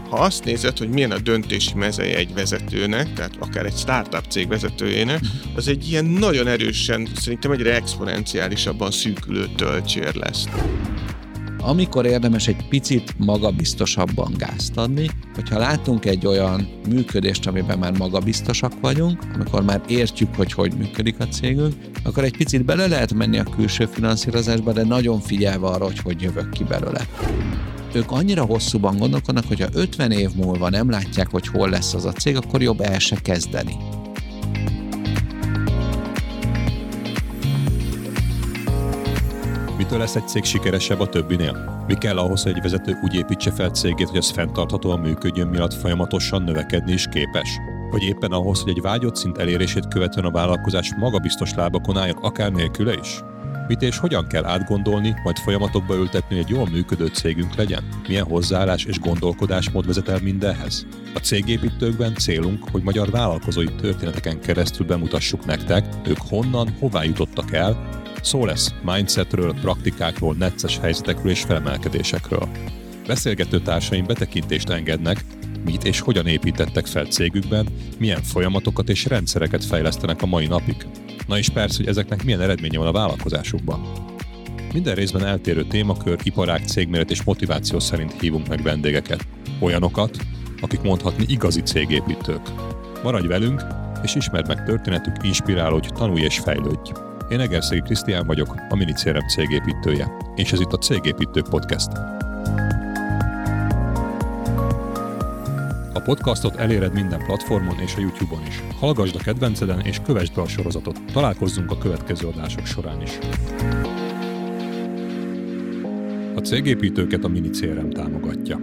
Ha azt nézed, hogy milyen a döntési mezeje egy vezetőnek, tehát akár egy startup cég vezetőjének, az egy ilyen nagyon erősen, szerintem egyre exponenciálisabban szűkülő tölcsér lesz. Amikor érdemes egy picit magabiztosabban gázt adni, hogyha látunk egy olyan működést, amiben már magabiztosak vagyunk, amikor már értjük, hogy működik a cégünk, akkor egy picit bele lehet menni a külső finanszírozásba, de nagyon figyelve arra, hogy jövök ki belőle. Ők annyira hosszúban gondolkodnak, hogyha 50 év múlva nem látják, hogy hol lesz az a cég, akkor jobb el se kezdeni. Mitől lesz egy cég sikeresebb a többinél? Mi kell ahhoz, hogy egy vezető úgy építse fel cégét, hogy az fenntarthatóan működjön, miatt folyamatosan növekedni is képes? Vagy éppen ahhoz, hogy egy vágyott szint elérését követően a vállalkozás magabiztos lábakon álljon, akár nélküle is? Mit és hogyan kell átgondolni, majd folyamatokba ültetni, hogy egy jól működő cégünk legyen? Milyen hozzáállás és gondolkodásmód vezet el mindenhez? A cégépítőkben célunk, hogy magyar vállalkozói történeteken keresztül bemutassuk nektek, ők honnan, hová jutottak el. Szó lesz mindsetről, praktikákról, necces helyzetekről és felemelkedésekről. Beszélgető társaim betekintést engednek, mit és hogyan építettek fel cégükben, milyen folyamatokat és rendszereket fejlesztenek a mai napig. Na és persze, hogy ezeknek milyen eredménye van a vállalkozásukban. Minden részben eltérő témakör, iparág, cégméret és motiváció szerint hívunk meg vendégeket. Olyanokat, akik mondhatni igazi cégépítők. Maradj velünk, és ismerd meg történetük, inspirálódj, tanulj és fejlődj. Én Egerszegi Krisztián vagyok, a Minicérem cégépítője, és ez itt a Cégépítők Podcast. A podcastot eléred minden platformon és a YouTube-on is. Hallgasd a kedvenceden és kövesd be a sorozatot. Találkozzunk a következő adások során is. A cégépítőket a Minicérem támogatja.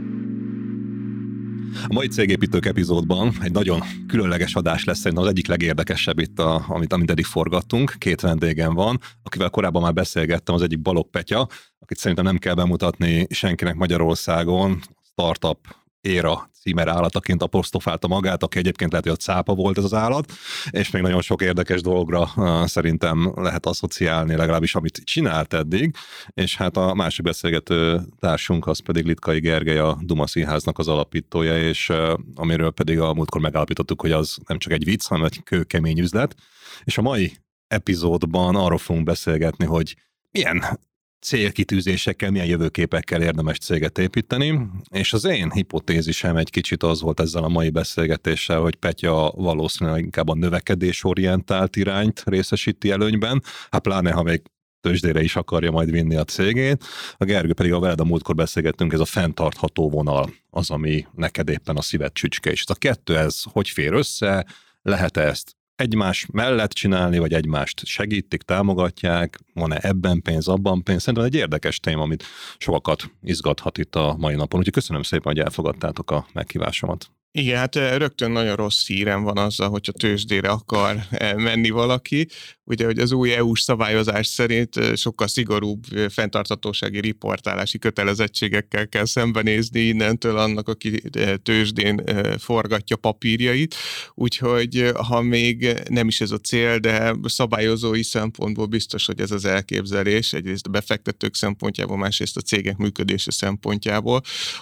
A mai Cégépítők epizódban egy nagyon különleges adás lesz, szerintem az egyik legérdekesebb itt, amit eddig forgattunk. Két vendégem van, akivel korábban már beszélgettem, az egyik Balogh Petya, akit szerintem nem kell bemutatni senkinek Magyarországon, startup éra címer állataként apostrofálta magát, aki egyébként lehet, hogy a cápa volt ez az állat, és még nagyon sok érdekes dologra szerintem lehet asszociálni, legalábbis amit csinált eddig, és hát a másik beszélgető társunk az pedig Litkai Gergely, a Duma Színháznak az alapítója, és amiről pedig a múltkor megállapítottuk, hogy az nem csak egy vicc, hanem egy kőkemény üzlet, és a mai epizódban arról fogunk beszélgetni, hogy milyen célkitűzésekkel, milyen jövőképekkel érdemes céget építeni, és az én hipotézisem egy kicsit az volt ezzel a mai beszélgetéssel, hogy Petya valószínűleg inkább a növekedésorientált irányt részesíti előnyben, hát pláne, ha még tőzsdére is akarja majd vinni a cégét. A Gergő pedig, a veled a múltkor beszélgettünk, ez a fenntartható vonal az, ami neked éppen a szíved csücske, és ez a kettő, ez hogy fér össze, lehet ezt egymás mellett csinálni, vagy egymást segítik, támogatják, van-e ebben pénz, abban pénz. Szerintem egy érdekes téma, amit sokakat izgathat itt a mai napon. Úgyhogy köszönöm szépen, hogy elfogadtátok a meghívásomat. Igen, hát rögtön nagyon rossz hírem van azzal, hogyha tőzsdére akar menni valaki. Ugye, hogy az új EU-s szabályozás szerint sokkal szigorúbb fenntarthatósági riportálási kötelezettségekkel kell szembenézni innentől annak, aki tőzsdén forgatja papírjait. Úgyhogy ha még nem is ez a cél, de szabályozói szempontból biztos, hogy ez az elképzelés, egyrészt a befektetők szempontjából, másrészt a cégek működése szempontjából,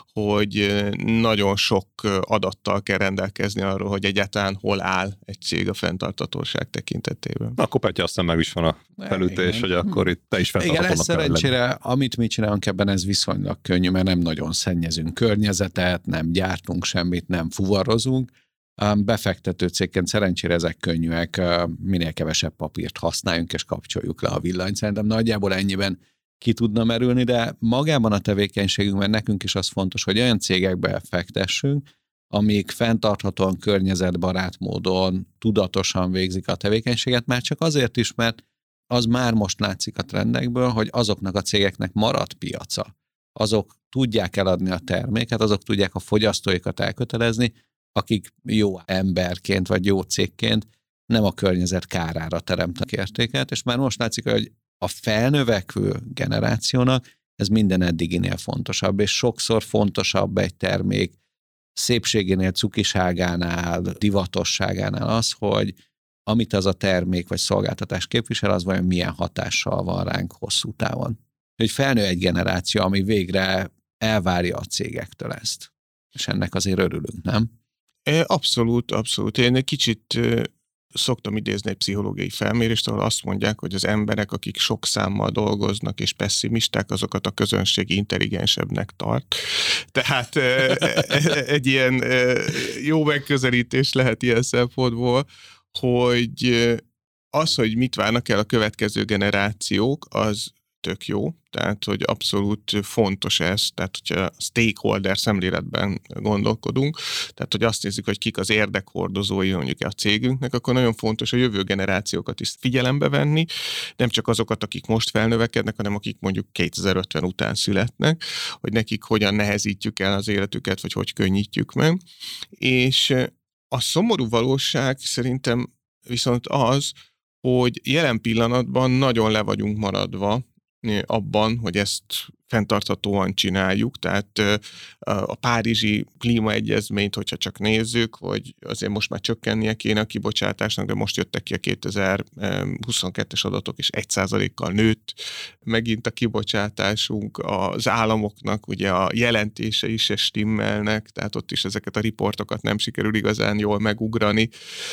hogy nagyon sok adattal kell rendelkezni arról, hogy egyáltalán hol áll egy cég a fenntarthatóság tekintetében. Akkor Petya, aztán meg is van a felütés, hogy akkor itt te is fenntarthatónak kell lenni. Igen, szerencsére, amit mi csinálunk ebben, ez viszonylag könnyű, mert nem nagyon szennyezünk környezetet, nem gyártunk semmit, nem fuvarozunk. Befektető cégként szerencsére ezek könnyűek, minél kevesebb papírt használjunk, és kapcsoljuk le a villanyt. Szerintem nagyjából ennyiben ki tudna merülni, de magában a tevékenységünkben nekünk is az fontos, hogy olyan cégekbe fektessünk, amik fenntarthatóan, környezetbarát módon, tudatosan végzik a tevékenységet, már csak azért is, mert az már most látszik a trendekből, hogy azoknak a cégeknek maradt piaca. Azok tudják eladni a terméket, azok tudják a fogyasztóikat elkötelezni, akik jó emberként vagy jó cégként nem a környezet kárára teremtenek értéket, és már most látszik, hogy a felnövekvő generációnak ez minden eddiginél fontosabb, és sokszor fontosabb egy termék szépségénél, cukiságánál, divatosságánál az, hogy amit az a termék vagy szolgáltatás képvisel, az vajon milyen hatással van ránk hosszú távon. Hogy felnő egy generáció, ami végre elvárja a cégektől ezt. És ennek azért örülünk, nem? Abszolút, abszolút. Én egy kicsit szoktam idézni egy pszichológiai felmérést, ahol azt mondják, hogy az emberek, akik sok számmal dolgoznak és pessimisták, azokat a közönség intelligensebbnek tart. Tehát egy ilyen jó megközelítés lehet ilyen szempontból, hogy az, hogy mit várnak el a következő generációk, az tök jó, tehát hogy abszolút fontos ez, tehát hogyha stakeholder szemléletben gondolkodunk, tehát hogy azt nézzük, hogy kik az érdekhordozói mondjuk a cégünknek, akkor nagyon fontos a jövő generációkat is figyelembe venni, nem csak azokat, akik most felnövekednek, hanem akik mondjuk 2050 után születnek, hogy nekik hogyan nehezítjük el az életüket, vagy hogy könnyítjük meg. És a szomorú valóság szerintem viszont az, hogy jelen pillanatban nagyon le vagyunk maradva abban, hogy ezt fenntarthatóan csináljuk, tehát a párizsi klímaegyezményt, hogyha csak nézzük, hogy azért most már csökkennie kéne a kibocsátásnak, de most jöttek ki a 2022-es adatok, és 1%-kal nőtt megint a kibocsátásunk, az államoknak ugye a jelentése is stimmelnek, tehát ott is ezeket a riportokat nem sikerül igazán jól megugrani.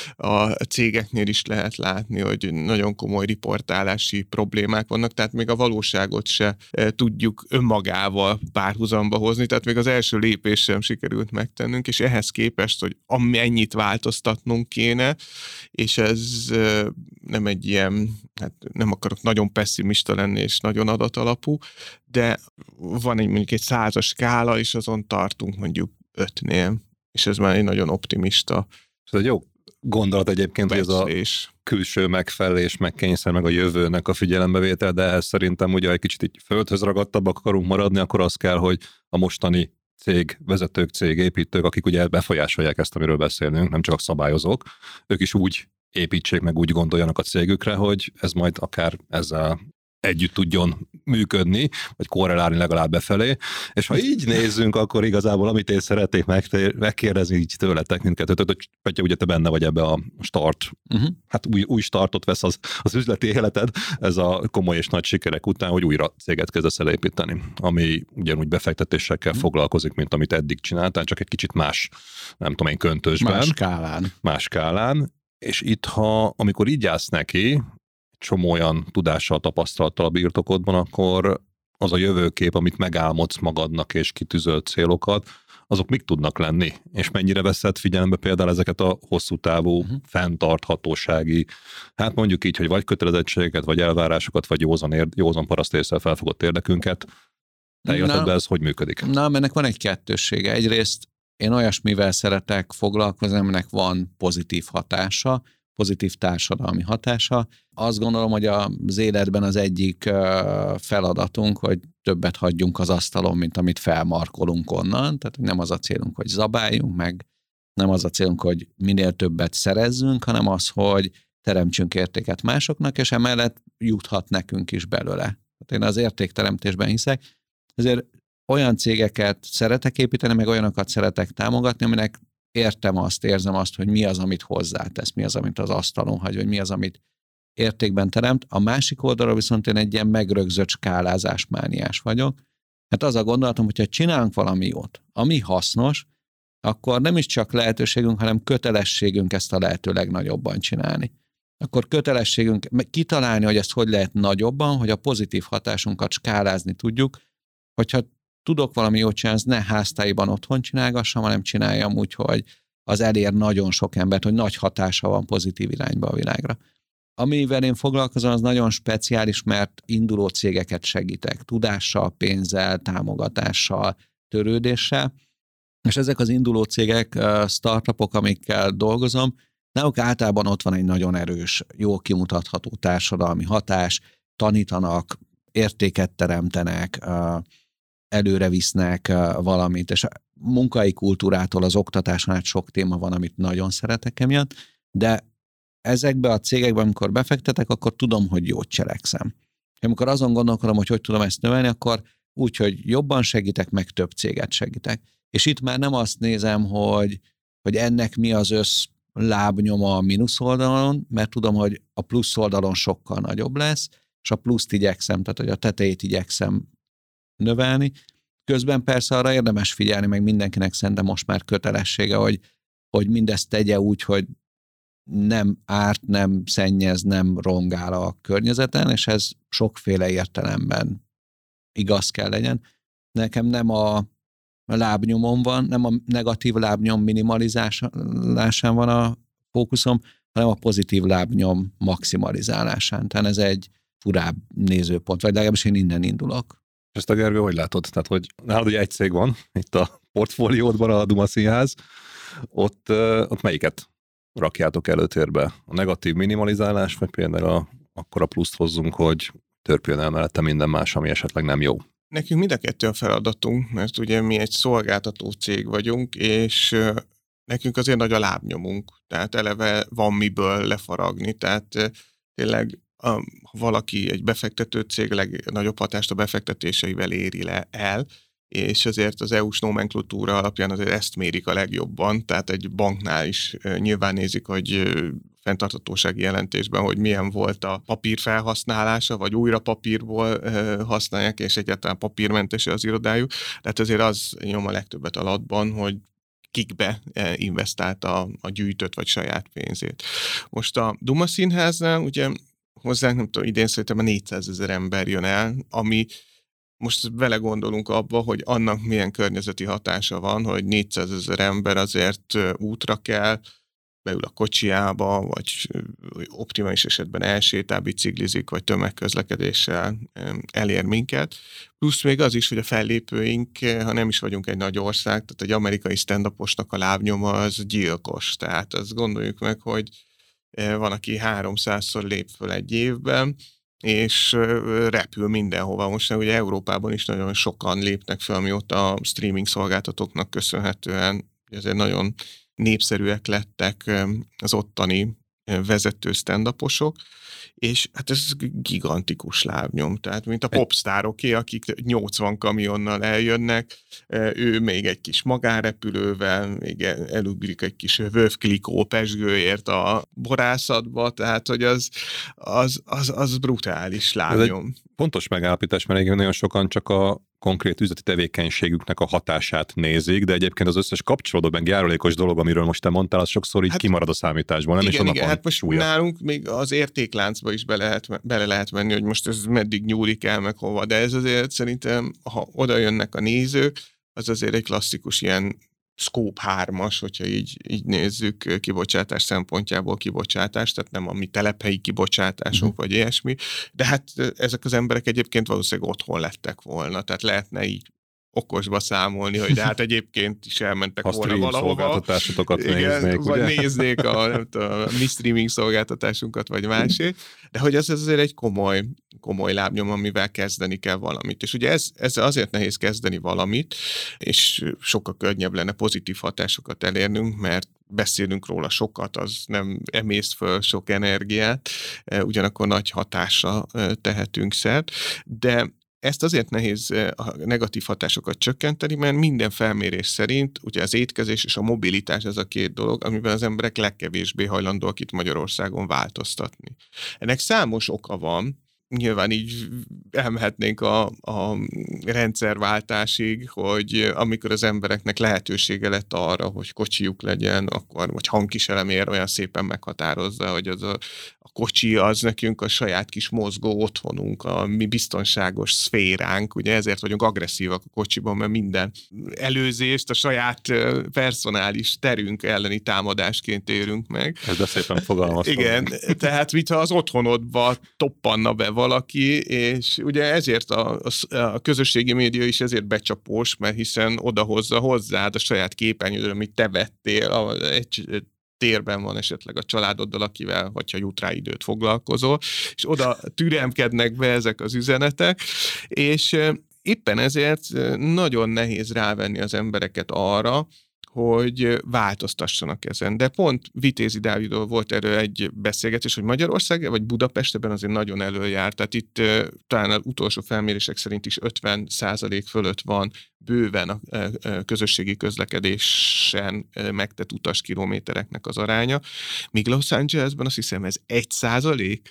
A cégeknél is lehet látni, hogy nagyon komoly riportálási problémák vannak, tehát még a valóságot se tudjuk önmagával párhuzamba hozni, tehát még az első lépés sem sikerült megtennünk, és ehhez képest, hogy amennyit változtatnunk kéne, és ez nem egy ilyen, hát nem akarok nagyon pessimista lenni, és nagyon adatalapú, de van mondjuk egy 100-as skála, és azon tartunk mondjuk 5-nél, és ez már egy nagyon optimista. Ez egy jó gondolat egyébként, hogy ez a külső megfelelés, megkényszer, meg a jövőnek a figyelembevétel, de ez szerintem ugye egy kicsit így földhöz ragadtabbak akarunk maradni, akkor az kell, hogy a mostani cégvezetők, cégépítők, akik ugye befolyásolják ezt, amiről beszélünk, nem csak a szabályozók, ők is úgy építsék meg, úgy gondoljanak a cégükre, hogy ez majd akár ezzel együtt tudjon működni, vagy korrelálni legalább befelé. És ha így nézzünk, akkor igazából, amit én szeretnék megkérdezni így tőletek mindkettőt, hogy Petya, ugye te benne vagy ebbe a start, hát új startot vesz az üzleti életed, ez a komoly és nagy sikerek után, hogy újra céget kezdesz el építeni, ami ugyanúgy befektetésekkel foglalkozik, mint amit eddig csináltál, csak egy kicsit más, nem tudom én, köntösben. Más skálán. És itt, amikor így állsz neki, csomó olyan tudással, tapasztalattal a birtokodban, akkor az a jövőkép, amit megálmodsz magadnak és kitűzölt célokat, azok mik tudnak lenni? És mennyire veszed figyelembe például ezeket a hosszú távú, fenntarthatósági, hát mondjuk így, hogy vagy kötelezettségeket, vagy elvárásokat, vagy józan parasztésszel felfogott érdekünket. Te életedben ez hogy működik? Ennek van egy kettőssége. Egyrészt én olyasmivel szeretek foglalkozni, aminek van pozitív hatása, pozitív társadalmi hatása. Azt gondolom, hogy az életben az egyik feladatunk, hogy többet hagyjunk az asztalon, mint amit felmarkolunk onnan. Tehát nem az a célunk, hogy zabáljunk meg, nem az a célunk, hogy minél többet szerezzünk, hanem az, hogy teremtsünk értéket másoknak, és emellett juthat nekünk is belőle. Tehát én az értékteremtésben hiszek, ezért olyan cégeket szeretek építeni, meg olyanokat szeretek támogatni, aminek érzem azt, hogy mi az, amit hozzátesz, mi az, amit az asztalon hagy, vagy mi az, amit értékben teremt. A másik oldalra viszont én egy ilyen megrögzött skálázásmániás vagyok. Hát az a gondolatom, hogyha csinálunk valami jót, ami hasznos, akkor nem is csak lehetőségünk, hanem kötelességünk ezt a lehető legnagyobban csinálni. Akkor kötelességünk kitalálni, hogy ezt hogy lehet nagyobban, hogy a pozitív hatásunkat skálázni tudjuk, hogyha tudok valami jót csinálni, ne háztáiban otthon csinálgassam, hanem csináljam úgy, hogy az elér nagyon sok embert, hogy nagy hatása van pozitív irányba a világra. Amivel én foglalkozom, az nagyon speciális, mert induló cégeket segítek, tudással, pénzzel, támogatással, törődéssel, és ezek az induló cégek, startupok, amikkel dolgozom, náluk általában ott van egy nagyon erős, jól kimutatható társadalmi hatás, tanítanak, értéket teremtenek, előre visznek valamit, és a munkai kultúrától az oktatáson át sok téma van, amit nagyon szeretek emiatt, de ezekbe a cégekben, amikor befektetek, akkor tudom, hogy jót cselekszem. Amikor azon gondolkodom, hogy tudom ezt növelni, akkor úgy, hogy jobban segítek, meg több céget segítek. És itt már nem azt nézem, hogy ennek mi az lábnyoma a mínusz oldalon, mert tudom, hogy a plusz oldalon sokkal nagyobb lesz, és a pluszt igyekszem, tehát hogy a tetejét igyekszem növelni, Közben persze arra érdemes figyelni, meg mindenkinek szerintem most már kötelessége, hogy mindezt tegye úgy, hogy nem árt, nem szennyez, nem rongál a környezeten, és ez sokféle értelemben igaz kell legyen. Nekem nem a lábnyomon van, nem a negatív lábnyom minimalizálásán van a fókuszom, hanem a pozitív lábnyom maximalizálásán. Tehát ez egy furább nézőpont, vagy legalábbis én innen indulok. Ezt a Gergő, hogy látod? Tehát, hogy nálad ugye egy cég van, itt a portfóliódban, a Duma Színház, ott melyiket rakjátok előtérbe? A negatív minimalizálás, vagy például akkora pluszt hozzunk, hogy törpjön el mellette minden más, ami esetleg nem jó? Nekünk mind a kettő a feladatunk, mert ugye mi egy szolgáltató cég vagyunk, és nekünk azért nagy a lábnyomunk, tehát eleve van miből lefaragni, tehát tényleg ha valaki egy befektető cég legnagyobb hatást a befektetéseivel éri el, és azért az EU-s nomenklatúra alapján azért ezt mérik a legjobban, tehát egy banknál is nyilván nézik, hogy fenntarthatósági jelentésben, hogy milyen volt a papír felhasználása, vagy újra papírból használják, és egyáltalán papírmentes az irodájuk. Tehát azért az nyom a legtöbbet alatban, hogy kikbe investált a gyűjtött vagy saját pénzét. Most a Duma Színháznál ugye hozzánk, nem tudom, idén szerintem a 400 000 ember jön el, ami most vele gondolunk abba, hogy annak milyen környezeti hatása van, hogy 400 000 ember azért útra kell, beül a kocsiába, vagy optimális esetben elsétál, biciklizik, vagy tömegközlekedéssel elér minket. Plusz még az is, hogy a fellépőink, ha nem is vagyunk egy nagy ország, tehát egy amerikai stand-uposnak a lábnyoma az gyilkos. Tehát azt gondoljuk meg, hogy van, aki 300-szor lép föl egy évben, és repül mindenhova. Most ugye Európában is nagyon sokan lépnek fel, mióta a streaming szolgáltatóknak köszönhetően ezért nagyon népszerűek lettek az ottani vezető stand-uposok, és hát ez gigantikus lábnyom, tehát mint a popsztároké, akik 80 kamionnal eljönnek, ő még egy kis magánrepülővel, még elugrik egy kis vövklikó pesgőért a borászatba, tehát hogy az brutális lábnyom. Fontos megállapítás, mert egyébként nagyon sokan csak a konkrét üzleti tevékenységüknek a hatását nézik, de egyébként az összes kapcsolódó, meg járulékos dolog, amiről most te mondtál, az sokszor így kimarad a számításból, nem? Igen, hát most súlya. Nálunk még az értékláncba is bele lehet menni, hogy most ez meddig nyúlik el, meg hova, de ez azért szerintem, ha oda jönnek a nézők, az azért egy klasszikus ilyen Scope 3-as, hogyha így nézzük kibocsátás szempontjából kibocsátás, tehát nem a mi telephelyi kibocsátásunk, vagy ilyesmi, de hát ezek az emberek egyébként valószínűleg otthon lettek volna, tehát lehetne így okosba számolni, hogy de hát egyébként is elmentek volna valahova. Szolgáltatásokat néznék, vagy ugye? Néznék a mi streaming szolgáltatásunkat, vagy másét, de hogy ez azért egy komoly lábnyom, amivel kezdeni kell valamit. És ugye ez azért nehéz kezdeni valamit, és sokkal könnyebb lenne pozitív hatásokat elérnünk, mert beszélünk róla sokat, az nem emészt föl sok energiát, ugyanakkor nagy hatásra tehetünk szert, de ezt azért nehéz a negatív hatásokat csökkenteni, mert minden felmérés szerint ugye az étkezés és a mobilitás ez a két dolog, amiben az emberek legkevésbé hajlandóak itt Magyarországon változtatni. Ennek számos oka van, nyilván így elmehetnénk a rendszerváltásig, hogy amikor az embereknek lehetősége lett arra, hogy kocsijuk legyen, akkor, vagy hangkísérlemér olyan szépen meghatározza, hogy az a kocsi az nekünk a saját kis mozgó otthonunk, a mi biztonságos szféránk, ugye ezért vagyunk agresszívak a kocsiban, mert minden előzést a saját personális terünk elleni támadásként érünk meg. Ez de szépen fogalmaztam. Igen, tehát mintha az otthonodba toppanna be valaki, és ugye ezért a közösségi média is ezért becsapós, mert hiszen odahozza hozzád a saját képernyődről, amit te vettél, egy térben van esetleg a családoddal, akivel, hogyha jut rá időt foglalkozol, és oda türemkednek be ezek az üzenetek, és éppen ezért nagyon nehéz rávenni az embereket arra, hogy változtassanak ezen. De pont Vitézi Dáviddal volt erről egy beszélgetés, hogy Magyarország vagy Budapest ebben azért nagyon előjár. Tehát itt talán az utolsó felmérések szerint is 50% fölött van bőven a közösségi közlekedésen megtett utaskilométereknek az aránya. Míg Los Angelesben azt hiszem ez 1%.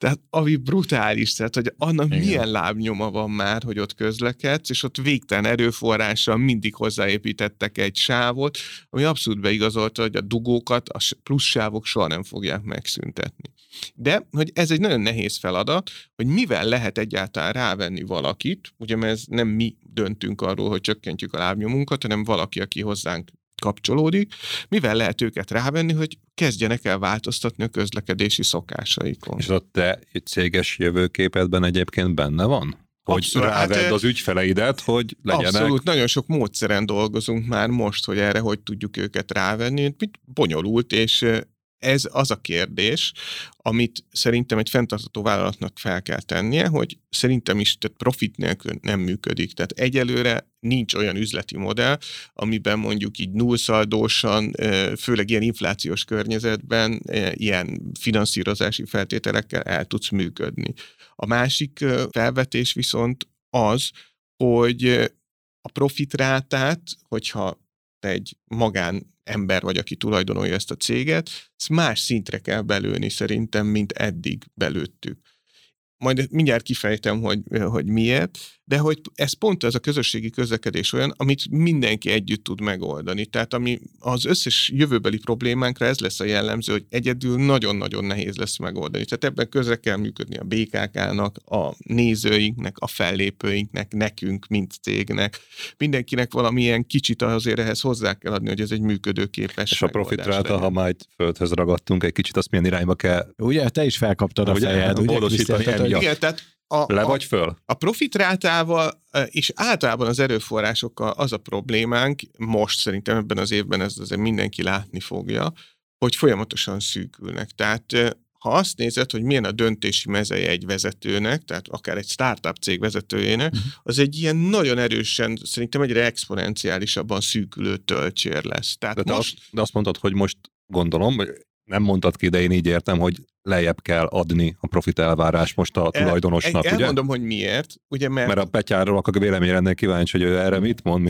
Tehát ami brutális, tehát hogy annak milyen lábnyoma van már, hogy ott közlekedsz, és ott végtelen erőforrással mindig hozzáépítettek egy sávot, ami abszolút beigazolta, hogy a dugókat, a plusz sávok soha nem fogják megszüntetni. De, hogy ez egy nagyon nehéz feladat, hogy mivel lehet egyáltalán rávenni valakit, ugye mert ez nem mi döntünk arról, hogy csökkentjük a lábnyomunkat, hanem valaki, aki hozzánk kapcsolódik, mivel lehet őket rávenni, hogy kezdjenek el változtatni a közlekedési szokásaikon. És a te céges jövőképedben egyébként benne van? Hogy abszolút, rávedd az ügyfeleidet, hogy legyenek... Abszolút, nagyon sok módszeren dolgozunk már most, hogy erre hogy tudjuk őket rávenni. Bonyolult, és ez az a kérdés, amit szerintem egy fenntartható vállalatnak fel kell tennie, hogy szerintem is tehát profit nélkül nem működik. Tehát egyelőre nincs olyan üzleti modell, amiben mondjuk így nullszaldósan, főleg ilyen inflációs környezetben, ilyen finanszírozási feltételekkel el tudsz működni. A másik felvetés viszont az, hogy a profitrátát, hogyha te egy magánember vagy, aki tulajdonolja ezt a céget, ezt más szintre kell belőni szerintem, mint eddig belőttük. Majd mindjárt kifejtem, hogy miért, de hogy ez pont ez a közösségi közlekedés olyan, amit mindenki együtt tud megoldani. Tehát ami az összes jövőbeli problémánkra ez lesz a jellemző, hogy egyedül nagyon-nagyon nehéz lesz megoldani. Tehát ebben közre kell működni a BKK-nak, a nézőinknek, a fellépőinknek, nekünk, mint cégnek. Mindenkinek valamilyen kicsit azért ehhez hozzá kell adni, hogy ez egy működőképes. És a profitráta, ha már földhöz ragadtunk egy kicsit, azt milyen irányba kell... Ugye, te is felkaptad a fejed. Igen, tehát le vagy föl? A profitrátával és általában az erőforrásokkal az a problémánk, most szerintem ebben az évben ez azért mindenki látni fogja, hogy folyamatosan szűkülnek. Tehát ha azt nézed, hogy milyen a döntési mezeje egy vezetőnek, tehát akár egy startup cég vezetőjének, az egy ilyen nagyon erősen, szerintem egyre exponenciálisabban szűkülő tölcsér lesz. Tehát de azt mondtad, hogy most gondolom, nem mondtad ki, de én így értem, hogy lejjebb kell adni a profit elvárás most a tulajdonosnak, ugye? Elmondom, hogy miért. Ugye, mert a Petyáról akkor véleményre lennék kíváncsi, hogy ő erre mit mond.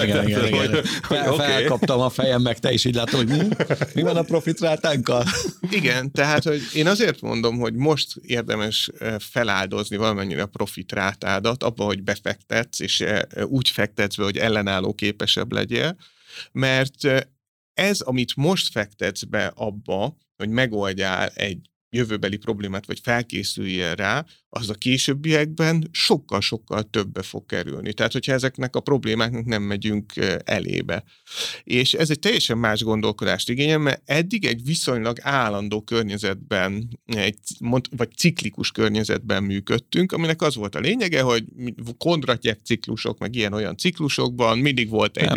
Igen. Felkaptam a fejem, meg te is így látom, hogy mi van a profitrátánkkal? Igen, tehát hogy én azért mondom, hogy most érdemes feláldozni valamennyire a profitrátádat, abba, hogy befektetsz, és úgy fektetsz be, hogy ellenálló képesebb legyél, mert ez, amit most fektetsz be abba, hogy megoldjál egy jövőbeli problémát, vagy felkészüljél rá, az a későbbiekben sokkal-sokkal többbe fog kerülni. Tehát, hogyha ezeknek a problémáknak nem megyünk elébe. És ez egy teljesen más gondolkodást igényel, mert eddig egy viszonylag állandó környezetben, vagy ciklikus környezetben működtünk, aminek az volt a lényege, hogy Kondratyev ciklusok, meg ilyen-olyan ciklusokban mindig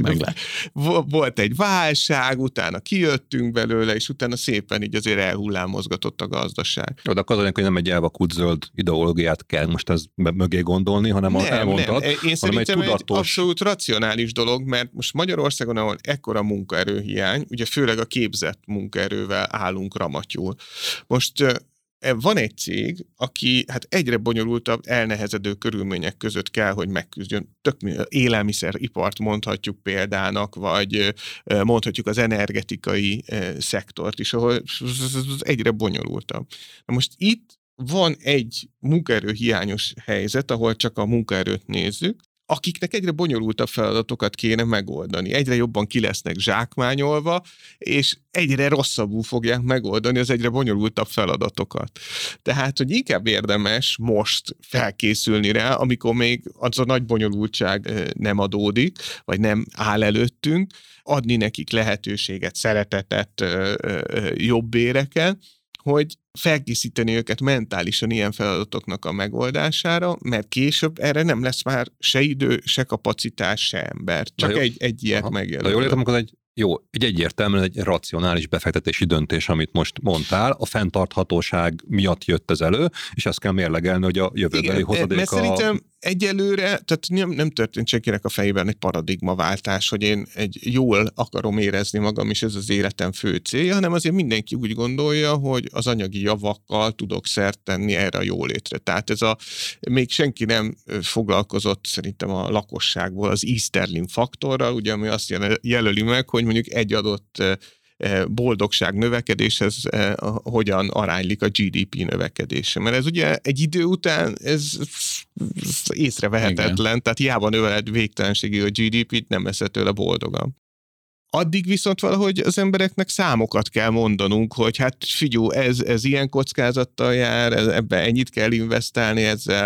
volt egy válság, utána kijöttünk belőle, és utána szépen így azért elhullámozgatott a gazdaság. De akkor az, hogy nem egy elvakult zöld ideológiát kell most ez mögé gondolni, hanem elmondtad, én szerintem egy abszolút racionális dolog, mert most Magyarországon, ahol ekkora munkaerőhiány, ugye főleg a képzett munkaerővel állunk ramatyul. Most van egy cég, aki hát egyre bonyolultabb, elnehezedő körülmények között kell, hogy megküzdjön. Élelmiszeripart mondhatjuk példának, vagy mondhatjuk az energetikai szektort is, ahol ez egyre bonyolultabb. Na most itt van egy munkaerőhiányos helyzet, ahol csak a munkaerőt nézzük, akiknek egyre bonyolultabb feladatokat kéne megoldani. Egyre jobban ki lesznek zsákmányolva, és egyre rosszabbul fogják megoldani az egyre bonyolultabb feladatokat. Tehát, hogy inkább érdemes most felkészülni rá, amikor még az a nagy bonyolultság nem adódik, vagy nem áll előttünk, adni nekik lehetőséget, szeretetet, jobb béreket, hogy felkészíteni őket mentálisan ilyen feladatoknak a megoldására, mert később erre nem lesz már se idő, se kapacitás, se ember. Csak egy ilyet megjelöl. De jól értem, akkor egy egyértelműen egy racionális befektetési döntés, amit most mondtál, a fenntarthatóság miatt jött ez elő, és ezt kell mérlegelni, hogy a jövőbeli hozadéka... Mert szerintem egyelőre, tehát nem történt senkinek a fejében egy paradigmaváltás, hogy én jól akarom érezni magam, és ez az életem fő célja, hanem azért mindenki úgy gondolja, hogy az anyagi javakkal tudok szert tenni erre a jólétre. Tehát még senki nem foglalkozott szerintem a lakosságból az Easterlin faktorral, ugye, ami azt jelöli meg, hogy mondjuk egy adott boldogság növekedéshez hogyan aránylik a GDP növekedése. Mert ez ugye egy idő után ez észrevehetetlen, igen. Tehát hiába növeled végtelenségig a GDP-t, nem leszel tőle boldogan. Addig viszont valahogy az embereknek számokat kell mondanunk, hogy hát figyelj, ez ilyen kockázattal jár, ebbe ennyit kell investálni,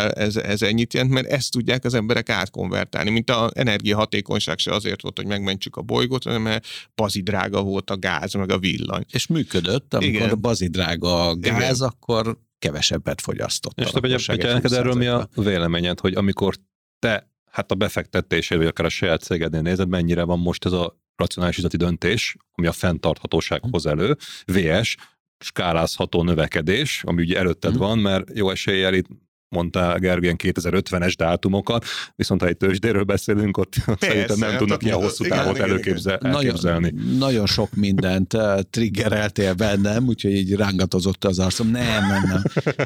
ez ennyit jelent, mert ezt tudják az emberek átkonvertálni. Mint az energiahatékonyság se azért volt, hogy megmentsük a bolygót, hanem mert bazidrága volt a gáz, meg a villany. És működött, amikor igen. bazidrága a gáz, igen. akkor kevesebbet fogyasztott. És te neked erről mi a véleményed, hogy amikor te a befektetésed, vagy akár a saját cégednél nézed, mennyire van most ez a racionális üzleti döntés, ami a fenntarthatóság hoz elő, VS, skálázható növekedés, ami ugye előtted van, mert jó eséllyel itt mondtál Gergő 2050-es dátumokat, viszont ha egy tőzsdéről beszélünk, ott szerintem nem tudnak ilyen hosszú távot elképzelni. Nagyon sok mindent triggereltél bennem, úgyhogy így rángatozott az arcom. Nem.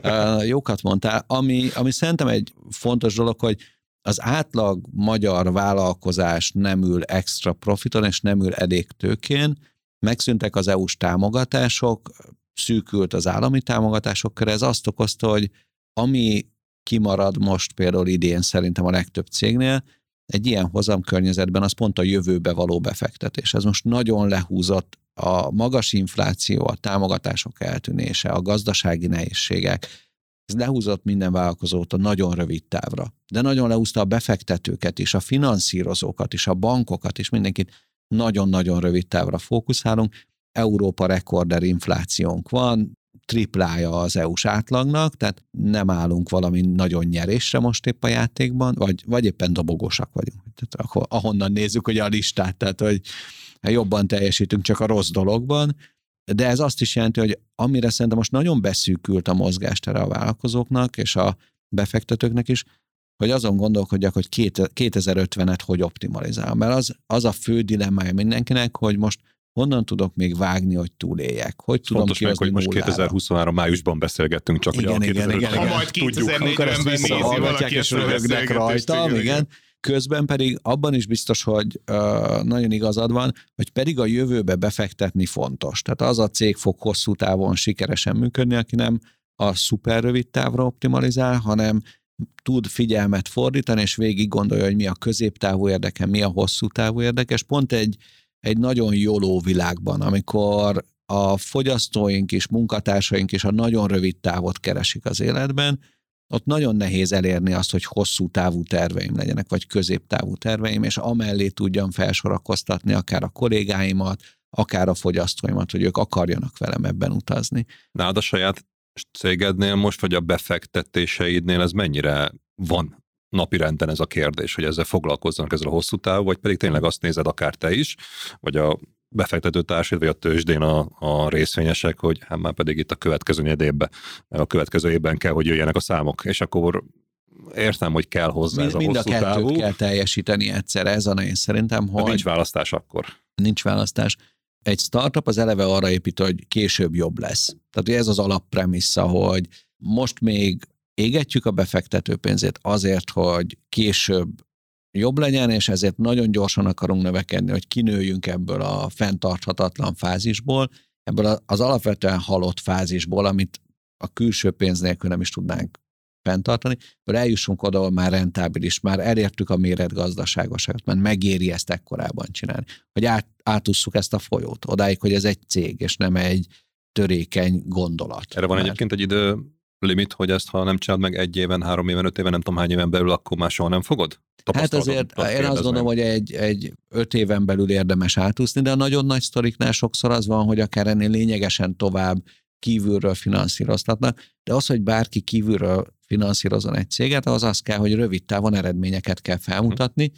Jókat mondtál. Ami szerintem egy fontos dolog, hogy az átlag magyar vállalkozás nem ül extra profiton, és nem ül elég tőkén, megszűntek az EU-s támogatások, szűkült az állami támogatások köre, ez azt okozta, hogy ami kimarad most például idén szerintem a legtöbb cégnél, egy ilyen hozamkörnyezetben az pont a jövőbe való befektetés. Ez most nagyon lehúzott a magas infláció, a támogatások eltűnése, a gazdasági nehézségek, ez lehúzott minden vállalkozót a nagyon rövid távra. De nagyon lehúzta a befektetőket is, a finanszírozókat is, a bankokat is, mindenkit nagyon-nagyon rövid távra fókuszálunk. Európa rekorder inflációnk van, triplája az EU-s átlagnak, tehát nem állunk valami nagyon nyerésre most épp a játékban, vagy éppen dobogósak vagyunk. Tehát ahonnan nézzük, hogy a listát, tehát hogy jobban teljesítünk csak a rossz dologban, de ez azt is jelenti, hogy amire szerintem most nagyon beszűkült a mozgástere a vállalkozóknak és a befektetőknek is, hogy azon gondolkodjak, hogy 2050-et hogy optimalizál. Mert az a fő dilemmája mindenkinek, hogy most honnan tudok még vágni, hogy túléljek? Hogy tudom fontos meg, hogy most 2023 májusban beszélgettünk, csak igen, hogy igen. Ha majd 2040-ben nézi valaki, és röhögnek rajta, igen. Közben pedig abban is biztos, hogy nagyon igazad van, hogy pedig a jövőbe befektetni fontos. Tehát az a cég fog hosszú távon sikeresen működni, aki nem a szuper rövid távra optimalizál, hanem tud figyelmet fordítani, és végig gondolja, hogy mi a középtávú érdeke, mi a hosszú távú érdeke, és pont egy nagyon jóló világban, amikor a fogyasztóink és munkatársaink is a nagyon rövid távot keresik az életben, ott nagyon nehéz elérni azt, hogy hosszú távú terveim legyenek, vagy középtávú terveim, és amellé tudjam felsorakoztatni akár a kollégáimat, akár a fogyasztóimat, hogy ők akarjanak velem ebben utazni. Nálad a saját cégednél most, vagy a befektetéseidnél ez mennyire van napirenden ez a kérdés, hogy ezzel foglalkozzanak ezzel a hosszú távú, vagy pedig tényleg azt nézed akár te is, vagy a befektető társad, vagy a tőzsdén a részvényesek, hogy hát már pedig itt a következő évben, meg a következő évben kell, hogy jöjjenek a számok, és akkor értem, hogy kell hozzá ez a hosszú távú. Mind a kettőt kell teljesíteni egyszerre, ez a nehéz szerintem, hogy... De nincs választás akkor. Nincs választás. Egy startup az eleve arra épít, hogy később jobb lesz. Tehát ez az alappremissza, hogy most még égetjük a befektető pénzét azért, hogy később jobb legyen, és ezért nagyon gyorsan akarunk növekedni, hogy kinőjünk ebből a fenntarthatatlan fázisból, ebből az alapvetően halott fázisból, amit a külső pénz nélkül nem is tudnánk fenntartani, hogy eljussunk oda, ahol már rentábilis, már elértük a méretgazdaságosságot, mert megéri ezt ekkorában csinálni, hogy átusszuk ezt a folyót, odáig, hogy ez egy cég, és nem egy törékeny gondolat. Erre van egyébként egy idő limit, hogy ezt, ha nem csinálod meg 1 éven, 3 éven, 5 éven, nem tudom hány éven belül, akkor már soha nem fogod? Hát azért én azt gondolom, hogy egy 5 éven belül érdemes átúszni, de a nagyon nagy sztoriknál sokszor az van, hogy akár ennél lényegesen tovább kívülről finanszíroztatnak, de az, hogy bárki kívülről finanszírozon egy céget, az kell, hogy rövid távon eredményeket kell felmutatni,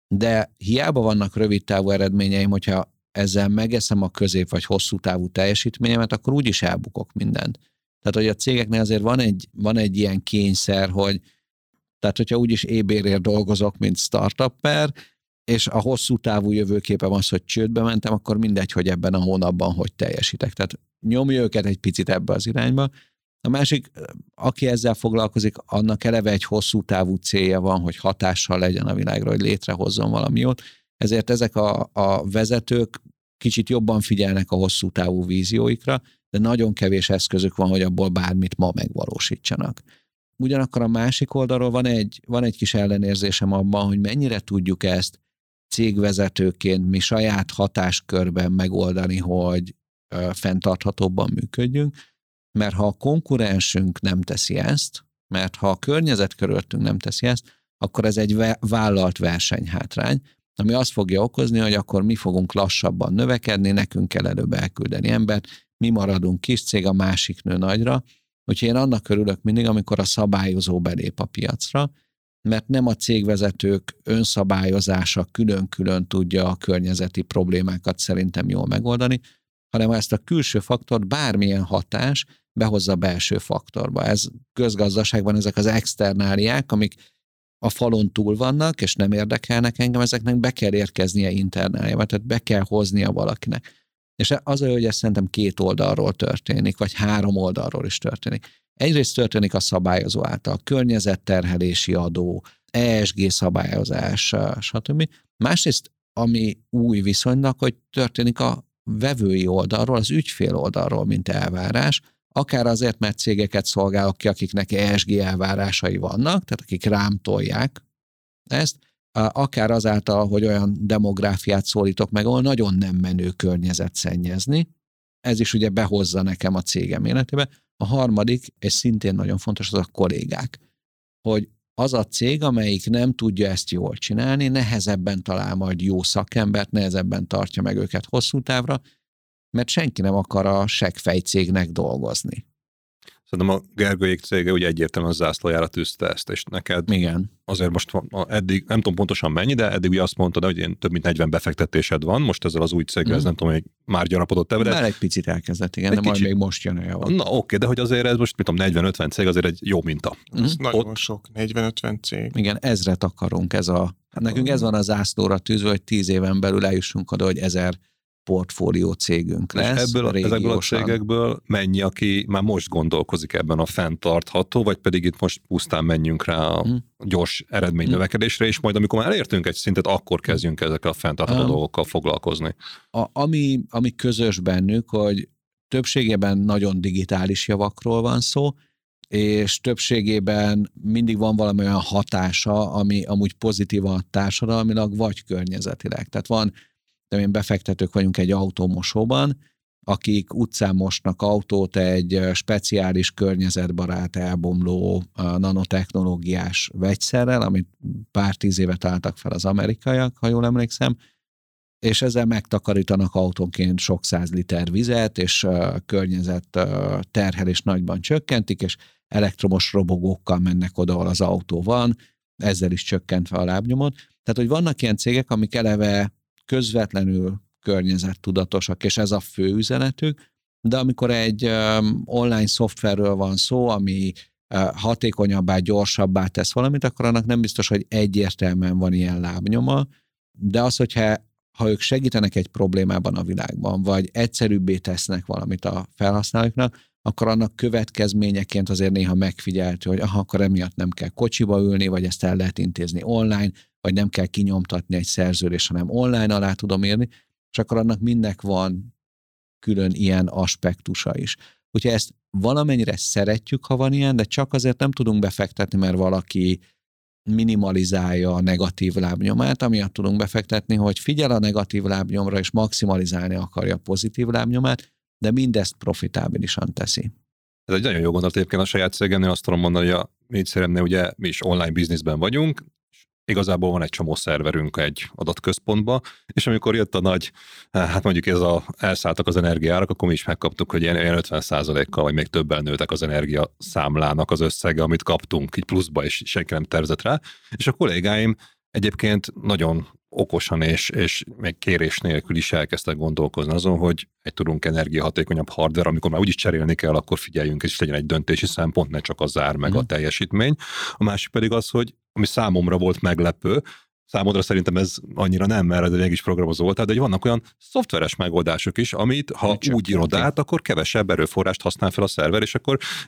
de hiába vannak rövid távú eredményeim, hogyha ezzel megeszem a közép vagy hosszú távú teljesítményemet, akkor úgyis elbukok mindent. Tehát, hogy a cégeknél azért van egy ilyen kényszer, hogy tehát, hogyha úgyis ébérért dolgozok, mint startupper, és a hosszú távú jövőképem az, hogy csődbe mentem, akkor mindegy, hogy ebben a hónapban hogy teljesítek. Tehát nyomja őket egy picit ebbe az irányba. A másik, aki ezzel foglalkozik, annak eleve egy hosszú távú célja van, hogy hatással legyen a világra, hogy létrehozzon valami jót. Ezért ezek a vezetők kicsit jobban figyelnek a hosszú távú vízióikra, de nagyon kevés eszközük van, hogy abból bármit ma megvalósítsanak. Ugyanakkor a másik oldalról van egy kis ellenérzésem abban, hogy mennyire tudjuk ezt cégvezetőként mi saját hatáskörben megoldani, hogy fenntarthatóbban működjünk, mert ha a konkurensünk nem teszi ezt, mert ha a környezet körülöttünk nem teszi ezt, akkor ez egy vállalt versenyhátrány, ami azt fogja okozni, hogy akkor mi fogunk lassabban növekedni, nekünk kell előbb elküldeni embert, mi maradunk kis cég, a másik nő nagyra. Úgyhogy én annak örülök mindig, amikor a szabályozó belép a piacra, mert nem a cégvezetők önszabályozása külön-külön tudja a környezeti problémákat szerintem jól megoldani, hanem ezt a külső faktort bármilyen hatás behozza a belső faktorba. Ez közgazdaságban ezek az externáliák, amik a falon túl vannak, és nem érdekelnek engem, ezeknek be kell érkeznie internáliába, tehát be kell hoznia valakinek. És az olyan, hogy ez szerintem 2 oldalról történik, vagy 3 oldalról is történik. Egyrészt történik a szabályozó által, környezetterhelési adó, ESG szabályozás, stb. Másrészt, ami új viszonylag, hogy történik a vevői oldalról, az ügyfél oldalról, mint elvárás, akár azért, mert cégeket szolgálok ki, akiknek ESG elvárásai vannak, tehát akik rám tolják ezt, akár azáltal, hogy olyan demográfiát szólítok meg, ahol nagyon nem menő környezet szennyezni. Ez is ugye behozza nekem a cégem életébe. A harmadik, és szintén nagyon fontos, az a kollégák. Hogy az a cég, amelyik nem tudja ezt jól csinálni, nehezebben talál majd jó szakembert, nehezebben tartja meg őket hosszú távra, mert senki nem akar a seggfejcégnek dolgozni. Szerintem a Gergőjék cége ugye egyértelműen a zászlójára tűzte ezt, és neked igen. Azért most eddig, nem tudom pontosan mennyi, de eddig ugye azt mondtad, hogy én több mint 40 befektetésed van, most ezzel az új céggel, ez nem tudom, hogy már gyarapodott-e. Már egy picit elkezdett, igen, de majd még most jön a javak. Na oké, de hogy azért ez most, mit tudom, 40-50 cég azért egy jó minta. Ez nagyon sok, 40-50 cég. Igen, 1000 akarunk, nekünk ez van a zászlóra tűzve, hogy 10 éven belül eljussunk oda, hogy 1000 portfólió cégünk lesz. És ezekből a cégekből mennyi, aki már most gondolkozik ebben a fenntartható, vagy pedig itt most pusztán menjünk rá a gyors eredménynövekedésre, és majd amikor már elértünk egy szintet, akkor kezdjünk ezekkel a fenntartható dolgokkal foglalkozni. Ami közös bennük, hogy többségében nagyon digitális javakról van szó, és többségében mindig van valami olyan hatása, ami amúgy pozitívan társadalmilag, vagy környezetileg. Tehát van, de én befektetők vagyunk egy autómosóban, akik utcán mosnak autót egy speciális környezetbarát elbomló nanotechnológiás vegyszerrel, amit pár 10 éve találtak fel az amerikaiak, ha jól emlékszem, és ezzel megtakarítanak autónként sok 100 liter vizet, és környezet terhelés nagyban csökkentik, és elektromos robogókkal mennek oda, ahol az autó van, ezzel is csökkentve a lábnyomot. Tehát, hogy vannak ilyen cégek, amik eleve közvetlenül környezettudatosak, és ez a fő üzenetük, de amikor egy online szoftverről van szó, ami hatékonyabbá, gyorsabbá tesz valamit, akkor annak nem biztos, hogy egyértelműen van ilyen lábnyoma, de az, hogyha ők segítenek egy problémában a világban, vagy egyszerűbbé tesznek valamit a felhasználóknak, akkor annak következményeként azért néha megfigyelhető, hogy akkor emiatt nem kell kocsiba ülni, vagy ezt el lehet intézni online, vagy nem kell kinyomtatni egy szerződést, hanem online alá tudom írni, és akkor annak mindnek van külön ilyen aspektusa is. Úgyhogy ezt valamennyire szeretjük, ha van ilyen, de csak azért nem tudunk befektetni, mert valaki minimalizálja a negatív lábnyomát, amiatt tudunk befektetni, hogy figyel a negatív lábnyomra, és maximalizálni akarja a pozitív lábnyomát, de mindezt profitábilisan teszi. Ez egy nagyon jó gondolat egyébként a saját cégemnél, azt tudom mondani, hogy mi cégemnél ugye mi is online bizniszben vagyunk, igazából van egy csomó szerverünk egy adatközpontba, és amikor jött a nagy, hát mondjuk elszálltak az energiárak, akkor mi is megkaptuk, hogy ilyen 50%-kal, vagy még többen nőtek az energia számlának az összege, amit kaptunk így pluszba, és senki nem tervezett rá. És a kollégáim egyébként nagyon okosan és még kérés nélkül is elkezdtek gondolkozni azon, hogy tudunk energiahatékonyabb hardware, amikor már úgyis cserélni kell, akkor figyeljünk, és legyen egy döntési szempont, ne csak a zár meg a teljesítmény. A másik pedig az, hogy ami számomra volt meglepő, számodra szerintem ez annyira nem, mert ez egy mégis programozó voltál, de hogy vannak olyan szoftveres megoldások is, amit ha úgy írod át, akkor kevesebb erőforrást használ fel a szerver, és akkor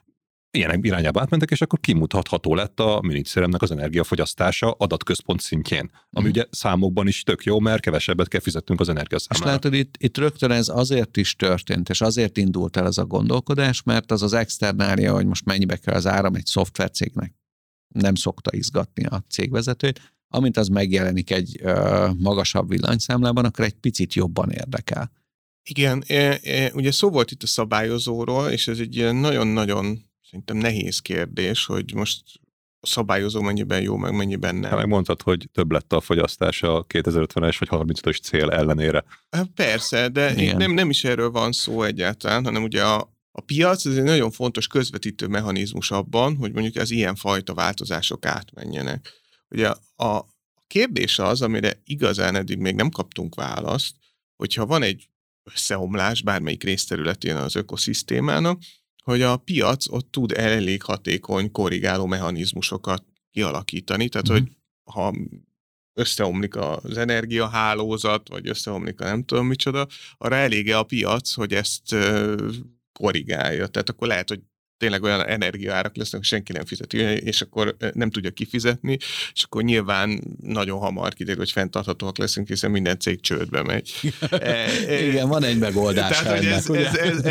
ilyenek irányába átmentek, és akkor kimutatható lett a miniszteremnek az energiafogyasztása adatközpont szintjén. Ami ugye számokban is tök jó, mert kevesebbet kell fizetnünk az energiaszámlára. És látod, itt rögtön ez azért is történt, és azért indult el ez a gondolkodás, mert az externália, hogy most mennyibe kell az áram egy szoftvercégnek, nem szokta izgatni a cégvezetőt. Amint az megjelenik egy magasabb villanyszámlában, akkor egy picit jobban érdekel. Igen, ugye szó volt itt a szabályozóról, és ez egy ilyen nagyon-nagyon szerintem nehéz kérdés, hogy most a szabályozó mennyiben jó, meg mennyiben nem. Megmondtad, hogy több lett a fogyasztás a 2050-es vagy 35-ös cél ellenére. Persze, de nem is erről van szó egyáltalán, hanem ugye a piac ez egy nagyon fontos közvetítő mechanizmus abban, hogy mondjuk az ilyenfajta változások átmenjenek. Ugye a kérdés az, amire igazán eddig még nem kaptunk választ, hogyha van egy összeomlás bármelyik részterületén az ökoszisztémának, hogy a piac ott tud elég hatékony korrigáló mechanizmusokat kialakítani, tehát hogy ha összeomlik az energiahálózat, vagy összeomlik a nem tudom micsoda, arra elég a piac, hogy ezt korrigálja. Tehát akkor lehet, hogy tényleg olyan energiaárak lesznek, hogy senki nem fizeti, és akkor nem tudja kifizetni, és akkor nyilván nagyon hamar kiderül, hogy fenntarthatóak leszünk, hiszen minden cég csődbe megy. Igen, van egy megoldás. Tehát, hogy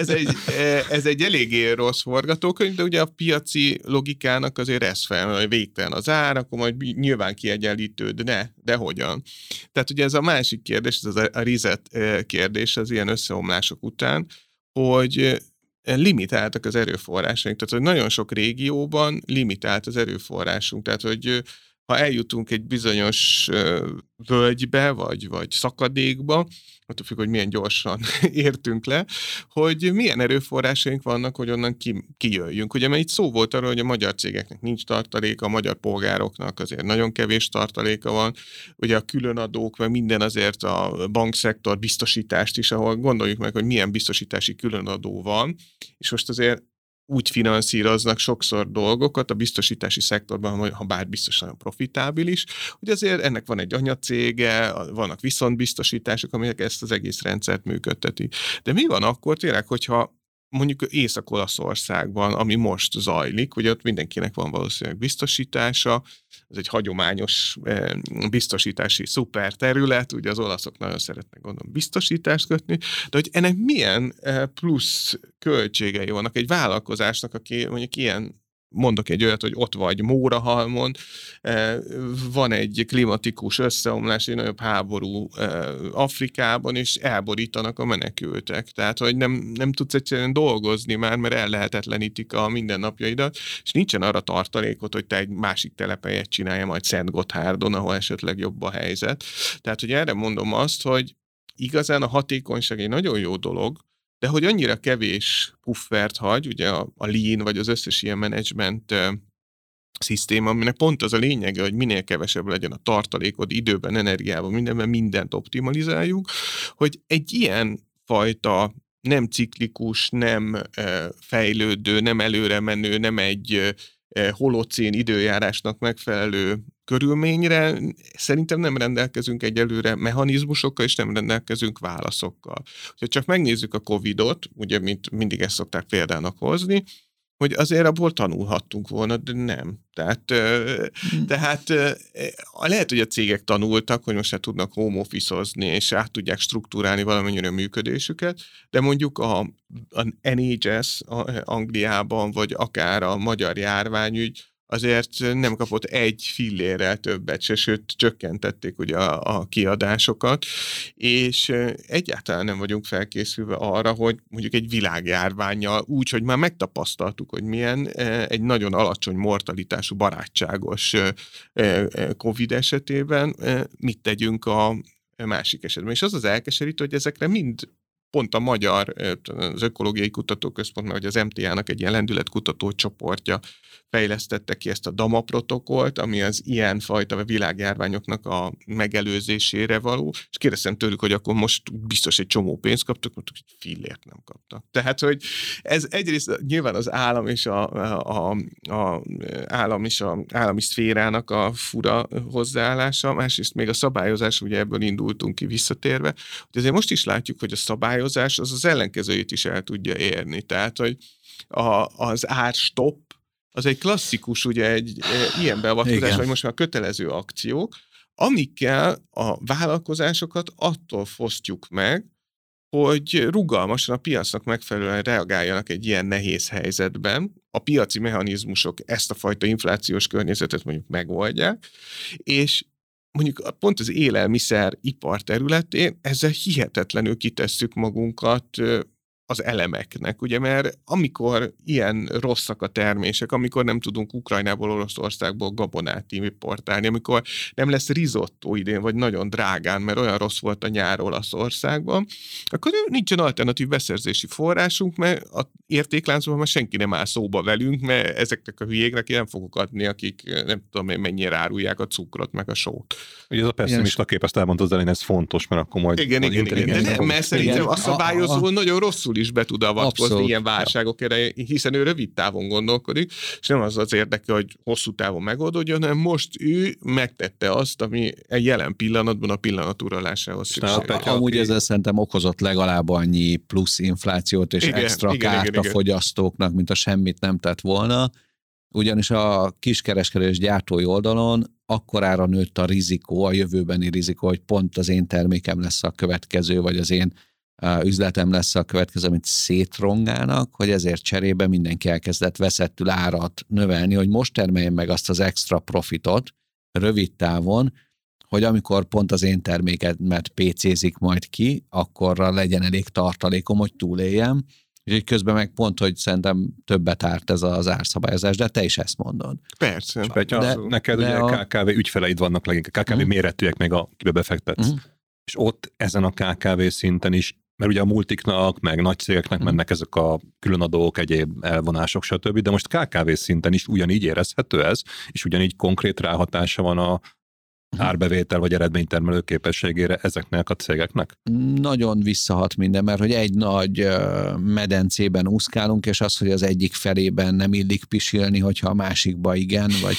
ez egy eléggé rossz forgatókönyv, de ugye a piaci logikának azért ez fel, hogy végtelen az ár, akkor majd nyilván kiegyenlítőd, de hogyan? Tehát ugye ez a másik kérdés, ez a reset kérdés az ilyen összeomlások után, hogy limitáltak az erőforrásaink, tehát hogy nagyon sok régióban limitált az erőforrásunk, tehát hogy ha eljutunk egy bizonyos völgybe, vagy szakadékba, attól függ, hogy milyen gyorsan értünk le, hogy milyen erőforrásaink vannak, hogy onnan kijöjjünk. Ugye, mert itt szó volt arról, hogy a magyar cégeknek nincs tartaléka, a magyar polgároknak azért nagyon kevés tartaléka van, ugye a különadók, meg minden azért a bankszektor biztosítást is, ahol gondoljuk meg, hogy milyen biztosítási különadó van, és most azért úgy finanszíroznak sokszor dolgokat a biztosítási szektorban, ha bár biztos nagyon profitábilis, hogy azért ennek van egy anyacége, vannak viszontbiztosítások, amelyek ezt az egész rendszert működteti. De mi van akkor tényleg, hogyha mondjuk Észak-Olaszországban, ami most zajlik, ugye ott mindenkinek van valószínűleg biztosítása, ez egy hagyományos biztosítási szuper terület, ugye az olaszok nagyon szeretnek gondolom biztosítást kötni, de hogy ennek milyen plusz költségei vannak egy vállalkozásnak, aki mondjuk ilyen, mondok egy olyat, hogy ott vagy Mórahalmon, van egy klimatikus összeomlás, egy nagyobb háború Afrikában, és elborítanak a menekültek. Tehát, hogy nem tudsz egyszerűen dolgozni már, mert ellehetetlenítik a mindennapjaidat, és nincsen arra tartalékot, hogy te egy másik telephelyet csinálja majd Szentgotthárdon, ahol esetleg jobb a helyzet. Tehát, hogy erre mondom azt, hogy igazán a hatékonyság egy nagyon jó dolog, de hogy annyira kevés puffert hagy, ugye a lean, vagy az összes ilyen menedzsment szisztéma, aminek pont az a lényege, hogy minél kevesebb legyen a tartalékod időben, energiában, mindenben mindent optimalizáljuk, hogy egy ilyen fajta nem ciklikus, nem fejlődő, nem előre menő, nem egy holocén időjárásnak megfelelő körülményre szerintem nem rendelkezünk egyelőre mechanizmusokkal, és nem rendelkezünk válaszokkal. Ha csak megnézzük a Covid-ot, ugye mint mindig ezt szokták példának hozni, hogy azért abból tanulhattunk volna, de nem. Tehát lehet, hogy a cégek tanultak, hogy most tudnak home office-ozni, és át tudják struktúrálni valamennyire a működésüket, de mondjuk a NHS Angliában, vagy akár a magyar járványügy azért nem kapott egy fillérrel többet se, sőt csökkentették ugye a kiadásokat, és egyáltalán nem vagyunk felkészülve arra, hogy mondjuk egy világjárvánnyal úgy, hogy már megtapasztaltuk, hogy milyen egy nagyon alacsony mortalitású, barátságos Covid esetében mit tegyünk a másik esetben. És az elkeserítő, hogy ezekre mind pont a magyar, az Ökológiai Kutatóközpont, vagy az MTA-nak egy ilyen lendületkutató csoportja fejlesztette ki ezt a DAMA protokollt, ami az ilyenfajta világjárványoknak a megelőzésére való, és kérdeztem tőlük, hogy akkor most biztos egy csomó pénzt kaptak, mondtuk, hogy fillért nem kaptak. Tehát, hogy ez egyrészt nyilván az állam és állami szférának a fura hozzáállása, másrészt még a szabályozás, ugye ebből indultunk ki visszatérve, hogy azért most is látjuk, hogy a szabályozás az ellenkezőjét is el tudja érni. Tehát, hogy az árstopp, az egy klasszikus, ugye egy ilyen beavatkozás, vagy most már kötelező akciók, amikkel a vállalkozásokat attól fosztjuk meg, hogy rugalmasan a piacnak megfelelően reagáljanak egy ilyen nehéz helyzetben. A piaci mechanizmusok ezt a fajta inflációs környezetet mondjuk megoldják, és mondjuk pont az élelmiszeripar területén ezzel hihetetlenül kitesszük magunkat az elemeknek, ugye, mert amikor ilyen rosszak a termések, amikor nem tudunk Ukrajnából, Oroszországból gabonát importálni, amikor nem lesz risotto idén, vagy nagyon drágán, mert olyan rossz volt a nyár Olaszországban, akkor nincsen alternatív beszerzési forrásunk, mert az értékláncban már senki nem áll szóba velünk, mert ezeknek a hülyéknek nem fogok adni, akik nem tudom mennyire árulják a cukrot, meg a sót. Ugye ez a pessimista kép, ezt elmondta az elején, ez fontos, mert akkor majd... Igen. Mert szerintem a szabályozó nagyon rosszul is be tud avatkozni ilyen válságok elején, hiszen ő rövid távon gondolkodik, és nem az érdeke, hogy hosszú távon megoldódjon, hanem most ő megtette azt, ami egy jelen pillanatban a pillanat uralásához szükséges. Amúgy ezzel szerintem okozott legalább annyi plusz inflációt és extra kárt a fogyasztóknak, mint a semmit nem tett volna, ugyanis a kiskereskedő és gyártói oldalon akkorára nőtt a rizikó, a jövőbeni rizikó, hogy pont az én termékem lesz a következő, vagy az én üzletem lesz a következő, amit szétrongálnak, hogy ezért cserébe mindenki elkezdett veszettül árat növelni, hogy most termeljen meg azt az extra profitot rövid távon, hogy amikor pont az én termékemet PC-zik majd ki, akkorra legyen elég tartalékom, hogy túléljem, és közben meg pont, hogy szerintem többet árt ez az árszabályozás, de te is ezt mondod. Persze. Neked ugye KKV ügyfeleid vannak leginkább, KKV méretűek még akibe befektetsz. És ott ezen a KKV szinten is, mert ugye a multiknak, meg nagy cégeknek mennek ezek a különadók, egyéb elvonások, stb., de most KKV szinten is ugyanígy érezhető ez, és ugyanígy konkrét ráhatása van a árbevétel vagy eredménytermelő képességére ezeknek a cégeknek? Nagyon visszahat minden, mert hogy egy nagy medencében úszkálunk, és az, hogy az egyik felében nem illik pisilni, hogyha a másikba igen, vagy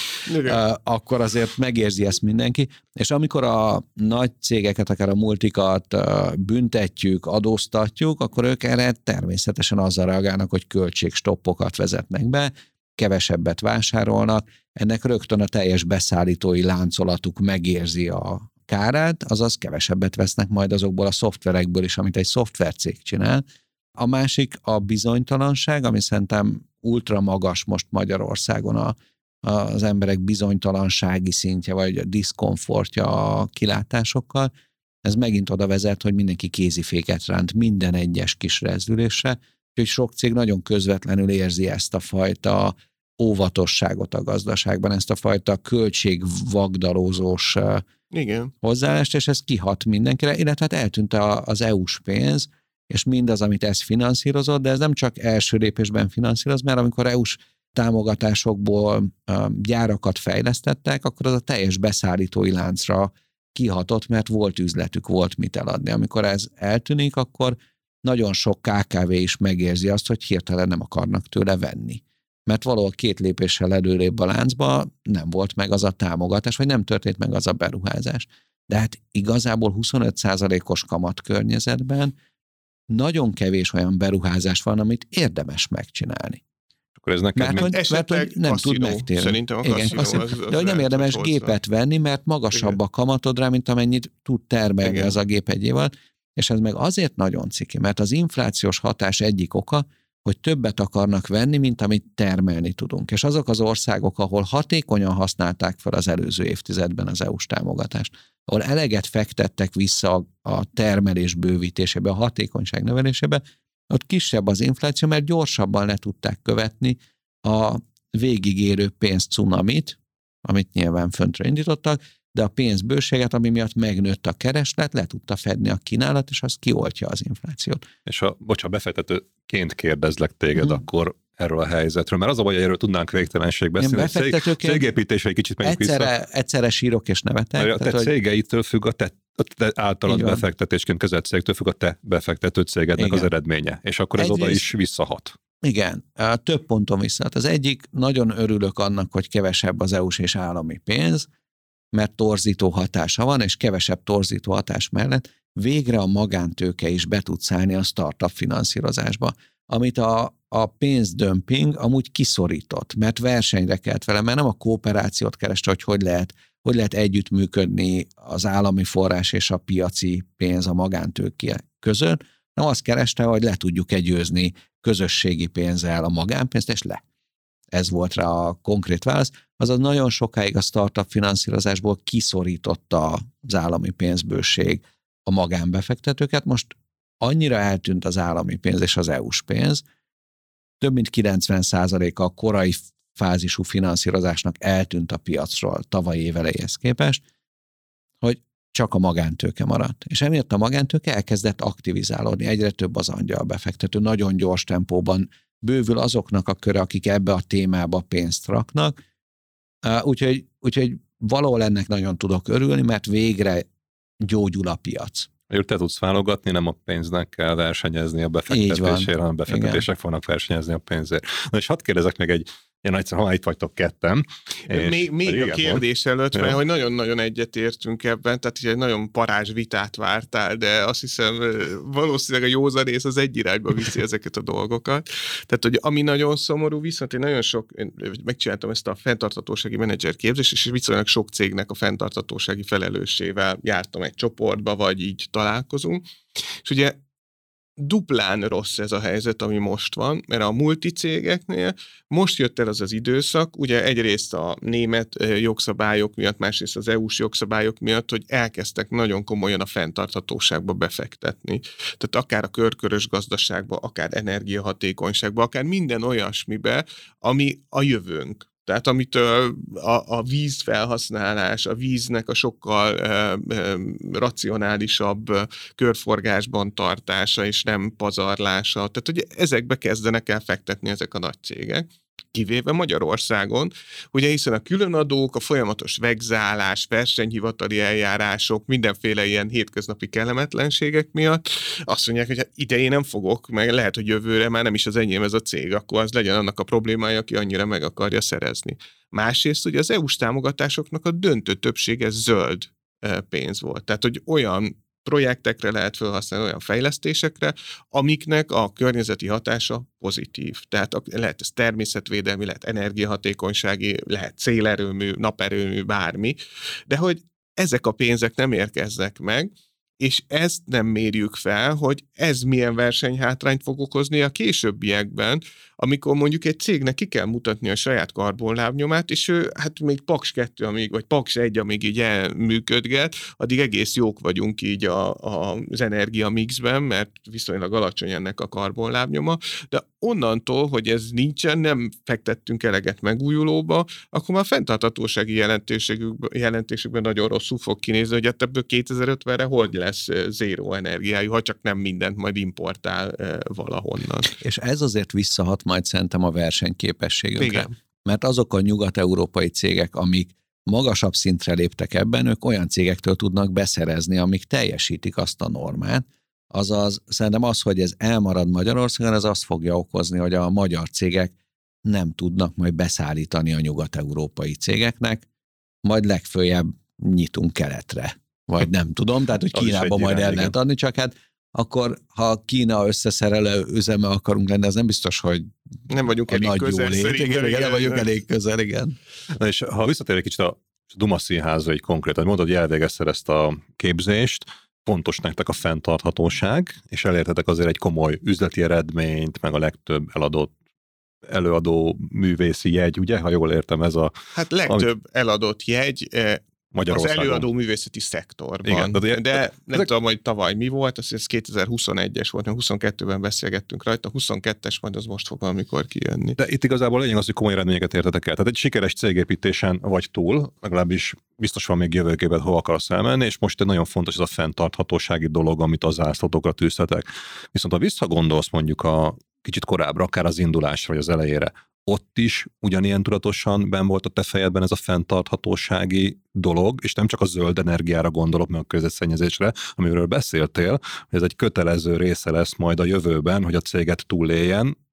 akkor azért megérzi ezt mindenki. És amikor a nagy cégeket, akár a multikat büntetjük, adóztatjuk, akkor ők erre természetesen azzal reagálnak, hogy költségstoppokat vezetnek be, kevesebbet vásárolnak, ennek rögtön a teljes beszállítói láncolatuk megérzi a kárát, azaz kevesebbet vesznek majd azokból a szoftverekből is, amit egy szoftvercég csinál. A másik a bizonytalanság, ami szerintem ultra magas most Magyarországon az emberek bizonytalansági szintje, vagy a diszkomfortja a kilátásokkal. Ez megint oda vezet, hogy mindenki kéziféket ránt minden egyes kis rezdülésre, úgyhogy sok cég nagyon közvetlenül érzi ezt a fajta óvatosságot a gazdaságban, ezt a fajta költségvagdalózós hozzáállást, és ez kihat mindenkire, illetve hát eltűnt az EU-s pénz, és mindaz, amit ez finanszírozott, de ez nem csak első lépésben finanszíroz, mert amikor EU-s támogatásokból gyárakat fejlesztettek, akkor az a teljes beszállítói láncra kihatott, mert volt üzletük, volt mit eladni. Amikor ez eltűnik, akkor nagyon sok KKV is megérzi azt, hogy hirtelen nem akarnak tőle venni. Mert valahol 2 lépéssel előrébb a láncba nem volt meg az a támogatás, vagy nem történt meg az a beruházás. De hát igazából 25%-os kamatkörnyezetben nagyon kevés olyan beruházás van, amit érdemes megcsinálni. Akkor ez neked mert hogy nem tud megtérni. Szerintem a kaszinó de hogy nem érdemes gépet venni, mert magasabb a kamatod rá, mint amennyit tud termelni az a gép egy év alatt, és ez meg azért nagyon ciki, mert az inflációs hatás egyik oka, hogy többet akarnak venni, mint amit termelni tudunk. És azok az országok, ahol hatékonyan használták fel az előző évtizedben az EU-s támogatást, ahol eleget fektettek vissza a termelés bővítésébe, a hatékonyság növelésébe, ott kisebb az infláció, mert gyorsabban le tudták követni a végigérő pénzcunamit, amit nyilván föntre indítottak, de a pénzbőséget, ami miatt megnőtt a kereslet, le tudta fedni a kínálat, és az kioltja az inflációt. És ha befektetőként kérdezlek téged, akkor erről a helyzetről, mert az a baj, hogy erről tudnánk végtelenség beszélni. Cégépítésre egy kicsit megyünk vissza. Egyszerre sírok és nevetek. A te cégeitől függ a te általad befektetésként kezelt cégtől függ a te befektető cégednek az eredménye. És akkor ez oda is visszahat. Igen, több ponton visszahat. Az egyik, nagyon örülök annak, hogy kevesebb az EU-s és állami pénz, mert torzító hatása van, és kevesebb torzító hatás mellett végre a magántőke is be tud szállni a startup finanszírozásba, amit a a pénzdömping amúgy kiszorított, mert versenyre kelt vele, mert nem a kooperációt kereste, hogy lehet együttműködni az állami forrás és a piaci pénz a magántőke között, hanem azt kereste, hogy le tudjuk győzni közösségi pénzzel a magánpénzt, és le. Ez volt rá a konkrét válasz. Azaz nagyon sokáig a startup finanszírozásból kiszorította az állami pénzbőség a magánbefektetőket. Most annyira eltűnt az állami pénz és az EU-s pénz, több mint 90%-a a korai fázisú finanszírozásnak eltűnt a piacról tavalyi év elejéhez képest, hogy csak a magántőke maradt. És emiatt a magántőke elkezdett aktivizálódni, egyre több az angyalbefektető, nagyon gyors tempóban bővül azoknak a köre, akik ebbe a témába pénzt raknak. Úgyhogy valahol ennek nagyon tudok örülni, mert végre gyógyul a piac. Te tudsz válogatni, nem a pénznek kell versenyezni a befektetésért, hanem a befektetések fognak versenyezni a pénzért. Na és hadd kérdezek meg egy ilyen egyszer, ha itt vagytok ketten. Még a kérdés előtt, mert hogy nagyon-nagyon egyetértünk ebben, tehát egy nagyon parázs vitát vártál, de azt hiszem valószínűleg a józanész az egy irányba viszi ezeket a dolgokat. Tehát, hogy ami nagyon szomorú, viszont én megcsináltam ezt a fenntarthatósági menedzser képzést, és viszonylag sok cégnek a fenntarthatósági felelőssével jártam egy csoportba, vagy így találkozunk. És ugye duplán rossz ez a helyzet, ami most van, mert a multicégeknél most jött el az időszak, ugye egyrészt a német jogszabályok miatt, másrészt az EU-s jogszabályok miatt, hogy elkezdtek nagyon komolyan a fenntarthatóságba befektetni. Tehát akár a körkörös gazdaságba, akár energiahatékonyságba, akár minden olyasmibe, ami a jövőnk. Tehát amitől a vízfelhasználás, a víznek a sokkal racionálisabb körforgásban tartása és nem pazarlása. Tehát hogy ezekbe kezdenek el fektetni ezek a nagy cégek, kivéve Magyarországon, ugye hiszen a különadók, a folyamatos vegzálás, versenyhivatali eljárások, mindenféle ilyen hétköznapi kellemetlenségek miatt azt mondják, hogy hát ide én nem fogok, meg lehet, hogy jövőre már nem is az enyém ez a cég, akkor az legyen annak a problémája, aki annyira meg akarja szerezni. Másrészt ugye az EU-s támogatásoknak a döntő többsége zöld pénz volt. Tehát, hogy olyan projektekre lehet felhasználni, olyan fejlesztésekre, amiknek a környezeti hatása pozitív. Tehát lehet ez természetvédelmi, lehet energiahatékonysági, lehet szélerőmű, naperőmű, bármi, de hogy ezek a pénzek nem érkeznek meg, és ezt nem mérjük fel, hogy ez milyen versenyhátrányt fog okozni a későbbiekben, amikor mondjuk egy cégnek ki kell mutatni a saját karbonlábnyomát, és ő hát még Paks 2, vagy Paks 1, amíg így elműködget, addig egész jók vagyunk így az energiamixben, mert viszonylag alacsony ennek a karbonlábnyoma, de onnantól, hogy ez nincsen, nem fektettünk eleget megújulóba, akkor már a fenntarthatósági jelentésükben nagyon rosszul fog kinézni, hogy ebből 2050-re hogy lesz zéró energiájú, ha csak nem mindent majd importál valahonnan. És ez azért visszahat majd szerintem a versenyképességünkre. Igen. Mert azok a nyugat-európai cégek, amik magasabb szintre léptek ebben, ők olyan cégektől tudnak beszerezni, amik teljesítik azt a normát. Azaz szerintem az, hogy ez elmarad Magyarországon, az azt fogja okozni, hogy a magyar cégek nem tudnak majd beszállítani a nyugat-európai cégeknek, majd legföljebb nyitunk keletre. Vagy nem tudom, tehát hogy Kínába majd el lehet adni, csak hát akkor, ha Kína összeszerelő üzeme akarunk lenni, az nem biztos, hogy nem vagyunk elég közel. Igen, nem vagyunk elég közel, igen. Na és ha visszatérünk kicsit a Duma Színházra egy konkrétan, mondod, hogy elvégezted ezt a képzést, fontos nektek a fenntarthatóság, és elértetek azért egy komoly üzleti eredményt, meg a legtöbb előadó művészi jegy, ugye? Ha jól értem, ez a... Hát legtöbb eladott jegy az előadó művészeti szektorban. Igen, de nem tudom, hogy tavaly mi volt, ez 2021-es volt, mert 22-ben beszélgettünk rajta, 22-es majd az most fog valamikor kijönni. De itt igazából a lényeg az, hogy komoly eredményeket értetek el. Tehát egy sikeres cégépítésen vagy túl, legalábbis biztos van még jövőképed, hova akarsz elmenni, és most egy nagyon fontos ez a fenntarthatósági dolog, amit az zászlótokra tűztetek. Viszont ha visszagondolsz mondjuk a kicsit korábbra, akár az indulásra, vagy az elejére, ott is ugyanilyen tudatosan benn volt a te fejedben ez a fenntarthatósági dolog, és nem csak a zöld energiára gondolok, meg a környezetszennyezésre, amiről beszéltél, hogy ez egy kötelező része lesz majd a jövőben, hogy a céget túléljen,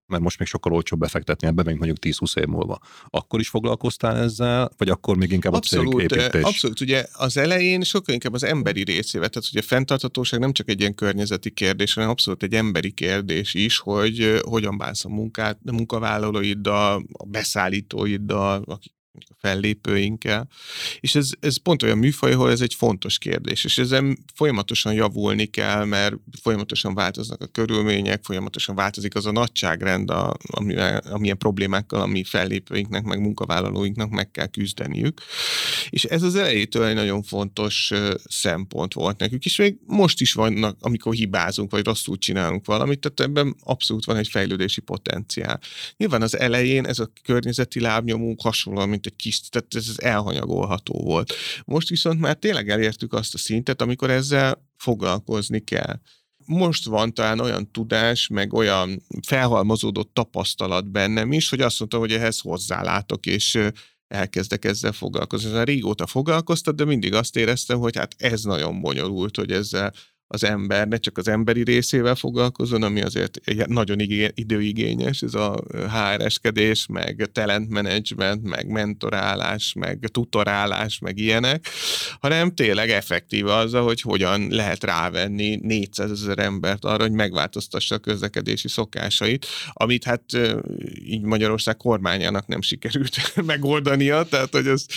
mert most még sokkal olcsóbb befektetni ebbe, még mondjuk 10-20 év múlva. Akkor is foglalkoztál ezzel, vagy akkor még inkább a cégépítés? Abszolút, ugye az elején sokkal inkább az emberi részével, tehát ugye a fenntarthatóság nem csak egy ilyen környezeti kérdés, hanem abszolút egy emberi kérdés is, hogy hogyan bánsz a munkavállalóiddal, a beszállítóiddal, akik a fellépőinkkel, és ez pont olyan műfaj, ahol ez egy fontos kérdés, és ezen folyamatosan javulni kell, mert folyamatosan változnak a körülmények, folyamatosan változik az a nagyságrend, amilyen problémákkal, ami fellépőinknek, meg munkavállalóinknak meg kell küzdeniük. És ez az elejétől egy nagyon fontos szempont volt nekünk, és még most is vannak, amikor hibázunk, vagy rosszul csinálunk valamit, tehát ebben abszolút van egy fejlődési potenciál. Nyilván az elején ez a környezeti lábnyomunk hasonlóan, mint egy kis, tehát ez elhanyagolható volt. Most viszont már tényleg elértük azt a szintet, amikor ezzel foglalkozni kell. Most van talán olyan tudás, meg olyan felhalmozódott tapasztalat bennem is, hogy azt mondtam, hogy ehhez hozzálátok, és elkezdek ezzel foglalkozni. Ezzel régóta foglalkoztam, de mindig azt éreztem, hogy hát ez nagyon bonyolult, hogy ezzel az ember ne csak az emberi részével foglalkozzon, ami azért nagyon időigényes, ez a HR-eskedés, meg talent management, meg mentorálás, meg tutorálás, meg ilyenek, hanem tényleg effektív azzal, hogy hogyan lehet rávenni 400 000 embert arra, hogy megváltoztassa a közlekedési szokásait, amit hát így Magyarország kormányának nem sikerült megoldania, tehát hogy ez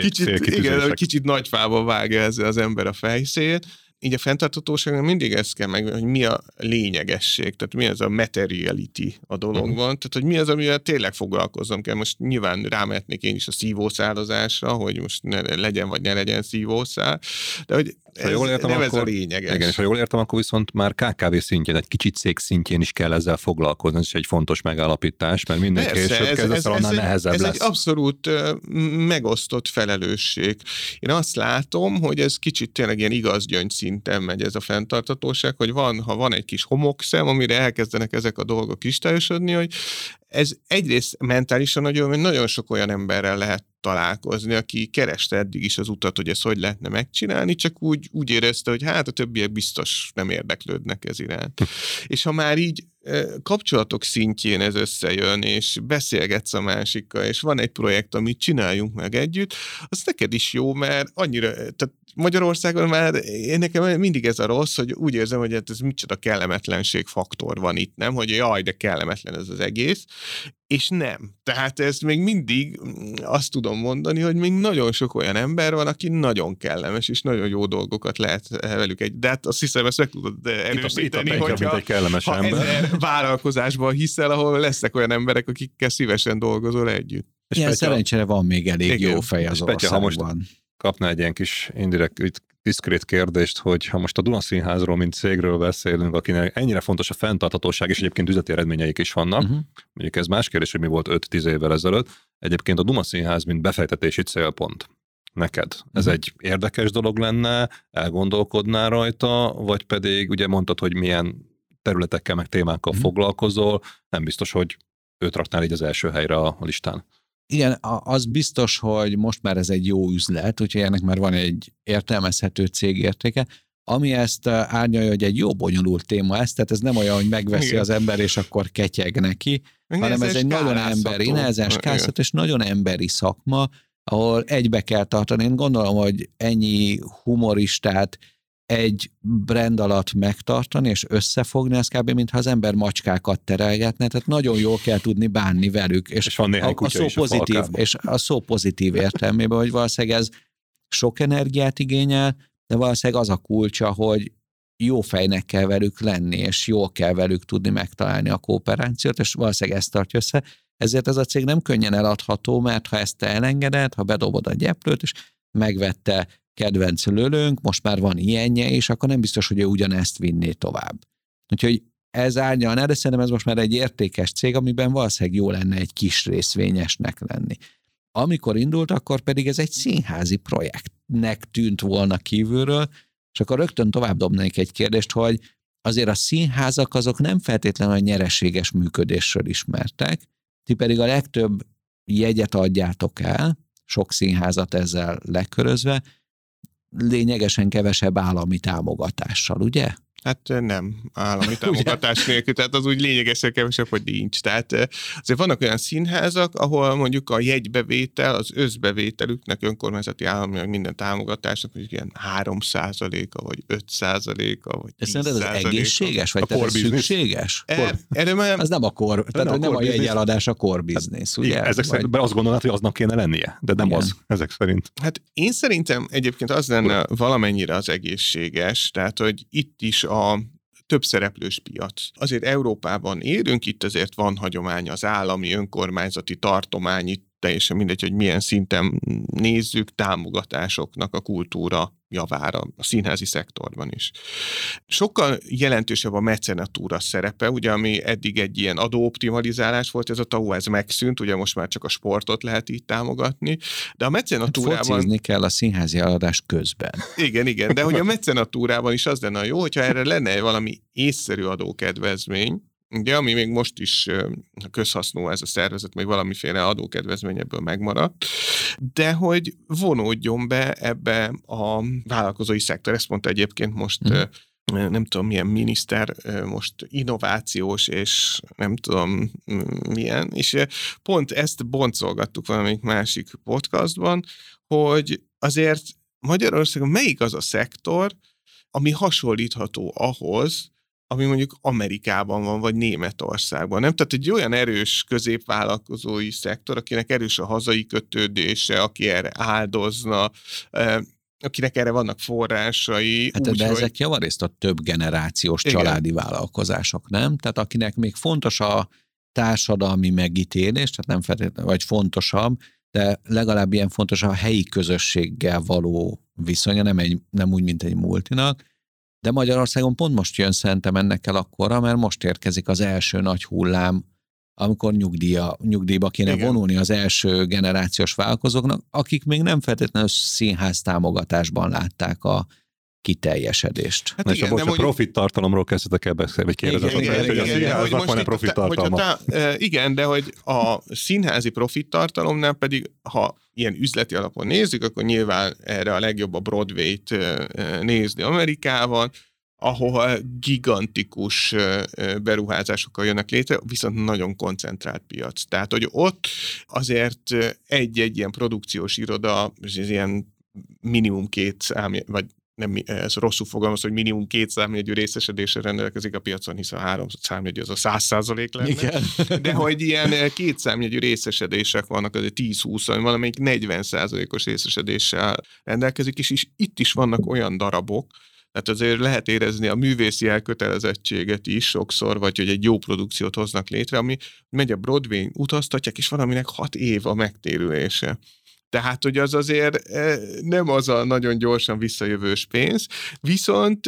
kicsit nagy fába vágja ezzel az ember a fejszét. Így a fenntarthatóságnak mindig ez kell meg, hogy mi a lényegesség, tehát mi az a materiality a dologban, tehát hogy mi az, amivel tényleg foglalkoznom kell. Most nyilván rámehetnék én is a szívószálazásra, hogy most legyen vagy ne legyen szívószál, de hogy ez a lényeges. Igen, és ha jól értem, akkor viszont már KKV szintjén, egy kicsit cég szintjén is kell ezzel foglalkozni, ez is egy fontos megállapítás, mert minden később kezdve annál nehezebb lesz. Ez egy abszolút megosztott felelősség. Én azt látom, hogy ez kicsit tényleg ilyen igazgyöngy szinten megy ez a fenntarthatóság, hogy ha van egy kis homokszem, amire elkezdenek ezek a dolgok kristályosodni, hogy ez egyrészt mentálisan nagyon sok olyan emberrel lehet találkozni, aki kereste eddig is az utat, hogy ezt hogy lehetne megcsinálni, csak úgy érezte, hogy hát a többiek biztos nem érdeklődnek ez iránt. És ha már így kapcsolatok szintjén ez összejön, és beszélgetsz a másikkal, és van egy projekt, amit csináljunk meg együtt, az neked is jó, mert annyira, tehát Magyarországon már nekem mindig ez a rossz, hogy úgy érzem, hogy ez micsoda kellemetlenség faktor van itt, nem? Hogy jaj, de kellemetlen ez az egész, és nem. Tehát ezt még mindig azt tudom mondani, hogy még nagyon sok olyan ember van, aki nagyon kellemes, és nagyon jó dolgokat lehet velük de hát azt hiszem, ezt meg tudod erősíteni, hogyha egy kellemes ember. Vállalkozásban hiszel, ahol lesznek olyan emberek, akikkel szívesen dolgozol együtt. Ilyen szerencsére van még elég jó fej az országban. Kapna egy ilyen kis indirekt, diszkrét kérdést, hogy ha most a Duna Színházról, mint cégről beszélünk, akinek ennyire fontos a fenntarthatóság, és egyébként üzleti eredményeik is vannak, mondjuk ez más kérdés, hogy mi volt 5-10 évvel ezelőtt, egyébként a Duna Színház, mint befektetési célpont neked. Ez egy érdekes dolog lenne, elgondolkodnál rajta, vagy pedig ugye mondtad, hogy milyen területekkel, meg témákkal foglalkozol, nem biztos, hogy őt raknál így az első helyre a listán. Igen, az biztos, hogy most már ez egy jó üzlet, úgyhogy ennek már van egy értelmezhető cégértéke, ami ezt árnyalja, hogy egy jó bonyolult téma ez, tehát ez nem olyan, hogy megveszi az ember, és akkor ketyeg neki, hanem ez egy nagyon emberi, és nagyon emberi szakma, ahol egybe kell tartani. Én gondolom, hogy ennyi humoristát egy brand alatt megtartani és összefogni, ez kb. Mintha az ember macskákat terelgetne, tehát nagyon jól kell tudni bánni velük, és van néhány kutya is pozitív, és a szó pozitív értelmében, hogy valószínűleg ez sok energiát igényel, de valószínűleg az a kulcsa, hogy jó fejnek kell velük lenni, és jól kell velük tudni megtalálni a kooperációt, és valószínűleg ezt tartja össze. Ezért ez a cég nem könnyen eladható, mert ha ezt te elengeded, ha bedobod a gyeplőt, és megvette kedvenc lölőnk, most már van ilyenje, és akkor nem biztos, hogy ő ugyanezt vinné tovább. Úgyhogy ez árnyalná, de szerintem ez most már egy értékes cég, amiben valószínűleg jó lenne egy kis részvényesnek lenni. Amikor indult, akkor pedig ez egy színházi projektnek tűnt volna kívülről, és akkor rögtön tovább dobnék egy kérdést, hogy azért a színházak azok nem feltétlenül a nyereséges működésről ismertek, ti pedig a legtöbb jegyet adjátok el, sok színházat ezzel lekörözve, lényegesen kevesebb állami támogatással, ugye? Hát nem, állami támogatás nélkül, tehát az úgy lényegesen kevesebb, hogy nincs. Tehát azért vannak olyan színházak, ahol mondjuk a jegybevétel, az összbevételüknek önkormányzati állami minden támogatásnak mondjuk ilyen 3%-a, vagy 5%-a, vagy 10%-a. Szerinted ez egészséges, vagy ez szükséges? Az nem a tehát nem a jegyeladás a core business, ugye? Ezek szerint azt gondolnád, hogy aznak kéne lennie, de nem az, ezek szerint. Hát én szerintem egyébként az lenne valamennyire az egészséges, tehát hogy itt is a több szereplős piac. Azért Európában élünk, itt azért van hagyomány az állami, önkormányzati, tartományi, teljesen mindegy, hogy milyen szinten nézzük, támogatásoknak a kultúra javára, a színházi szektorban is. Sokkal jelentősebb a mecenatúra szerepe, ugye, ami eddig egy ilyen adóoptimalizálás volt, ez a TAU, ez megszűnt, ugye most már csak a sportot lehet így támogatni, de a mecenatúrában... Focizni kell a színházi eladás közben. Igen, de hogy a mecenatúrában is az lenne jó, hogyha erre lenne valami észszerű adókedvezmény, ugye, ami még most is közhasznú ez a szervezet, még valamiféle adókedvezmény ebből megmaradt, de hogy vonódjon be ebbe a vállalkozói szektor. Ezt mondta egyébként most nem tudom milyen miniszter, most innovációs, és nem tudom milyen, és pont ezt boncolgattuk valamelyik másik podcastban, hogy azért Magyarországon melyik az a szektor, ami hasonlítható ahhoz, ami mondjuk Amerikában van, vagy Németországban, nem? Tehát egy olyan erős középvállalkozói szektor, akinek erős a hazai kötődése, aki erre áldozna, akinek erre vannak forrásai. Hát úgy, de hogy... ezek javarészt a több generációs családi vállalkozások, nem? Tehát akinek még fontos a társadalmi megítélés, tehát nem feltétlenül, vagy fontosabb, de legalább ilyen fontos a helyi közösséggel való viszonya, nem úgy, mint egy multinak. De Magyarországon pont most jön szerintem ennek el akkora, mert most érkezik az első nagy hullám, amikor nyugdíjba kéne vonulni az első generációs vállalkozóknak, akik még nem feltétlenül színház támogatásban látták a kiteljesedést. Hát igen, most a profit tartalomról kezdtek el beszélni, vagy kérdezni, hogy a színháznak van-e profit tartalma. Igen, de hogy a színházi profit tartalomnál pedig, ha ilyen üzleti alapon nézzük, akkor nyilván erre a legjobb a Broadway-t nézni Amerikában, ahol gigantikus beruházásokkal jönnek létre, viszont nagyon koncentrált piac. Tehát, hogy ott azért egy-egy ilyen produkciós iroda, ilyen minimum 2 vagy nem, ez rosszul fogalmaz, hogy minimum 2 számjegyű részesedésre rendelkezik a piacon, hiszen a 3 számjegyű az a 100% lenne. Igen. De hogy ilyen 2 számjegyű részesedések vannak, azért 10-20, valamelyik 40%-os részesedéssel rendelkezik, és itt is vannak olyan darabok, tehát azért lehet érezni a művészi elkötelezettséget is sokszor, vagy hogy egy jó produkciót hoznak létre, ami megy a Broadway-n, utaztatják, és valaminek 6 év a megtérülése. Tehát, hogy az azért nem az a nagyon gyorsan visszajövős pénz, viszont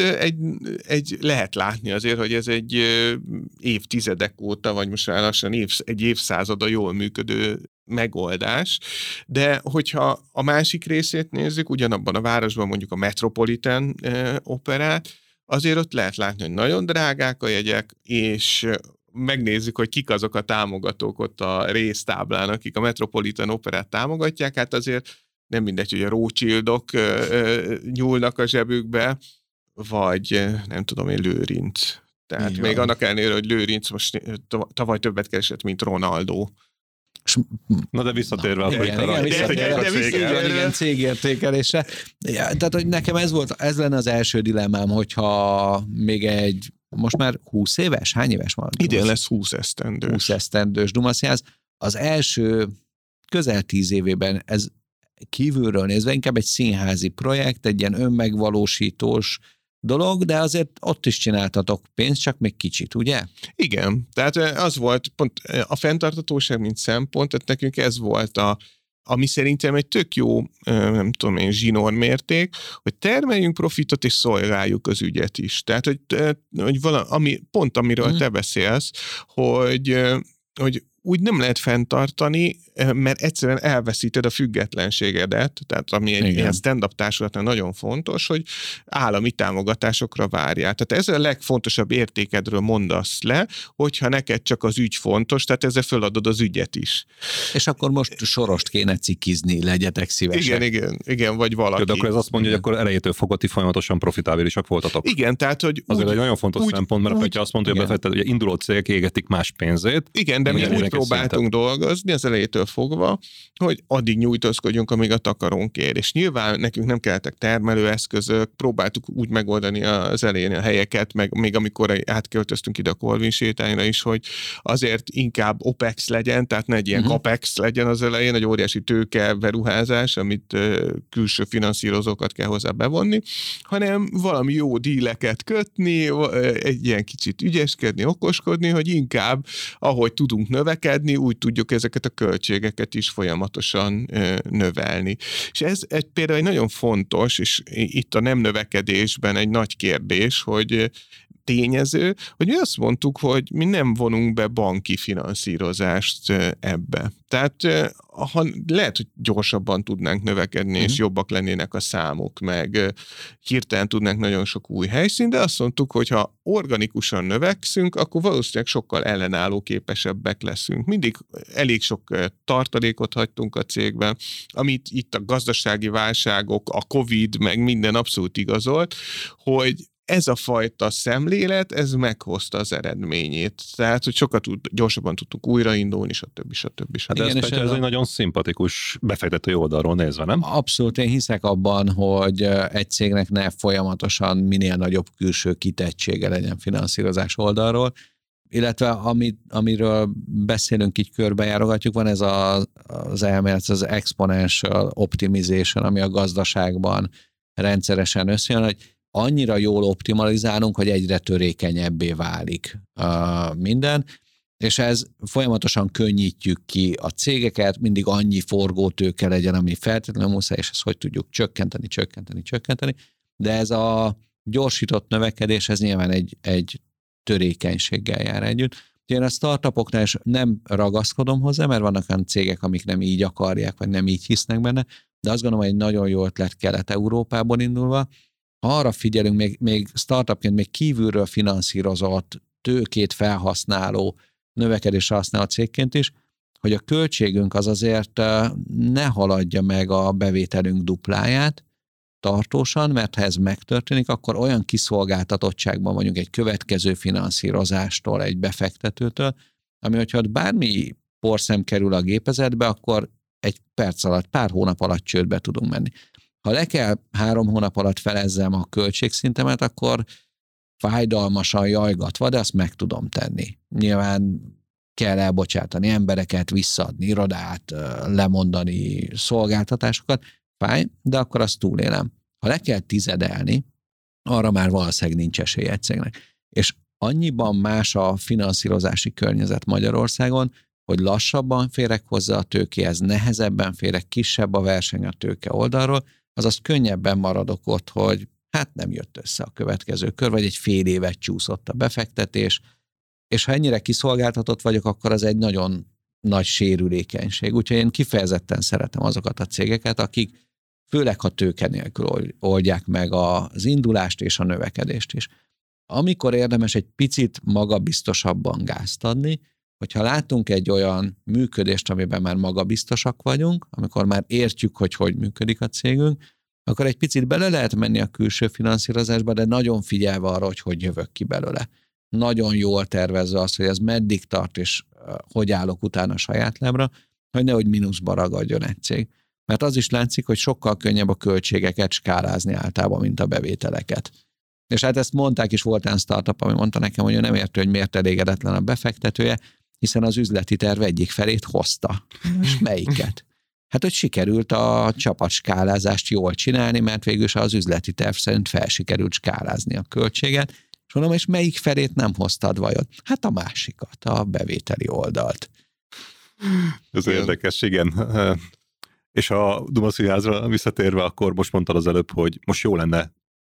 lehet látni azért, hogy ez egy évtizedek óta, vagy most már lassan egy évszázada jól működő megoldás, de hogyha a másik részét nézzük, ugyanabban a városban mondjuk a Metropolitan operát, azért ott lehet látni, hogy nagyon drágák a jegyek, és megnézzük, hogy kik azok a támogatók ott a résztáblán, akik a Metropolitan operát támogatják, hát azért nem mindegy, hogy a Rothschildok nyúlnak a zsebükbe, vagy nem tudom én, Lőrinc. Tehát így még van. Annak ellenére, hogy Lőrinc most tavaly többet keresett, mint Ronaldo. Na de visszatérve a igen, cégértékelésre. Ja, tehát, hogy nekem ez lenne az első dilemmám, hogyha még most már 20 éves? Hány éves van? Idén lesz 20 esztendős. 20 esztendős Dumaszínház. Az első közel 10 évében ez kívülről nézve inkább egy színházi projekt, egy ilyen önmegvalósítós dolog, de azért ott is csináltatok pénzt, csak még kicsit, ugye? Igen, tehát az volt pont a fenntarthatóság, mint szempont, tehát nekünk ez volt ami szerintem egy tök jó, nem tudom én, zsinórmérték, hogy termeljünk profitot és szolgáljuk az ügyet is. Tehát, hogy pont amiről te beszélsz, hogy úgy nem lehet fenntartani mert egyszerűen elveszíted a függetlenségedet, tehát ami egy ilyen stand-up társulatnál nagyon fontos, hogy állami támogatásokra várjál. Tehát ez a legfontosabb értékedről mondasz le, hogyha neked csak az ügy fontos, tehát ezzel föladod az ügyet is. És akkor most Sorost kéne cikizni, legyetek szívesek. Igen, vagy valaki. De akkor ez azt mondja, hogy akkor elejétől fogva ti folyamatosan profitábilisak voltatok. Igen, tehát, hogy azért egy nagyon fontos szempont, mert hogyha azt mondja, hogy befektető, hogy induló cégek égetik más pénzét. Igen, de mi úgy próbáltunk dolgozni az elejétől fogva, hogy addig nyújtózkodjunk, amíg a takarónk ér. És nyilván nekünk nem kellettek termelőeszközök, próbáltuk úgy megoldani az elején a helyeket, meg még amikor átköltöztünk ide a Kolvin sétányra is, hogy azért inkább OPEX legyen, tehát ne egy ilyen CAPEX legyen az elején, egy óriási tőke beruházás, amit külső finanszírozókat kell hozzá bevonni, hanem valami jó díleket kötni, egy ilyen kicsit ügyeskedni, okoskodni, hogy inkább, ahogy tudunk növekedni, úgy tudjuk ezeket a költségeket is folyamatosan növelni. És ez például egy nagyon fontos, és itt a nem növekedésben egy nagy kérdés, hogy tényező, hogy mi azt mondtuk, hogy mi nem vonunk be banki finanszírozást ebbe. Tehát lehet, hogy gyorsabban tudnánk növekedni, és jobbak lennének a számok, meg hirtelen tudnánk nagyon sok új helyszín, de azt mondtuk, hogy ha organikusan növekszünk, akkor valószínűleg sokkal ellenálló képesebbek leszünk. Mindig elég sok tartalékot hagytunk a cégben, amit itt a gazdasági válságok, a Covid, meg minden abszolút igazolt, hogy ez a fajta szemlélet, ez meghozta az eredményét. Tehát, hogy sokat gyorsabban tudtuk újraindulni, stb. Hát ez egy nagyon szimpatikus befektetői oldalról nézve, nem? Abszolút, én hiszek abban, hogy egy cégnek ne folyamatosan minél nagyobb külső kitettsége legyen finanszírozás oldalról, illetve amiről beszélünk, így körbejárogatjuk, van ez az elmélet, az exponential optimization, ami a gazdaságban rendszeresen összejön, hogy annyira jól optimalizálunk, hogy egyre törékenyebbé válik minden, és ez folyamatosan könnyítjük ki a cégeket, mindig annyi forgótőke legyen, ami feltétlenül muszáj, és ezt hogy tudjuk csökkenteni, de ez a gyorsított növekedés, ez nyilván egy törékenységgel jár együtt. Én a startupoknál is nem ragaszkodom hozzá, mert vannak olyan cégek, amik nem így akarják, vagy nem így hisznek benne, de azt gondolom, hogy egy nagyon jó ötlet Kelet-Európából indulva. Ha arra figyelünk, még startupként, még kívülről finanszírozott, tőkét felhasználó, növekedésre használó cégként is, hogy a költségünk az azért ne haladja meg a bevételünk dupláját tartósan, mert ha ez megtörténik, akkor olyan kiszolgáltatottságban vagyunk egy következő finanszírozástól, egy befektetőtől, ami hogyha bármi porszem kerül a gépezetbe, akkor egy perc alatt, pár hónap alatt csődbe tudunk menni. Ha le kell 3 hónap alatt felezzem a költségszintemet, akkor fájdalmasan jajgatva, de azt meg tudom tenni. Nyilván kell elbocsátani embereket, visszaadni irodát, lemondani szolgáltatásokat, fáj, de akkor azt túlélem. Ha le kell tizedelni, arra már valószínűleg nincs esélye egy cégnek. És annyiban más a finanszírozási környezet Magyarországon, hogy lassabban férek hozzá a tőkéhez, nehezebben férek, kisebb a verseny a tőke oldalról, azaz könnyebben maradok ott, hogy hát nem jött össze a következő kör, vagy egy fél évet csúszott a befektetés, és ha ennyire kiszolgáltatott vagyok, akkor az egy nagyon nagy sérülékenység. Úgyhogy én kifejezetten szeretem azokat a cégeket, akik főleg ha tőke nélkül oldják meg az indulást és a növekedést is. Amikor érdemes egy picit magabiztosabban gázt adni, hogyha látunk egy olyan működést, amiben már magabiztosak vagyunk, amikor már értjük, hogy működik a cégünk, akkor egy picit bele lehet menni a külső finanszírozásba, de nagyon figyelve arra, hogy jövök ki belőle. Nagyon jól tervezve azt, hogy ez meddig tart, és hogy állok utána saját lábra, hogy nehogy mínuszba ragadjon egy cég. Mert az is látszik, hogy sokkal könnyebb a költségeket skálázni általában, mint a bevételeket. És hát ezt mondták is, volt olyan startup, ami mondta nekem, hogy ő nem értő, hogy miért elégedetlen a befektetője, hiszen az üzleti terv egyik felét hozta. És melyiket? Hát, hogy sikerült a csapatskálázást jól csinálni, mert végül is az üzleti terv szerint felsikerült skálázni a költséget, és mondom, és melyik felét nem hoztad vajon? Hát a másikat, a bevételi oldalt. Ez érdekes, igen. És a Duma Színházra visszatérve, akkor most mondtad az előbb, hogy most jó lenne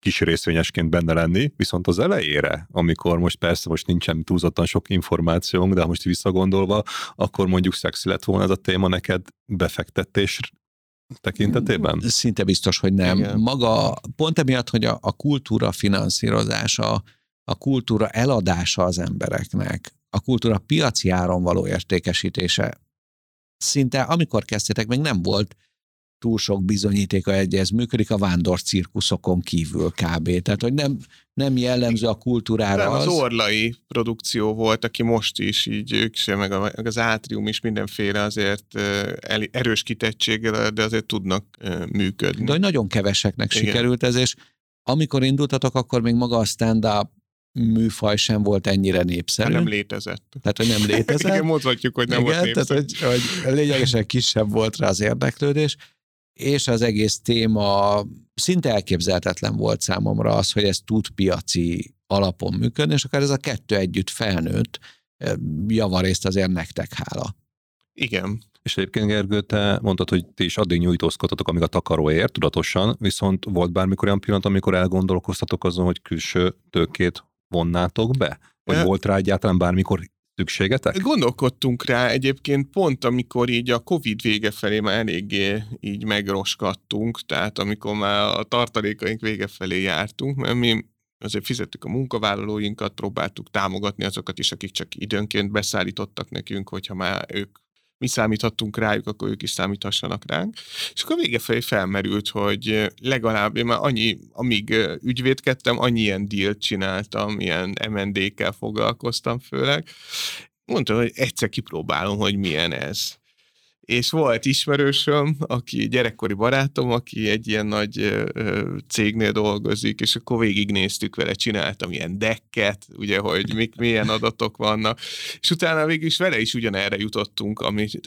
kis részvényesként benne lenni, viszont az elejére, amikor most nincsen túlzottan sok információnk, de most visszagondolva, akkor mondjuk szexi lett volna ez a téma neked befektetés tekintetében? Szinte biztos, hogy nem. Igen. Maga pont emiatt, hogy a kultúra finanszírozása, a kultúra eladása az embereknek, a kultúra piaci áron való értékesítése, szinte amikor kezdtétek, még nem volt túl sok bizonyítéka ez működik a vándor cirkuszokon kívül kb. Tehát, hogy nem jellemző a kultúrára az Orlai produkció volt, aki most is így ők sem, meg az Átrium is mindenféle azért erős kitettséggel, de azért tudnak működni. De hogy nagyon keveseknek sikerült ez, és amikor indultatok, akkor még maga a stand-up műfaj sem volt ennyire népszerű. Nem létezett. Tehát, hogy nem létezett. Igen, mondhatjuk, hogy nem volt népszerű. Tehát, hogy lényegesen kisebb volt rá az érdeklődés, és az egész téma szinte elképzelhetetlen volt számomra az, hogy ez tud piaci alapon működni, és akár ez a kettő együtt felnőtt, javarészt azért nektek hála. Igen. És egyébként, Gergő, te mondtad, hogy ti is addig nyújtózkodtatok, amíg a takaróért, tudatosan, viszont volt bármikor olyan pillanat, amikor elgondolkoztatok azon, hogy külső tőkét vonnátok be? Vagy volt rá egyáltalán bármikor szükségetek? Gondolkodtunk rá egyébként pont, amikor így a Covid vége felé már eléggé így megroskadtunk, tehát amikor már a tartalékaink vége felé jártunk, mert mi azért fizettük a munkavállalóinkat, próbáltuk támogatni azokat is, akik csak időnként beszállítottak nekünk, hogyha már mi számíthattunk rájuk, akkor ők is számíthassanak ránk. És akkor vége felé felmerült, hogy legalább én már amíg ügyvédkedtem, annyi ilyen dealt csináltam, ilyen M&A-kkel foglalkoztam főleg. Mondtam, hogy egyszer kipróbálom, hogy milyen ez. És volt ismerősöm, aki gyerekkori barátom, aki egy ilyen nagy cégnél dolgozik, és akkor végignéztük vele, csináltam ilyen decket, ugye, hogy milyen adatok vannak, és utána végül is vele is ugyanerre jutottunk, amit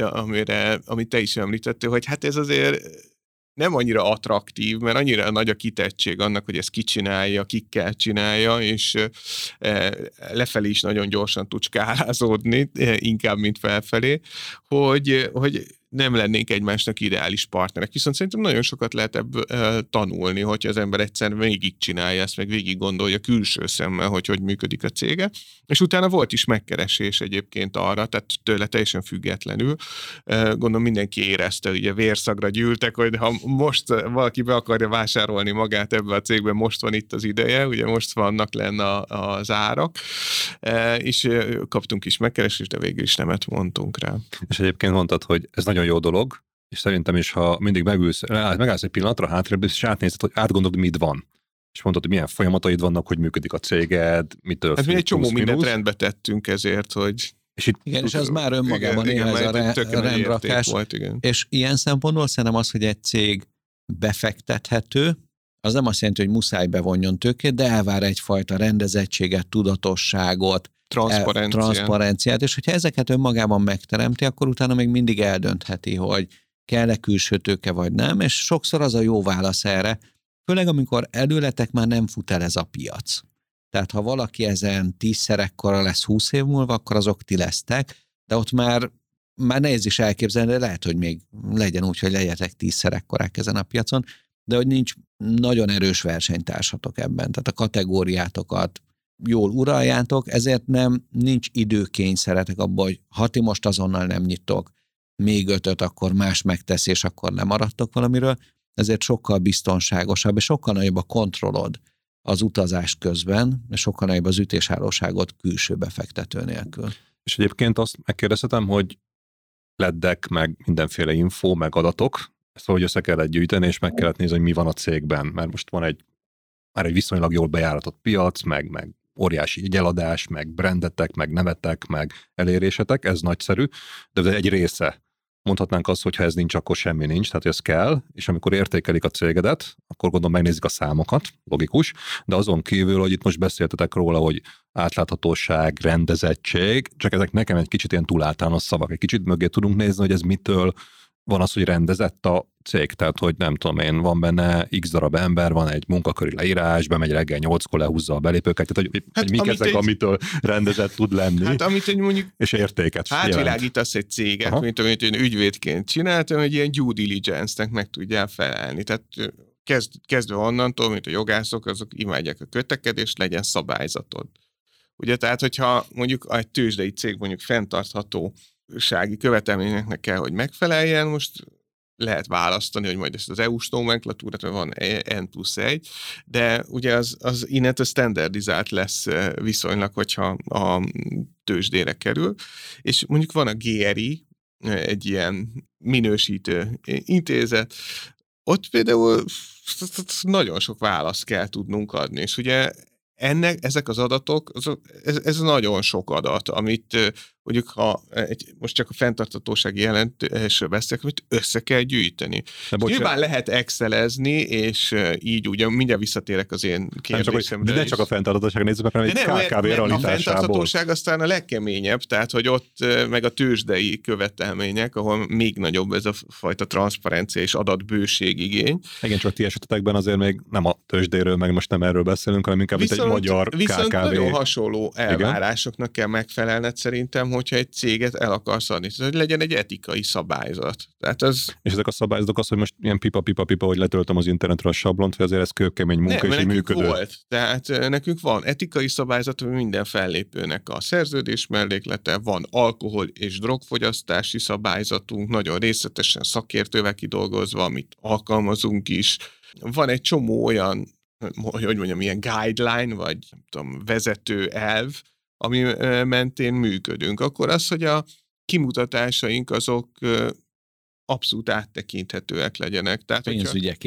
te is említettél, hogy hát ez azért nem annyira attraktív, mert annyira nagy a kitettség annak, hogy ezt kicsinálja, kikkel csinálja, és lefelé is nagyon gyorsan tud skálázódni, inkább, mint felfelé, hogy nem lennénk egymásnak ideális partnerek. Viszont szerintem nagyon sokat lehet ebből tanulni, hogyha az ember egyszer végigcsinálja ezt, meg végig gondolja külső szemmel, hogy működik a cége. És utána volt is megkeresés egyébként arra, tehát tőle teljesen függetlenül. Gondolom mindenki érezte, ugye vérszagra gyűltek, hogy ha most valaki be akarja vásárolni magát ebbe a cégbe, most van itt az ideje, ugye most vannak lenne az árak, és kaptunk is megkeresést, de végül is nemet mondtunk rá. És egyébként mondtad, hogy ez nagyon jó dolog, és szerintem is, ha mindig megállsz egy pillanatra hátrébb, és átnézed, hogy átgondolod, mit van. És mondtad, hogy milyen folyamataid vannak, hogy működik a céged, mitől hát mi egy csomó mindent rendbe tettünk ezért, hogy... És az már önmagában néha ez a rendrakás. Volt, és ilyen szempontból szerintem az, hogy egy cég befektethető, az nem azt jelenti, hogy muszáj bevonjon tőkét, de elvár egyfajta rendezettséget, tudatosságot, transzparenciát, és hogyha ezeket önmagában megteremti, akkor utána még mindig eldöntheti, hogy kell-e külső tőke vagy nem, és sokszor az a jó válasz erre, főleg amikor előletek már nem fut el ez a piac. Tehát ha valaki ezen 10-szer ekkora lesz 20 év múlva, akkor azok ti lesztek, de ott már nehéz is elképzelni, de lehet, hogy még legyen úgy, hogy legyetek 10-szer ekkorák ezen a piacon, de hogy nincs nagyon erős versenytársatok ebben, tehát a kategóriátokat jól uraljátok, ezért nincs időkényszeretek abban, hogy ha ti most azonnal nem nyitok, még 5-öt, akkor más megtesz, és akkor nem maradtok valamiről, ezért sokkal biztonságosabb, és sokkal nagyobb a kontrollod az utazás közben, és sokkal nagyobb az ütésállóságot külső befektető nélkül. És egyébként azt megkérdezhetem, hogy leddek, meg mindenféle info, meg adatok, ezt valahogy össze kellett gyűjteni, és meg kellett nézni, hogy mi van a cégben, mert most van már egy viszonylag jól bejáratott piac, meg óriási ügyeladás, meg brandetek, meg nevetek, meg elérésetek, ez nagyszerű, de egy része. Mondhatnánk azt, hogy ha ez nincs, akkor semmi nincs, tehát ez kell, és amikor értékelik a cégedet, akkor gondolom megnézik a számokat, logikus, de azon kívül, hogy itt most beszéltetek róla, hogy átláthatóság, rendezettség, csak ezek nekem egy kicsit ilyen túláltalános szavak, egy kicsit mögé tudunk nézni, hogy ez mitől van az, hogy rendezett a cég, tehát hogy nem tudom én, van benne x darab ember, van egy munkaköri leírás, bemegy reggel 8-kor, lehúzza a belépőket, tehát hogy mik ezek, amitől rendezett tud lenni, hát amit mondjuk és értéket átvilágítasz egy céget, mint amit én ügyvédként csináltam, hogy ilyen due diligence-nek meg tudjál felelni. Tehát kezdve onnantól, mint a jogászok, azok imádják a kötekedést, legyen szabályzatod. Ugye, tehát, hogyha mondjuk egy tőzsdei cég mondjuk fenntarthatósági követelményeknek kell, hogy megfeleljen, most lehet választani, hogy majd ezt az EU-s nomenklatúrát, mert van N+1, de ugye az innentől standardizált lesz viszonylag, hogyha a tőzsdére kerül, és mondjuk van a GRI, egy ilyen minősítő intézet, ott például nagyon sok választ kell tudnunk adni, és ugye ezek az adatok, ez nagyon sok adat, amit mondjuk, most csak a fenntarthatósági jelentésről beszélek, amit össze kell gyűjteni. Nyilván lehet excelezni, és így ugye mindjárt visszatérek az én kérdésemre. De ne csak a fenntarthatóság nézzük meg, hanem egy KKV realitásából. A fenntarthatóság aztán a legkeményebb, tehát hogy ott meg a tőzsdei követelmények, ahol még nagyobb ez a fajta transzparencia és adatbőség igény. Igen, csak ti esetetekben azért még nem a tőzsdéről, meg most nem erről beszélünk, hanem inkább egy magyar KKV. Viszont nagyon hasonló elvárásoknak kell megfelelned szerintem, hogyha egy céget el akarsz adni. Tehát, hogy legyen egy etikai szabályzat. Tehát és ezek a szabályzatok az, hogy most ilyen pipa, hogy letöltöm az internetről a sablont, hogy azért ez kőkemény munka és így működő. Volt. Tehát nekünk van etikai szabályzat, hogy minden fellépőnek a szerződés melléklete, van alkohol és drogfogyasztási szabályzatunk, nagyon részletesen szakértővel kidolgozva, amit alkalmazunk is. Van egy csomó olyan, hogy mondjam, ilyen guideline, vagy nem tudom, vezető elv, ami mentén működünk. Akkor az, hogy a kimutatásaink azok abszolút áttekinthetőek legyenek. Tehát, pénzügyek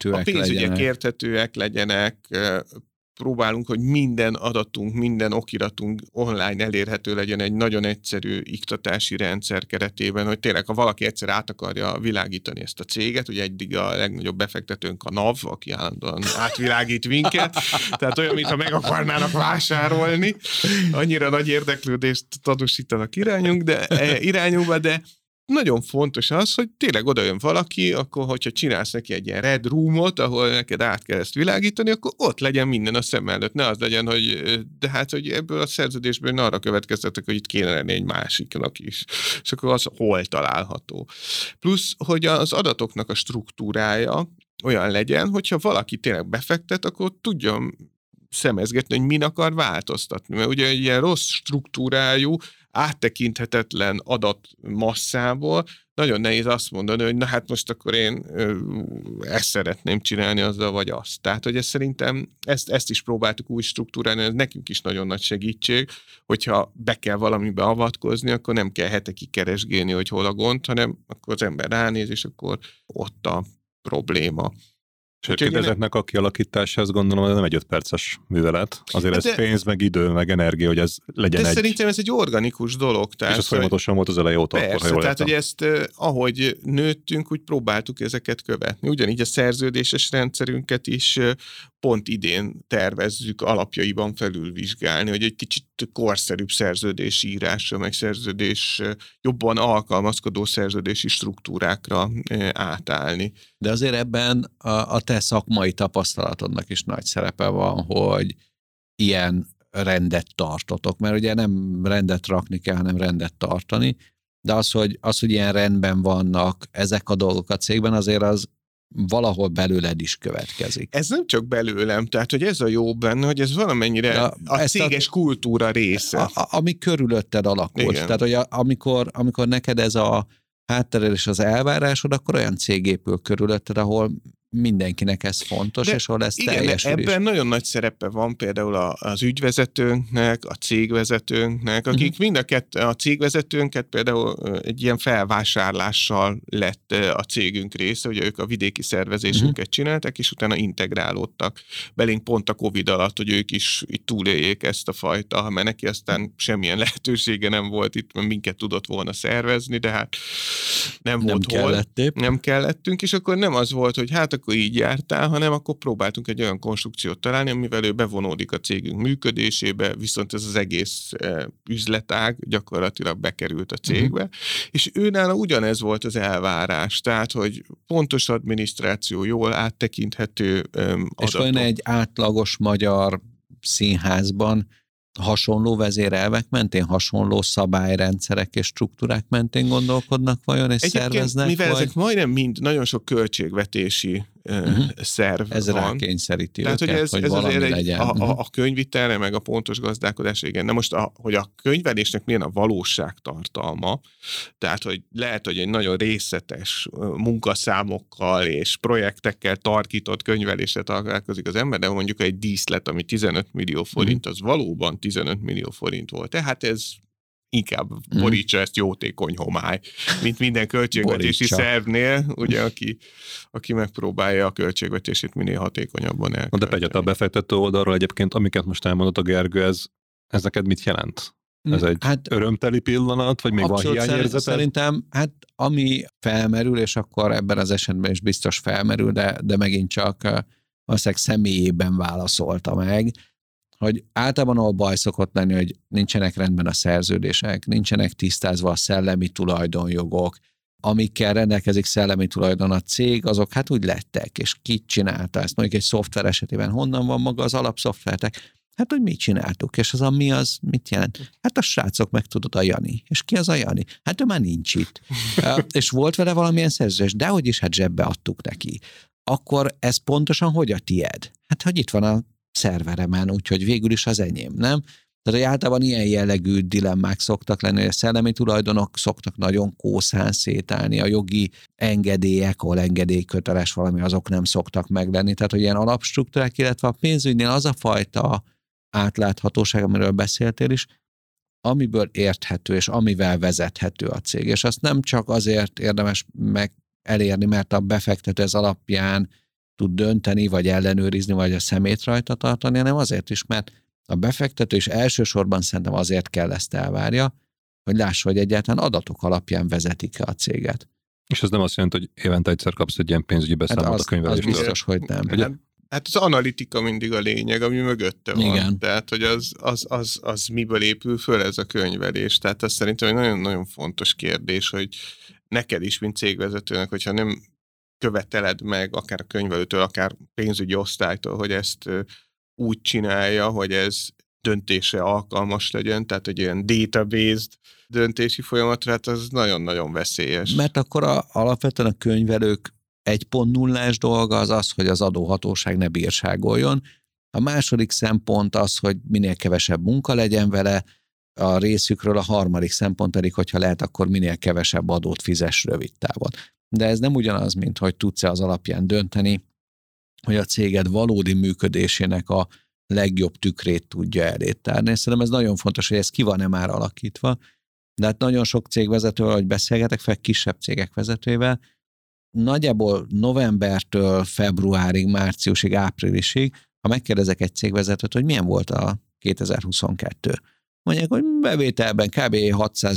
érthetőek legyenek, próbálunk, hogy minden adatunk, minden okiratunk online elérhető legyen egy nagyon egyszerű iktatási rendszer keretében, hogy tényleg, ha valaki egyszer át akarja világítani ezt a céget, ugye eddig a legnagyobb befektetőnk a NAV, aki állandóan átvilágít minket, tehát olyan, mintha meg akarnának vásárolni, annyira nagy érdeklődést tanúsítanak irányunkba, de nagyon fontos az, hogy tényleg oda jön valaki, akkor hogyha csinálsz neki egy ilyen red roomot, ahol neked át kell ezt világítani, akkor ott legyen minden a szem előtt. Ne az legyen, hogy de hát, hogy ebből a szerződésből arra következtetek, hogy itt kéne lenni egy másiknak is. És akkor az hol található. Plusz, hogy az adatoknak a struktúrája olyan legyen, hogyha valaki tényleg befektet, akkor tudjon szemezgetni, hogy min akar változtatni. Mert ugye egy ilyen rossz struktúrájú, áttekinthetetlen adatmasszából nagyon nehéz azt mondani, hogy na hát most akkor én ezt szeretném csinálni azzal, vagy azt. Tehát, hogy szerintem ezt is próbáltuk úgy struktúrálni, ez nekünk is nagyon nagy segítség, hogyha be kell valamibe avatkozni, akkor nem kell hetekig keresgélni, hogy hol a gond, hanem akkor az ember ránéz, és akkor ott a probléma. És ezeknek a kialakításához gondolom, hogy nem egy 5 perces művelet. Azért ez pénz, meg idő, meg energia, hogy ez legyen egy... szerintem ez egy organikus dolog. Tehát, és ez folyamatosan volt az eleje óta. Persze, akkor, ha jól tehát hogy ezt, ahogy nőttünk, úgy próbáltuk ezeket követni. Ugyanígy a szerződéses rendszerünket is pont idén tervezzük alapjaiban felülvizsgálni, hogy egy kicsit korszerűbb szerződésírásra, meg jobban alkalmazkodó szerződési struktúrákra átállni. De azért ebben a te szakmai tapasztalatodnak is nagy szerepe van, hogy ilyen rendet tartotok, mert ugye nem rendet rakni kell, hanem rendet tartani, de az, hogy ilyen rendben vannak ezek a dolgok a cégben, azért az valahol belőled is következik. Ez nem csak belőlem, tehát hogy ez a jó benne, hogy ez valamennyire a céges kultúra része. Ami körülötted alakult. Igen. Tehát, hogy amikor neked ez a hátterelés az elvárásod, akkor olyan cég épül körülötted, ahol mindenkinek ez fontos, és ahol ez teljesül is. Ebben nagyon nagy szerepe van például az ügyvezetőnknek, a cégvezetőnknek, akik mind a cégvezetőnket például egy ilyen felvásárlással lett a cégünk része, ugye ők a vidéki szervezésünket csinálták, és utána integrálódtak belénk pont a Covid alatt, hogy ők is itt túléljék ezt a fajta, mert neki aztán semmilyen lehetősége nem volt itt, mert minket tudott volna szervezni, de hát nem kellettünk, és akkor nem az volt, hogy hát akkor így jártál, hanem akkor próbáltunk egy olyan konstrukciót találni, amivel ő bevonódik a cégünk működésébe, viszont ez az egész üzletág gyakorlatilag bekerült a cégbe, és őnála ugyanez volt az elvárás, tehát, hogy pontos adminisztráció, jól áttekinthető adatok. És olyan egy átlagos magyar színházban hasonló vezérelvek mentén, hasonló szabályrendszerek és struktúrák mentén gondolkodnak vajon, és szerveznek? Mivel ezek majdnem mind nagyon sok költségvetési szerv ez van. rákényszeríti Tehát, őket, hogy ez valami azért legyen. A könyvvitelre, meg a pontos gazdálkodás, igen. Na most, hogy a könyvelésnek milyen a valóságtartalma, tehát, hogy lehet, hogy egy nagyon részletes munkaszámokkal és projektekkel tarkított könyvelésre találkozik az ember, de mondjuk egy díszlet, ami 15 millió forint, az valóban 15 millió forint volt. Tehát ez inkább borítsa ezt jótékony homály, mint minden költségvetési szervnél, ugye, aki megpróbálja a költségvetését minél hatékonyabban elkölteni. De Petya, a befektető oldalról egyébként, amiket most elmondott a Gergő, ez neked mit jelent? Ez egy örömteli pillanat, vagy még van hiányérzeted? Szerintem, ami felmerül, és akkor ebben az esetben is biztos felmerül, de megint csak valószínűleg személyében válaszolta meg, hogy általában ahol baj szokott lenni, hogy nincsenek rendben a szerződések, nincsenek tisztázva a szellemi tulajdonjogok, amikkel rendelkezik szellemi tulajdon a cég, azok úgy lettek, és ki csinálta ezt? Mondjuk egy szoftver esetében honnan van maga az alapszoftvertek? Hogy mit csináltuk, és az a mi az mit jelent? A srácok meg tudod, a Jani. És ki az a Jani? Ő már nincs itt. És volt vele valamilyen szerződés, dehogy is, zsebbe adtuk neki. Akkor ez pontosan hogy a tied? Hogy itt van a szerveremen, úgyhogy végül is az enyém, nem? Tehát, hogy általában ilyen jellegű dilemmák szoktak lenni, hogy a szellemi tulajdonok szoktak nagyon kószán szétállni, a jogi engedélyek, ahol engedélyköteles valami, azok nem szoktak meglenni. Tehát, hogy ilyen alapstruktúrák, illetve a pénzügynél az a fajta átláthatóság, amiről beszéltél is, amiből érthető, és amivel vezethető a cég. És azt nem csak azért érdemes elérni, mert a befektető ez alapján tud dönteni, vagy ellenőrizni, vagy a szemét rajta tartani, hanem azért is, mert a befektető is elsősorban szerintem azért kell ezt elvárja, hogy lássa, hogy egyáltalán adatok alapján vezetik-e a céget. És ez nem azt jelenti, hogy évente egyszer kapsz egy ilyen pénzügyi beszámolót a könyveléstől. Az biztos, hogy nem. Az analitika mindig a lényeg, ami mögötte van. Igen. Tehát, hogy az miből épül föl ez a könyvelés. Tehát ez szerintem egy nagyon-nagyon fontos kérdés, hogy neked is, mint cégvezetőnek, hogyha nem követeled meg, akár a könyvelőtől, akár pénzügyi osztálytól, hogy ezt úgy csinálja, hogy ez döntésre alkalmas legyen, tehát egy ilyen database-d döntési folyamatra, hát az nagyon-nagyon veszélyes. Mert akkor alapvetően a könyvelők 1.0-ás dolga az, hogy az adóhatóság ne bírságoljon. A második szempont az, hogy minél kevesebb munka legyen vele, a részükről a harmadik szempont pedig, hogyha lehet, akkor minél kevesebb adót fizess rövid távon. De ez nem ugyanaz, mint hogy tudsz-e az alapján dönteni, hogy a céged valódi működésének a legjobb tükrét tudja elé tárni. Szerintem ez nagyon fontos, hogy ez ki van-e már alakítva, de hát nagyon sok cégvezetővel, hogy beszélgetek fel, kisebb cégek vezetőivel, nagyjából novembertől februárig, márciusig, áprilisig, ha megkérdezek egy cégvezetőt, hogy milyen volt a 2022, mondják, hogy bevételben kb.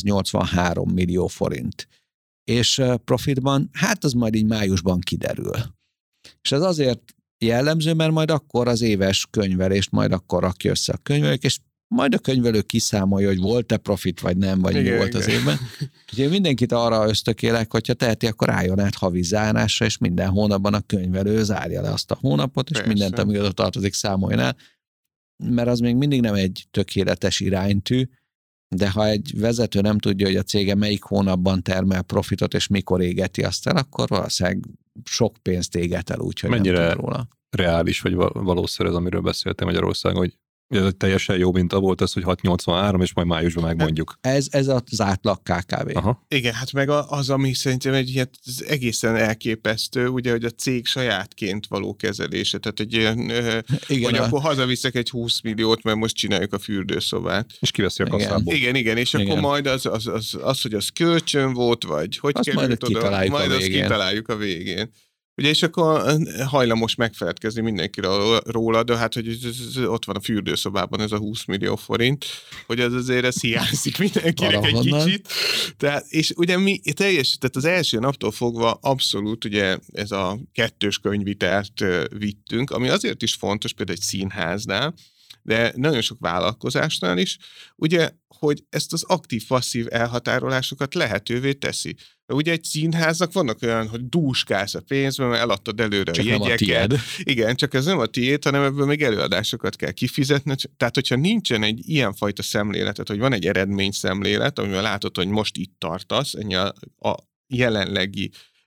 683 millió forint. És profitban, az majd így májusban kiderül. És ez azért jellemző, mert majd akkor az éves könyvelést majd akkor rakja össze a könyvelők, és majd a könyvelő kiszámolja, hogy volt-e profit, vagy nem, vagy mi volt az évben. Úgyhogy mindenkit arra ösztökélek, hogyha teheti, akkor álljon át havi zárásra, és minden hónapban a könyvelő zárja le azt a hónapot, és mindent, ami oda tartozik, számoljon el, mert az még mindig nem egy tökéletes iránytű, de ha egy vezető nem tudja, hogy a cége melyik hónapban termel profitot, és mikor égeti azt el, akkor valószínűleg sok pénzt éget el, úgyhogy mennyire nem tud róla. Reális, vagy valószínű ez, amiről beszéltem Magyarországon, hogy ez egy teljesen jó minta volt az, hogy 683, és majd májusban megmondjuk. Ez az átlag KKV. Aha. Igen, meg az, ami szerintem egy egészen elképesztő, ugye, hogy a cég sajátként való kezelése. Tehát egy ilyen, hogy akkor hazaviszek egy 20 milliót, mert most csináljuk a fürdőszobát. És kiveszi a kasszából. Igen, és akkor majd az, hogy az kölcsön volt, vagy hogy azt került oda, majd azt kitaláljuk a végén. Ugye, és akkor hajlamos megfeledkezni mindenkire róla, de hát, hogy ott van a fürdőszobában ez a 20 millió forint, hogy az azért ez hiányzik mindenkinek egy kicsit. Tehát, és ugye mi tehát az első naptól fogva abszolút ugye ez a kettős könyvvitelt vittünk, ami azért is fontos, például egy színháznál, de nagyon sok vállalkozásnál is, ugye, hogy ezt az aktív-passzív elhatárolásokat lehetővé teszi. Ugye egy színháznak vannak olyan, hogy dúskálsz a pénzben, mert eladtad előre csak a jegyeket. Igen, csak ez nem a tiéd, hanem ebből még előadásokat kell kifizetni. Tehát, hogyha nincsen egy ilyenfajta szemléletet, hogy van egy eredményszemlélet, amivel látod, hogy most itt tartasz, ennyi a jelenlegi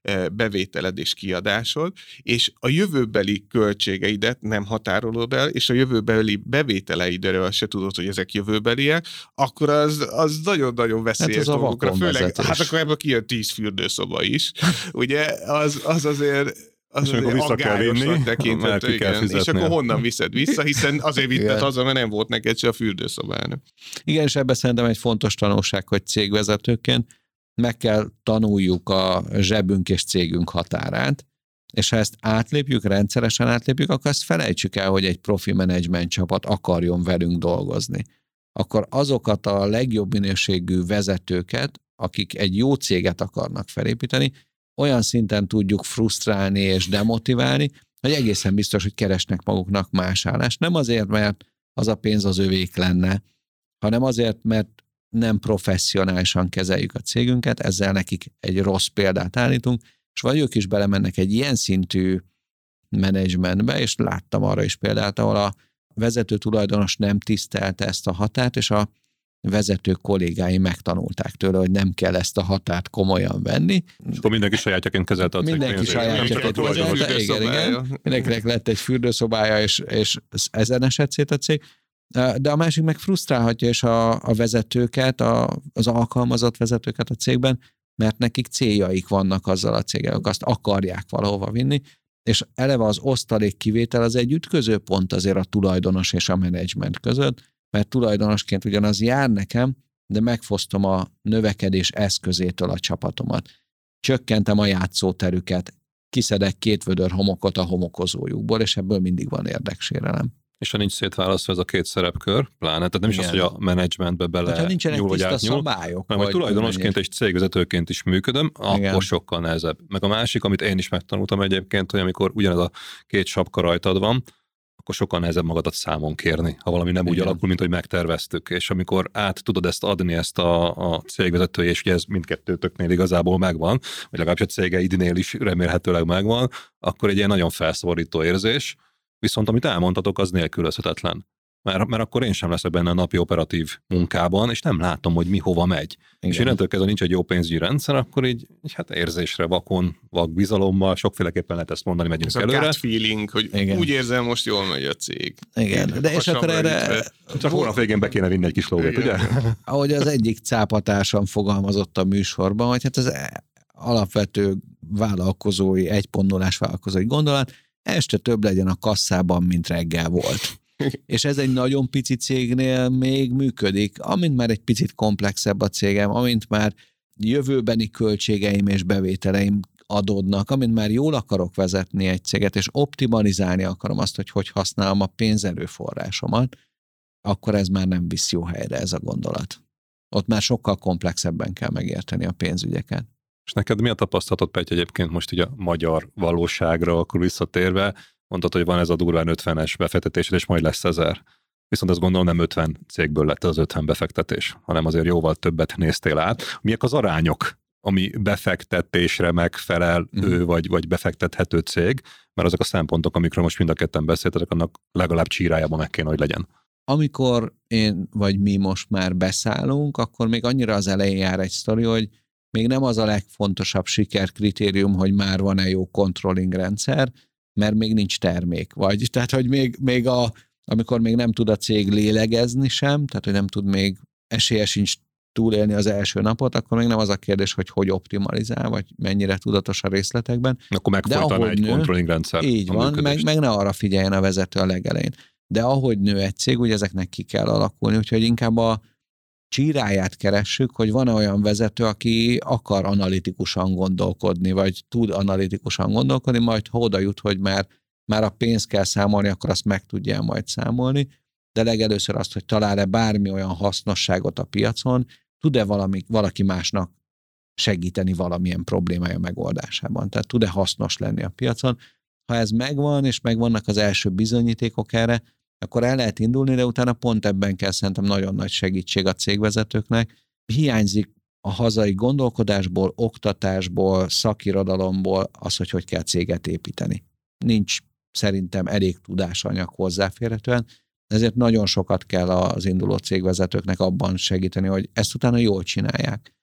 bevételed és kiadásod, és a jövőbeli költségeidet nem határolod el, és a jövőbeli bevételeidről se tudod, hogy ezek jövőbeliek, akkor az nagyon-nagyon veszélyes dolgokra, főleg, hát akkor ebből kijön 10 fürdőszoba is. Ugye, az azért az vissza kell vinni, tekinthető, igen. És akkor honnan viszed vissza, hiszen azért vitted haza, mert nem volt neked se a fürdőszobának. Igen, és ebben szerintem egy fontos tanulság, hogy cégvezetőként meg kell tanuljuk a zsebünk és cégünk határát, és ha ezt átlépjük, rendszeresen átlépjük, akkor azt felejtsük el, hogy egy profi menedzsment csapat akarjon velünk dolgozni. Akkor azokat a legjobb minőségű vezetőket, akik egy jó céget akarnak felépíteni, olyan szinten tudjuk frusztrálni és demotiválni, hogy egészen biztos, hogy keresnek maguknak más állást. Nem azért, mert az a pénz az övék lenne, hanem azért, mert nem professzionálisan kezeljük a cégünket, ezzel nekik egy rossz példát állítunk, és vagy ők is belemennek egy ilyen szintű menedzsmentbe, és láttam arra is példát, ahol a vezető tulajdonos nem tisztelte ezt a határt, és a vezető kollégái megtanulták tőle, hogy nem kell ezt a határt komolyan venni. És akkor mindenki sajátjaként kezelte a cég Mindenki sajátjaként kezelte, igen. Mindenkinek lett egy fürdőszobája, és ezen esett szét a cég. De a másik meg frusztrálhatja is a vezetőket, az alkalmazott vezetőket a cégben, mert nekik céljaik vannak azzal a céggel, azt akarják valahova vinni, és eleve az osztalék kivétel az egy ütköző pont azért a tulajdonos és a menedzsment között, mert tulajdonosként ugyanaz jár nekem, de megfosztom a növekedés eszközétől a csapatomat. Csökkentem a játszóterüket, kiszedek 2 vödör homokot a homokozójukból, és ebből mindig van érdeksérelem. És ha nincs szétválasztva ez a 2 szerepkör, pláne, tehát nem is az, hogy a menedzsmentbe bele nyúl vagy átnyúl, hanem hogy tulajdonosként és cégvezetőként is működöm, akkor sokkal nehezebb. Meg a másik, amit én is megtanultam egyébként, hogy amikor ugyanez a 2 sapka rajtad van, akkor sokkal nehezebb magadat számon kérni, ha valami nem úgy alakul, mint hogy megterveztük. És amikor át tudod ezt adni, ezt a cégvezetői, és ugye ez mindkettőtöknél igazából megvan, vagy legalábbis a cégeidnél is remélhetőleg megvan, akkor egy ilyen nagyon felszabadító érzés, viszont amit elmondtatok, az nélkülözhetetlen. Mert akkor én sem leszek benne a napi operatív munkában, és nem látom, hogy mi hova megy. Igen. És innentől kezdve nincs egy jó pénzügyi rendszer, akkor így hát érzésre, vakon, vakbizalommal, sokféleképpen lehet ezt mondani, megyünk ez előre. Ez a gut feeling, hogy igen. Úgy érzem, most jól megy a cég. Igen, de és akkor erre... Csak hónap végén be kéne vinni egy kis lóvét, ugye? Ahogy az egyik cápatársam fogalmazott a műsorban, hogy hát az alapvető vállalkozói, 1.0-ás vállalkozói gondolat, este több legyen a kasszában, mint reggel volt. És ez egy nagyon pici cégnél még működik, amint már egy picit komplexebb a cégem, amint már jövőbeni költségeim és bevételeim adódnak, amint már jól akarok vezetni egy céget, és optimalizálni akarom azt, hogy használom a pénzerőforrásomat, akkor ez már nem visz jó helyre ez a gondolat. Ott már sokkal komplexebben kell megérteni a pénzügyeket. És neked mi a tapasztalatod, Petty, egyébként most így a magyar valóságra akkor visszatérve, mondtad, hogy van ez a durván 50-es befektetésed, és majd lesz 1000. Viszont azt gondolom nem 50 cégből lett az 50 befektetés, hanem azért jóval többet néztél át. Miek az arányok, ami befektetésre megfelel ő vagy befektethető cég, mert azok a szempontok, amikről most mind a ketten beszéltetek, annak legalább csírájában meg kéne, hogy legyen. Amikor én vagy mi most már beszállunk, akkor még annyira az elején jár egy sztori, hogy még nem az a legfontosabb sikerkritérium, hogy már van-e jó controlling rendszer, mert még nincs termék. Vagy, tehát, hogy még amikor még nem tud a cég lélegezni sem, tehát, hogy nem tud még esélye sincs túlélni az első napot, akkor még nem az a kérdés, hogy optimalizál, vagy mennyire tudatos a részletekben. Akkor megfolytana egy controlling rendszer. Így van, meg ne arra figyeljen a vezető a legelején. De ahogy nő egy cég, ugye ezeknek ki kell alakulni, úgyhogy inkább a csíráját keressük, hogy van-e olyan vezető, aki akar analitikusan gondolkodni, vagy tud analitikusan gondolkodni, majd ha oda jut, hogy már a pénzt kell számolni, akkor azt meg tudja majd számolni, de legelőször azt, hogy talál-e bármi olyan hasznosságot a piacon, tud-e valaki másnak segíteni valamilyen problémája megoldásában. Tehát tud-e hasznos lenni a piacon. Ha ez megvan, és megvannak az első bizonyítékok erre, akkor el lehet indulni, de utána pont ebben kell szerintem nagyon nagy segítség a cégvezetőknek. Hiányzik a hazai gondolkodásból, oktatásból, szakirodalomból az, hogy kell céget építeni. Nincs szerintem elég tudásanyag hozzáférhetően, ezért nagyon sokat kell az induló cégvezetőknek abban segíteni, hogy ezt utána jól csinálják.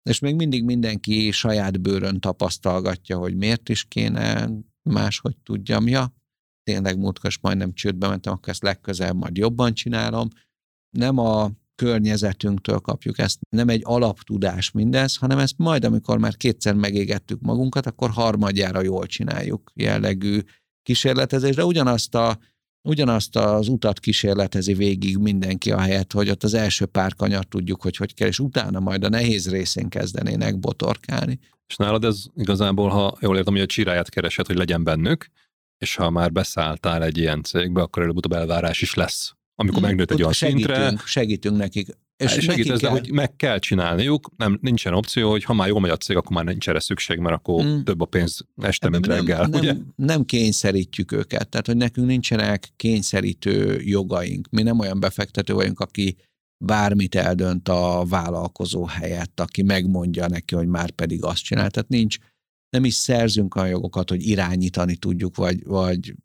És még mindig mindenki saját bőrön tapasztalgatja, hogy miért is kéne, máshogy tudjam. Ja, tényleg múltkor majdnem csődbe mentem, akkor ezt legközelebb majd jobban csinálom. Nem a környezetünktől kapjuk ezt, nem egy alaptudás mindez, hanem ezt majd, amikor már kétszer megégettük magunkat, akkor harmadjára jól csináljuk jellegű kísérletezés, de ugyanazt az utat kísérletezi végig mindenki, ahelyett, hogy ott az első pár kanyart tudjuk, hogy kell, és utána majd a nehéz részén kezdenének botorkálni. És nálad ez igazából, ha jól értem, hogy a csiráját keresed, hogy legyen bennük, és ha már beszálltál egy ilyen cégbe, akkor előbb-utóbb elvárás is lesz. Amikor megnőtt egy olyan szintre. Segítünk nekik. És segítesz, de hogy meg kell csinálniuk, nincsen opció, hogy ha már jól megy a cég, akkor már nincs erre szükség, mert akkor több a pénz este, mint reggel. Nem kényszerítjük őket, tehát hogy nekünk nincsenek kényszerítő jogaink. Mi nem olyan befektető vagyunk, aki bármit eldönt a vállalkozó helyett, aki megmondja neki, hogy már pedig azt csinál. Tehát nem is szerzünk olyan jogokat, hogy irányítani tudjuk, vagy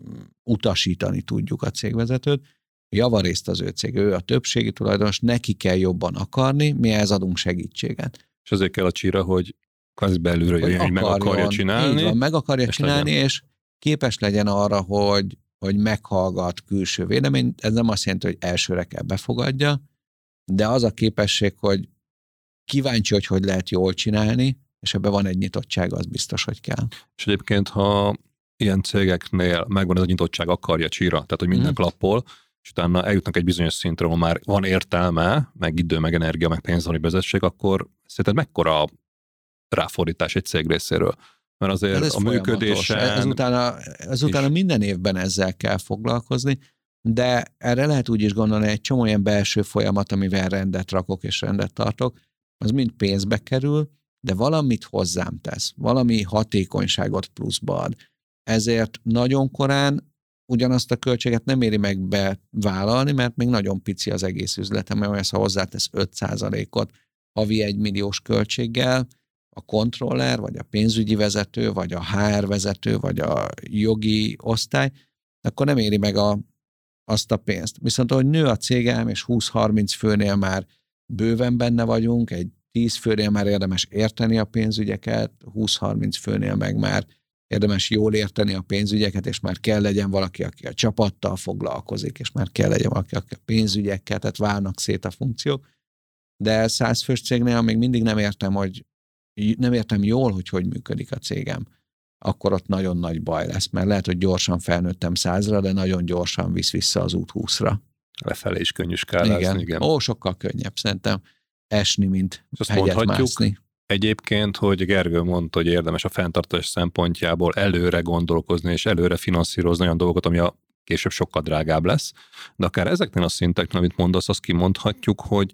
utasítani tudjuk a cégvezetőt. Javarészt az ő cég, ő a többségi tulajdonos, neki kell jobban akarni, mi ehhez adunk segítséget. És azért kell a csíra, hogy kvázi belülről jöjjön, hogy meg akarja csinálni. Van, meg akarja csinálni, és képes legyen arra, hogy meghallgat külső véleményt. Ez nem azt jelenti, hogy elsőre kell befogadja, de az a képesség, hogy kíváncsi, hogy lehet jól csinálni, és ebben van egy nyitottság, az biztos, hogy kell. És egyébként, ha ilyen cégeknél megvan ez a nyitottság, akarja csíra, tehát hogy minden klappol, és utána eljutnak egy bizonyos szintre, ahol már van értelme, meg idő, meg energia, meg pénzügyi vezetség, akkor szerinted mekkora ráfordítás egy cég részéről? Mert azért a működésen... Ezután minden évben ezzel kell foglalkozni, de erre lehet úgy is gondolni, egy csomó ilyen belső folyamat, amivel rendet rakok és rendet tartok, az mind pénzbe kerül, de valamit hozzám tesz, valami hatékonyságot pluszba ad. Ezért nagyon korán ugyanazt a költséget nem éri meg bevállalni, mert még nagyon pici az egész üzletem, mert ha hozzátesz 5%-ot havi 1 milliós költséggel, a kontroller, vagy a pénzügyi vezető, vagy a HR vezető, vagy a jogi osztály, akkor nem éri meg azt a pénzt. Viszont ahogy nő a cégem, és 20-30 főnél már bőven benne vagyunk, egy 10 főnél már érdemes érteni a pénzügyeket, 20-30 főnél meg már érdemes jól érteni a pénzügyeket, és már kell legyen valaki, aki a csapattal foglalkozik, és már kell legyen valaki, aki a pénzügyekkel, tehát válnak szét a funkciók. De 100 fős cégnél még mindig nem értem jól, hogy működik a cégem. Akkor ott nagyon nagy baj lesz, mert lehet, hogy gyorsan felnőttem 100-ra, de nagyon gyorsan visz vissza az út 20-ra. Lefelé is könnyű skálázni, igen. Sokkal könnyebb szerintem esni, mint hegyet mászni. Egyébként, hogy Gergő mondta, hogy érdemes a fenntartás szempontjából előre gondolkozni és előre finanszírozni olyan dolgokat, ami a később sokkal drágább lesz. De akár ezeknél a szinteknél, amit mondasz, azt kimondhatjuk, hogy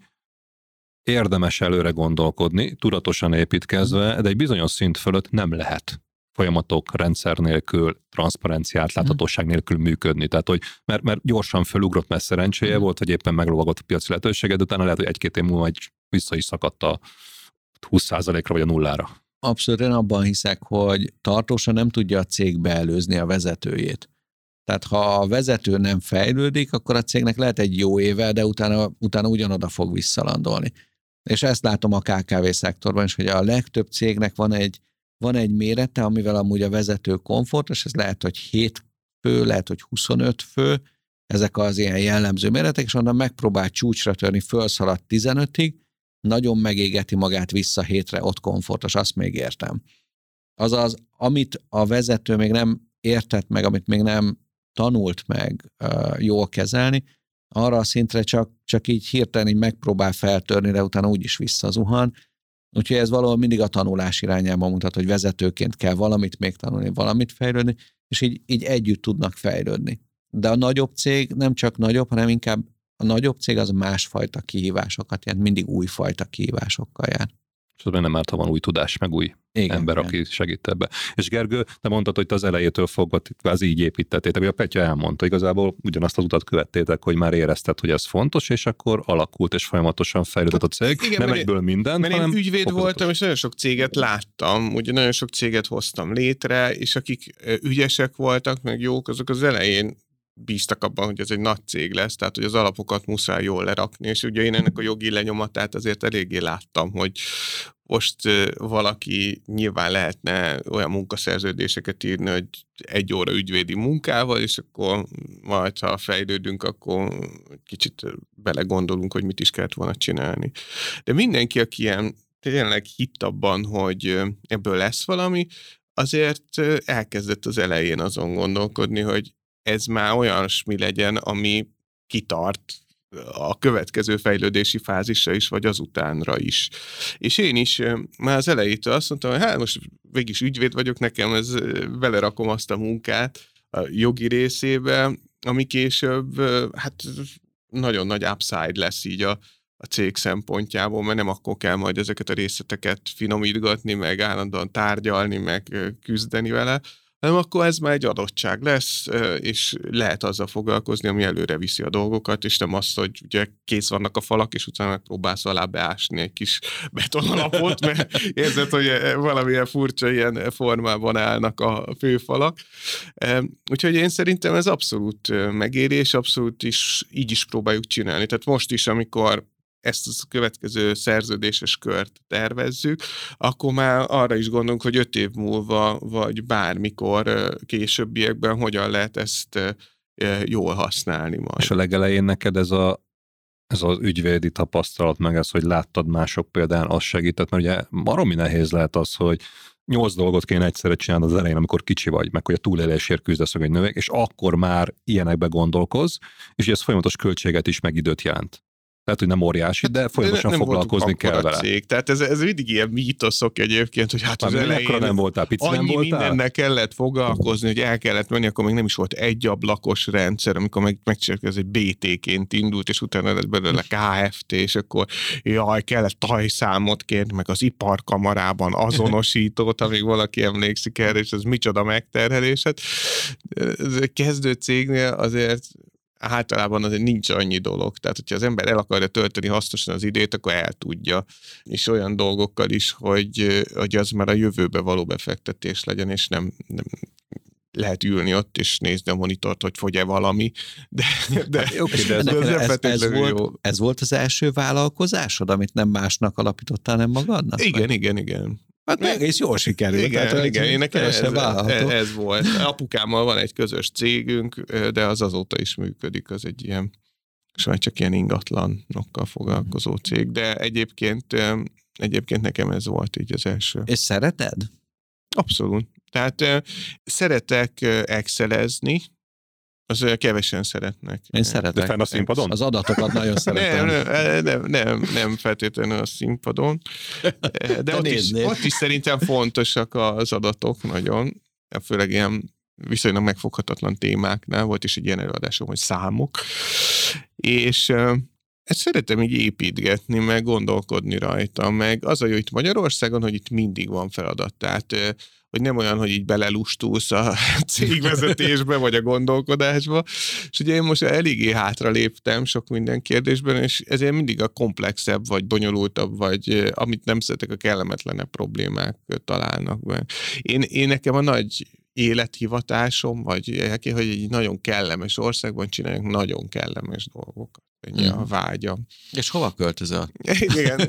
érdemes előre gondolkodni, tudatosan építkezve, de egy bizonyos szint fölött nem lehet folyamatok rendszer nélkül, transzparencia, átláthatóság nélkül működni. Tehát, hogy mert gyorsan fölugrott, mert szerencséje volt, vagy éppen meglovagott a piaci lehetőséget, de utána lehet, hogy 1-2 év múlva vissza is szakadt a 20%-ra vagy a nullára. Abszolút, én abban hiszek, hogy tartósan nem tudja a cég beelőzni a vezetőjét. Tehát ha a vezető nem fejlődik, akkor a cégnek lehet egy jó éve, de utána ugyanoda fog visszalandolni. És ezt látom a KKV szektorban is, hogy a legtöbb cégnek van egy mérete, amivel amúgy a vezető komfortos, ez lehet, hogy 7 fő, lehet, hogy 25 fő, ezek az ilyen jellemző méretek, és onnan megpróbál csúcsra törni, felszaladt 15-ig, nagyon megégeti magát vissza 7-re, ott komfortos, azt még értem. Azaz, amit a vezető még nem értett meg, amit még nem tanult meg jól kezelni, arra a szintre csak így hirtelen így megpróbál feltörni, de utána úgyis visszazuhan. Úgyhogy ez valahol mindig a tanulás irányába mutat, hogy vezetőként kell valamit még tanulni, valamit fejlődni, és így együtt tudnak fejlődni. De a nagyobb cég nem csak nagyobb, hanem inkább a nagyobb cég az másfajta kihívásokat jelent, mindig újfajta kihívásokkal jár. És az benne már, ha van új tudás, meg új ember, aki segít ebbe. És Gergő, te mondtad, hogy te az elejétől fogva kvázi így építettétek, vagy a Petya elmondta, igazából ugyanazt az utat követtétek, hogy már érezted, hogy ez fontos, és akkor alakult és folyamatosan fejlődött a cég. Igen, nem egyből minden, mert hanem én ügyvéd voltam, és nagyon sok céget láttam, ugye nagyon sok céget hoztam létre, és akik ügyesek voltak, meg jók, azok az elején bíztak abban, hogy ez egy nagy cég lesz, tehát hogy az alapokat muszáj jól lerakni, és ugye én ennek a jogi lenyomatát azért eléggé láttam, hogy most valaki nyilván lehetne olyan munkaszerződéseket írni, hogy 1 óra ügyvédi munkával, és akkor majd, ha fejlődünk, akkor kicsit belegondolunk, hogy mit is kellett volna csinálni. De mindenki, aki ilyen tényleg hitt abban, hogy ebből lesz valami, azért elkezdett az elején azon gondolkodni, hogy ez már olyasmi legyen, ami kitart a következő fejlődési fázisra is, vagy azutánra is. És én is már az elejétől azt mondtam, hogy hát most végig ügyvéd vagyok, nekem belerakom azt a munkát a jogi részébe, ami később hát nagyon nagy upside lesz így a cég szempontjából, mert nem akkor kell majd ezeket a részleteket finomítgatni, meg állandóan tárgyalni, meg küzdeni vele, hanem akkor ez már egy adottság lesz, és lehet azzal foglalkozni, ami előre viszi a dolgokat, és nem azt, hogy ugye kész vannak a falak, és utána megpróbálsz alá beásni egy kis betonalapot, mert érzed, hogy valamilyen furcsa ilyen formában állnak a főfalak. Úgyhogy én szerintem ez abszolút megérés, abszolút is így is próbáljuk csinálni. Tehát most is, amikor ezt a következő szerződéses kört tervezzük, akkor már arra is gondolunk, hogy 5 év múlva, vagy bármikor későbbiekben hogyan lehet ezt jól használni majd. És a legelején neked ez az ügyvédi tapasztalat, meg ez, hogy láttad mások példán, az segített, mert ugye baromi nehéz lehet az, hogy 8 dolgot kéne egyszerre csinálni az elején, amikor kicsi vagy, meg hogy a túlélésért küzdesz egy növek, és akkor már ilyenekbe gondolkoz, és ugye ez folyamatos költséget is, meg időt jelent. Lehet, hogy nem óriási, de folyamatosan foglalkozni kell vele. Cég. Tehát ez mindig ilyen mítoszok egyébként, hogy hát az elején nem voltál, pici annyi nem voltál? mindennel kellett foglalkozni, hogy el kellett menni, akkor még nem is volt egy ablakos rendszer, amikor megcsináljuk, ez egy BT-ként indult, és utána lett belőle KFT, és akkor kellett tajszámot kérni, meg az iparkamarában azonosítót, amíg valaki emlékszik erre, és ez micsoda megterhelésed. Ez egy kezdő cégnél azért általában azért nincs annyi dolog. Tehát, hogyha az ember el akarja tölteni hasznosan az időt, akkor el tudja. És olyan dolgokkal is, hogy az már a jövőbe való befektetés legyen, és nem lehet ülni ott, és nézni a monitort, hogy fogy-e valami. Ez volt az első vállalkozásod, amit nem másnak alapítottál, nem magadnak? Igen. Hát egész jól sikerült. Igen, én nekem ez volt. Apukámmal van egy közös cégünk, de az azóta is működik, az egy ilyen, sajnos csak ilyen ingatlanokkal foglalkozó cég, de egyébként nekem ez volt így az első. És szereted? Abszolút. Tehát szeretek excelezni, az kevesen szeretnek. Én szeretek. De fenn a színpadon? Az adatokat nagyon szeretem. Nem feltétlenül a színpadon. De ott is szerintem fontosak az adatok nagyon. Főleg ilyen viszonylag megfoghatatlan témáknál. Volt is egy ilyen előadásom, hogy számok. És ezt szeretem így építgetni, meg gondolkodni rajta. Meg az a jó itt Magyarországon, hogy itt mindig van feladat. Tehát hogy nem olyan, hogy így belelustulsz a cégvezetésbe, vagy a gondolkodásba. És ugye én most eléggé hátra léptem sok minden kérdésben, és ezért mindig a komplexebb, vagy bonyolultabb, vagy amit nem szeretek, a kellemetlenebb problémák találnak be. Én nekem a nagy élethivatásom, vagy hogy egy nagyon kellemes országban csináljunk nagyon kellemes dolgokat. Ennyi a vágyam. És hova költözöl? Igen,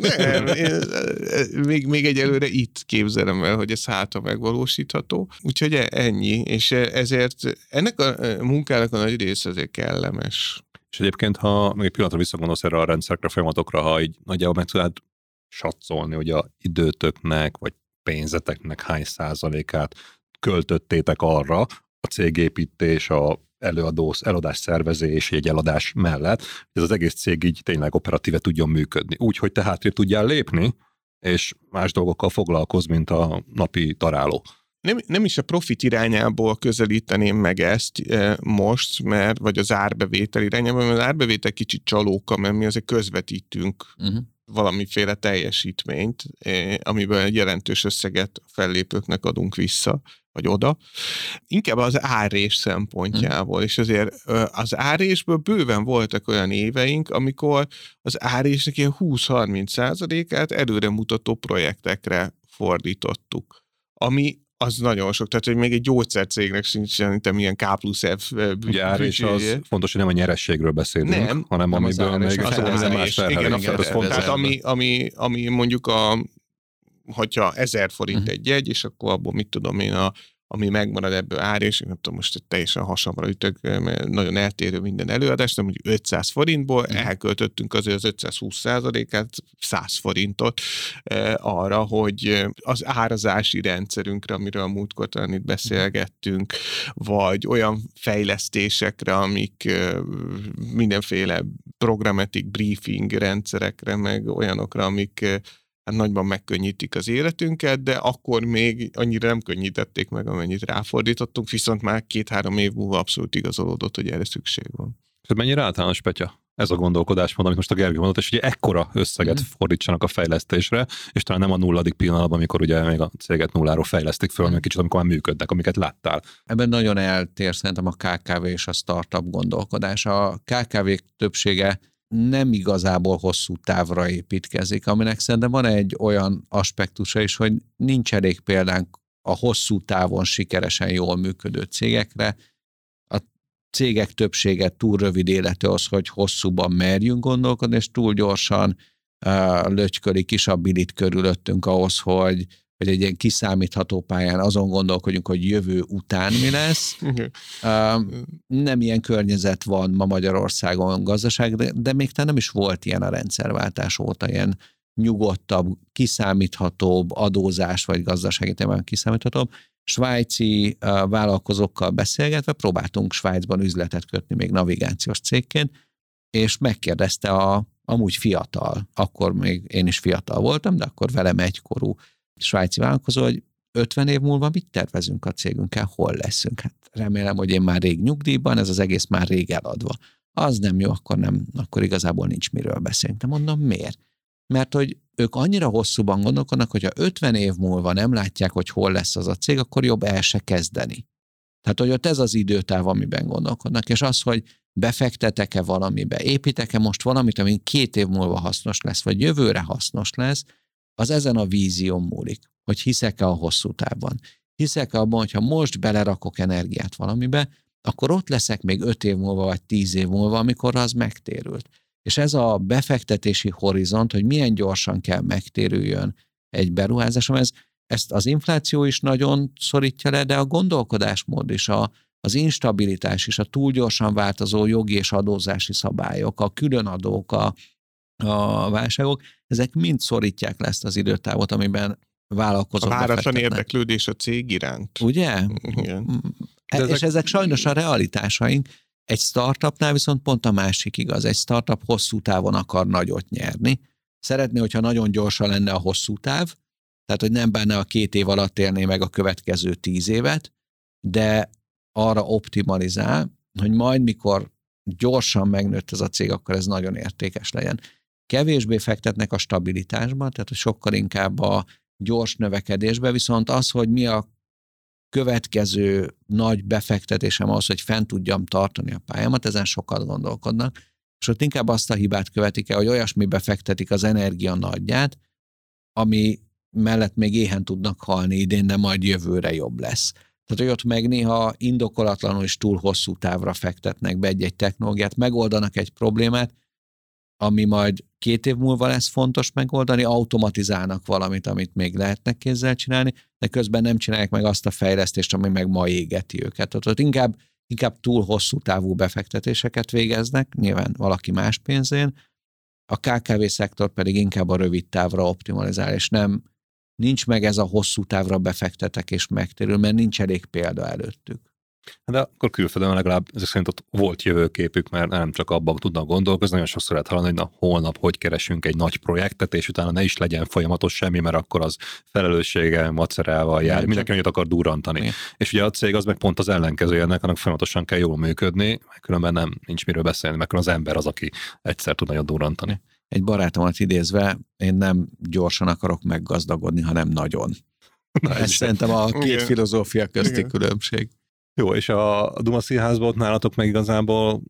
még egyelőre itt képzelem el, hogy ez hátra megvalósítható. Úgyhogy ennyi, és ezért ennek a munkának a nagy része azért kellemes. És egyébként, ha még egy pillanatra visszagondolsz erre a rendszerekre, folyamatokra, ha így nagyjából meg tudod satszolni, hogy a időtöknek, vagy pénzeteknek hány százalékát költöttétek arra, a cégépítés, a eladás szervezés, egy eladás mellett, ez az egész cég így tényleg operatíve tudjon működni. Úgy, hogy te hátrébb tudjál lépni, és más dolgokkal foglalkozz, mint a napi daráló. Nem is a profit irányából közelíteném meg ezt most, vagy az árbevétel irányából, mert az árbevétel kicsit csalóka, mert mi azért közvetítünk valamiféle teljesítményt, amiben egy jelentős összeget a fellépőknek adunk vissza, vagy oda. Inkább az árrés szempontjából, és azért az árrésből bőven voltak olyan éveink, amikor az árrésnek ilyen 20-30%-át előremutató projektekre fordítottuk. Ami Az nagyon sok, tehát hogy még egy gyógyszercégnek sincs szerintem ilyen K+F ugye ár, és az fontos, hogy nem a nyerességről beszélünk, hanem amiből még más terhelés. Tehát ami mondjuk hogyha 1000 forint egy jegy, és akkor abból mit tudom én, ami megmarad ebből ár, és nem tudom, most teljesen hasamra ütök, mert nagyon eltérő minden előadás, de mondjuk 500 forintból elköltöttünk azért az 520%-át, 100 forintot arra, hogy az árazási rendszerünkre, amiről a múltkor talán itt beszélgettünk, vagy olyan fejlesztésekre, amik mindenféle programmatic briefing rendszerekre, meg olyanokra, amik nagyban megkönnyítik az életünket, de akkor még annyira nem könnyítették meg, amennyit ráfordítottunk, viszont már 2-3 év múlva abszolút igazolódott, hogy erre szükség van. Mennyire általános, Petya, ez a gondolkodásmód, amit most a Gergő mondott, és ugye ekkora összeget fordítsanak a fejlesztésre, és talán nem a 0. pillanatban, amikor ugye még a céget nulláról fejlesztik föl, hanem kicsit, amikor már működnek, amiket láttál. Ebben nagyon eltér szerintem a KKV és a startup gondolkodás. A KKV-k többsége nem igazából hosszú távra építkezik, aminek szerintem van egy olyan aspektusa is, hogy nincs elég példánk a hosszú távon sikeresen jól működő cégekre. A cégek többsége túl rövid életű az, hogy hosszúban merjünk gondolkodni, és túl gyorsan lötyköli kis abilit körülöttünk ahhoz, hogy egy ilyen kiszámítható pályán azon gondolkodjunk, hogy jövő után mi lesz. Nem ilyen környezet van ma Magyarországon gazdaság, de még talán nem is volt ilyen a rendszerváltás óta, ilyen nyugodtabb, kiszámíthatóbb adózás, vagy gazdasági témában kiszámíthatóbb. Svájci vállalkozókkal beszélgetve próbáltunk Svájcban üzletet kötni még navigációs cégként, és megkérdezte amúgy fiatal, akkor még én is fiatal voltam, de akkor velem egykorú svájci vállalkozó, hogy 50 év múlva mit tervezünk a cégünkkel, hol leszünk. Hát remélem, hogy én már rég nyugdíjban, ez az egész már rég eladva. Az nem jó, akkor igazából nincs miről beszélni. De mondom, miért? Mert hogy ők annyira hosszúban gondolkodnak, hogyha 50 év múlva nem látják, hogy hol lesz az a cég, akkor jobb el se kezdeni. Tehát, hogy ott ez az időtáv, amiben gondolkodnak, és az, hogy befektetek-e valamibe, építek-e most valamit, ami 2 év múlva hasznos lesz, vagy jövőre hasznos lesz, az ezen a vízión múlik, hogy hiszek-e a hosszú távban. Hiszek-e abban, hogyha most belerakok energiát valamibe, akkor ott leszek még 5 év múlva, vagy 10 év múlva, amikor az megtérült. És ez a befektetési horizont, hogy milyen gyorsan kell megtérüljön egy beruházásom, ezt az infláció is nagyon szorítja le, de a gondolkodásmód is, az instabilitás is, a túl gyorsan változó jogi és adózási szabályok, a különadók, a válságok, ezek mind szorítják le ezt az időtávot, amiben vállalkozók befektetnek. A váratlan érdeklődés a cég iránt. Ugye? Igen. És ezek sajnos a realitásaink. Egy startupnál viszont pont a másik igaz. Egy startup hosszú távon akar nagyot nyerni. Szeretné, hogyha nagyon gyorsan lenne a hosszú táv, tehát, hogy nem benne a 2 év alatt élné meg a következő 10 évet, de arra optimalizál, hogy majd mikor gyorsan megnőtt ez a cég, akkor ez nagyon értékes legyen. Kevésbé fektetnek a stabilitásba, tehát sokkal inkább a gyors növekedésbe, viszont az, hogy mi a következő nagy befektetésem ahhoz, hogy fent tudjam tartani a pályámat, ezen sokat gondolkodnak, és ott inkább azt a hibát követik el, hogy olyasmibe fektetik az energia nagyját, ami mellett még éhen tudnak halni idén, de majd jövőre jobb lesz. Tehát, hogy ott meg néha indokolatlanul is túl hosszú távra fektetnek be egy technológiát, megoldanak egy problémát, ami majd 2 év múlva lesz fontos megoldani, automatizálnak valamit, amit még lehetne kézzel csinálni, de közben nem csinálják meg azt a fejlesztést, ami meg ma égeti őket. Tehát ott inkább túl hosszú távú befektetéseket végeznek, nyilván valaki más pénzén, a KKV szektor pedig inkább a rövid távra optimalizál, és nincs meg ez a hosszú távra befektetek és megtérül, mert nincs elég példa előttük. De akkor külföldön legalább ezek szerint ott volt jövőképük, mert nem csak abban tudnak gondolkozni, nagyon sokszor lehet hallani, hogy holnap hogy keresünk egy nagy projektet, és utána ne is legyen folyamatos semmi, mert akkor az felelősséggel, macerával jár, mindenki annyit akar durrantani. Igen. És ugye a cég az meg pont az ellenkezője ennek, annak folyamatosan kell jól működni, mert különben nincs miről beszélni, mert az ember az, aki egyszer tud nagyon durrantani. Egy barátomat idézve, én nem gyorsan akarok meggazdagodni, hanem nagyon. Ez szerintem a két filozófia közti különbség. Jó, és a Duma Színházban ott nálatok meg igazából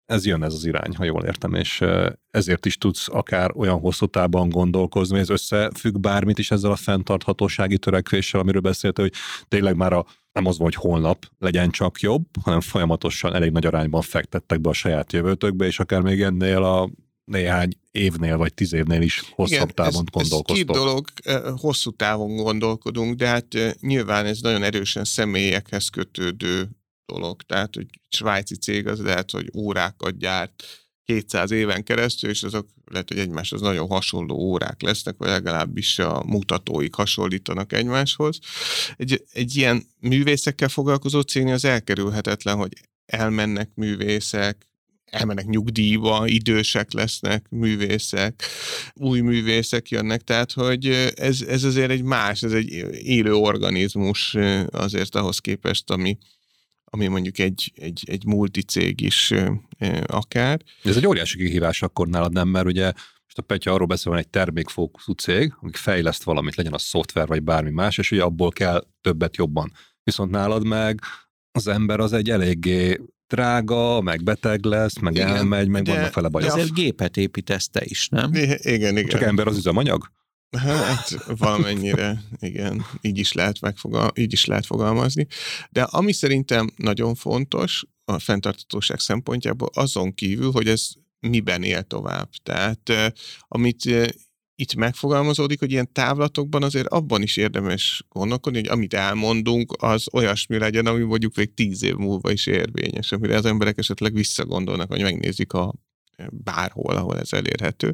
ez jön ez az irány, ha jól értem, és ezért is tudsz akár olyan hosszú távban gondolkozni, hogy ez összefügg bármit is ezzel a fenntarthatósági törekvéssel, amiről beszéltél, hogy tényleg már nem az van, hogy holnap legyen csak jobb, hanem folyamatosan elég nagy arányban fektettek be a saját jövőtökbe, és akár még ennél a néhány évnél, vagy 10 évnél is hosszabb távon gondolkoztok. Ez két dolog, hosszú távon gondolkodunk, de hát nyilván ez nagyon erősen személyekhez kötődő dolog. Tehát, hogy svájci cég az lehet, hogy órákat gyárt 200 éven keresztül, és azok lehet, hogy egymáshoz nagyon hasonló órák lesznek, vagy legalábbis a mutatóik hasonlítanak egymáshoz. Egy ilyen művészekkel foglalkozó cégnél az elkerülhetetlen, hogy elmennek művészek, elmennek nyugdíjba, idősek lesznek művészek, új művészek jönnek, tehát hogy ez azért egy más, ez egy élő organizmus azért ahhoz képest, ami mondjuk egy multicég is akár. Ez egy óriási kihívás akkor nálad, nem? Mert ugye most a Petya arról beszél, hogy egy termékfókuszú cég, amik fejleszt valamit, legyen a szoftver vagy bármi más, és ugye abból kell többet jobban. Viszont nálad meg az ember az egy eléggé drága, meg beteg lesz, meg igen, elmegy, meg vannak fele bajok. Ezért gépet építesz te is, nem? Igen. Csak ember az üzemanyag? Hát valamennyire, igen, így is lehet fogalmazni. De ami szerintem nagyon fontos a fenntarthatóság szempontjából, azon kívül, hogy ez miben él tovább. Tehát amit itt megfogalmazódik, hogy ilyen távlatokban azért abban is érdemes gondolkodni, hogy amit elmondunk, az olyasmi legyen, ami mondjuk még 10 év múlva is érvényes, amire az emberek esetleg visszagondolnak, vagy megnézik bárhol, ahol ez elérhető.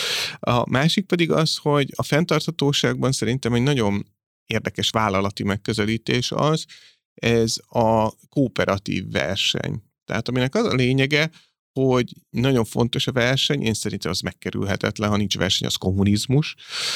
A másik pedig az, hogy a fenntarthatóságban szerintem egy nagyon érdekes vállalati megközelítés ez a kooperatív verseny. Tehát aminek az a lényege, hogy nagyon fontos a verseny, én szerintem az megkerülhetetlen, ha nincs verseny, az kommunizmus.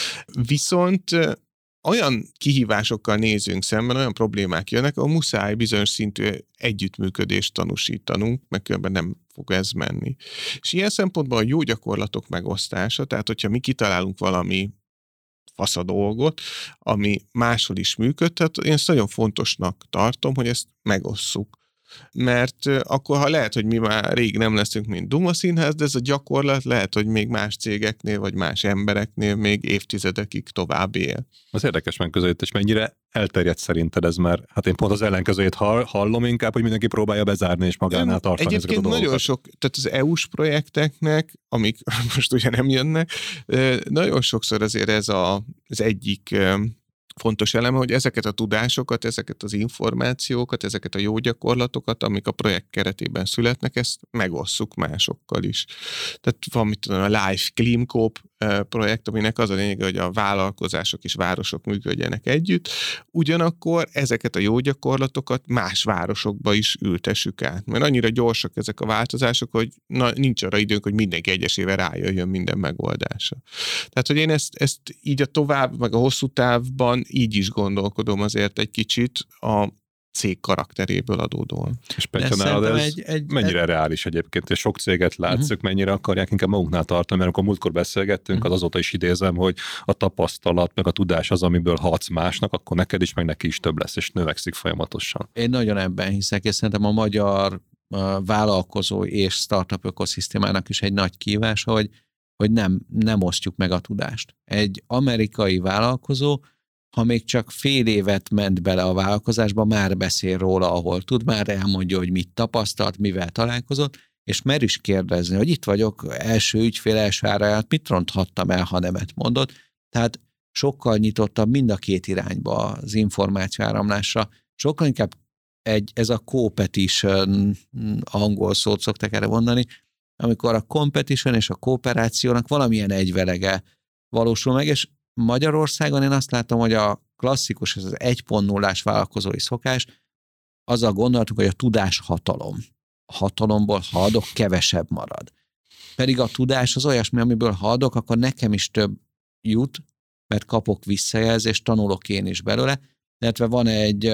Viszont olyan kihívásokkal nézünk szemben, olyan problémák jönnek, ahol muszáj bizonyos szintű együttműködést tanúsítanunk, meg különben nem fog ez menni. És ilyen szempontból a jó gyakorlatok megosztása, tehát hogyha mi kitalálunk valami fasz dolgot, ami máshol is működhet, én ezt nagyon fontosnak tartom, hogy ezt megosszuk. Mert akkor, ha lehet, hogy mi már rég nem leszünk, mint Duma Színház, de ez a gyakorlat lehet, hogy még más cégeknél, vagy más embereknél még évtizedekig tovább él. Az érdekes megközelítés, mennyire elterjedt szerinted ez, mert hát én pont az ellenkezőjét hallom inkább, hogy mindenki próbálja bezárni és magánál tartani ezeket a dolgokat. Nagyon sok, tehát az EU-s projekteknek, amik most ugye nem jönnek, nagyon sokszor azért ez az egyik fontos eleme, hogy ezeket a tudásokat, ezeket az információkat, ezeket a jó gyakorlatokat, amik a projekt keretében születnek, ezt megosszuk másokkal is. Tehát van, mit tudom, a Life Clean Coop projekt, aminek az a lényege, hogy a vállalkozások és városok működjenek együtt, ugyanakkor ezeket a jó gyakorlatokat más városokba is ültessük át. Mert annyira gyorsak ezek a változások, hogy nincs arra időnk, hogy mindenki egyesével rájöjjön minden megoldásra. Tehát, hogy én ezt így a tovább, meg a hosszú távban így is gondolkodom azért egy kicsit a cég karakteréből adódóan. És Petya, nálad ez mennyire reális egyébként, és sok céget látszok, mennyire akarják inkább magunknál tartani, mert amikor múltkor beszélgettünk, az azóta is idézem, hogy a tapasztalat, meg a tudás az, amiből hatsz másnak, akkor neked is, meg neki is több lesz, és növekszik folyamatosan. Én nagyon ebben hiszek, és szerintem a magyar vállalkozó és startup ökoszisztémának is egy nagy kihívása, hogy nem osztjuk meg a tudást. Egy amerikai vállalkozó, ha még csak fél évet ment bele a vállalkozásba, már beszél róla, ahol tud, már elmondja, hogy mit tapasztalt, mivel találkozott, és mer is kérdezni, hogy itt vagyok, első ügyfél, első áraját, mit ronthattam el, ha nemet mondott. Tehát sokkal nyitottabb mind a két irányba az információáramlásra, sokkal inkább ez a competition, angol szót szoktak erre mondani, amikor a competition és a kooperációnak valamilyen egyvelege valósul meg, és Magyarországon én azt látom, hogy a klasszikus, ez az 1.0-ás vállalkozói szokás, azzal gondoltuk, hogy a tudás hatalom. A hatalomból, ha adok, kevesebb marad. Pedig a tudás az olyasmi, amiből ha adok, akkor nekem is több jut, mert kapok visszajelzést, tanulok én is belőle. Illetve van egy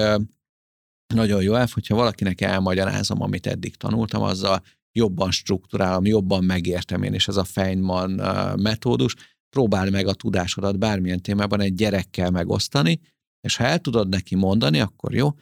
nagyon jó elv, hogyha valakinek elmagyarázom, amit eddig tanultam, azzal jobban strukturálom, jobban megértem én, és ez a Feynman metódus, próbálj meg a tudásodat bármilyen témában egy gyerekkel megosztani, és ha el tudod neki mondani, akkor jó,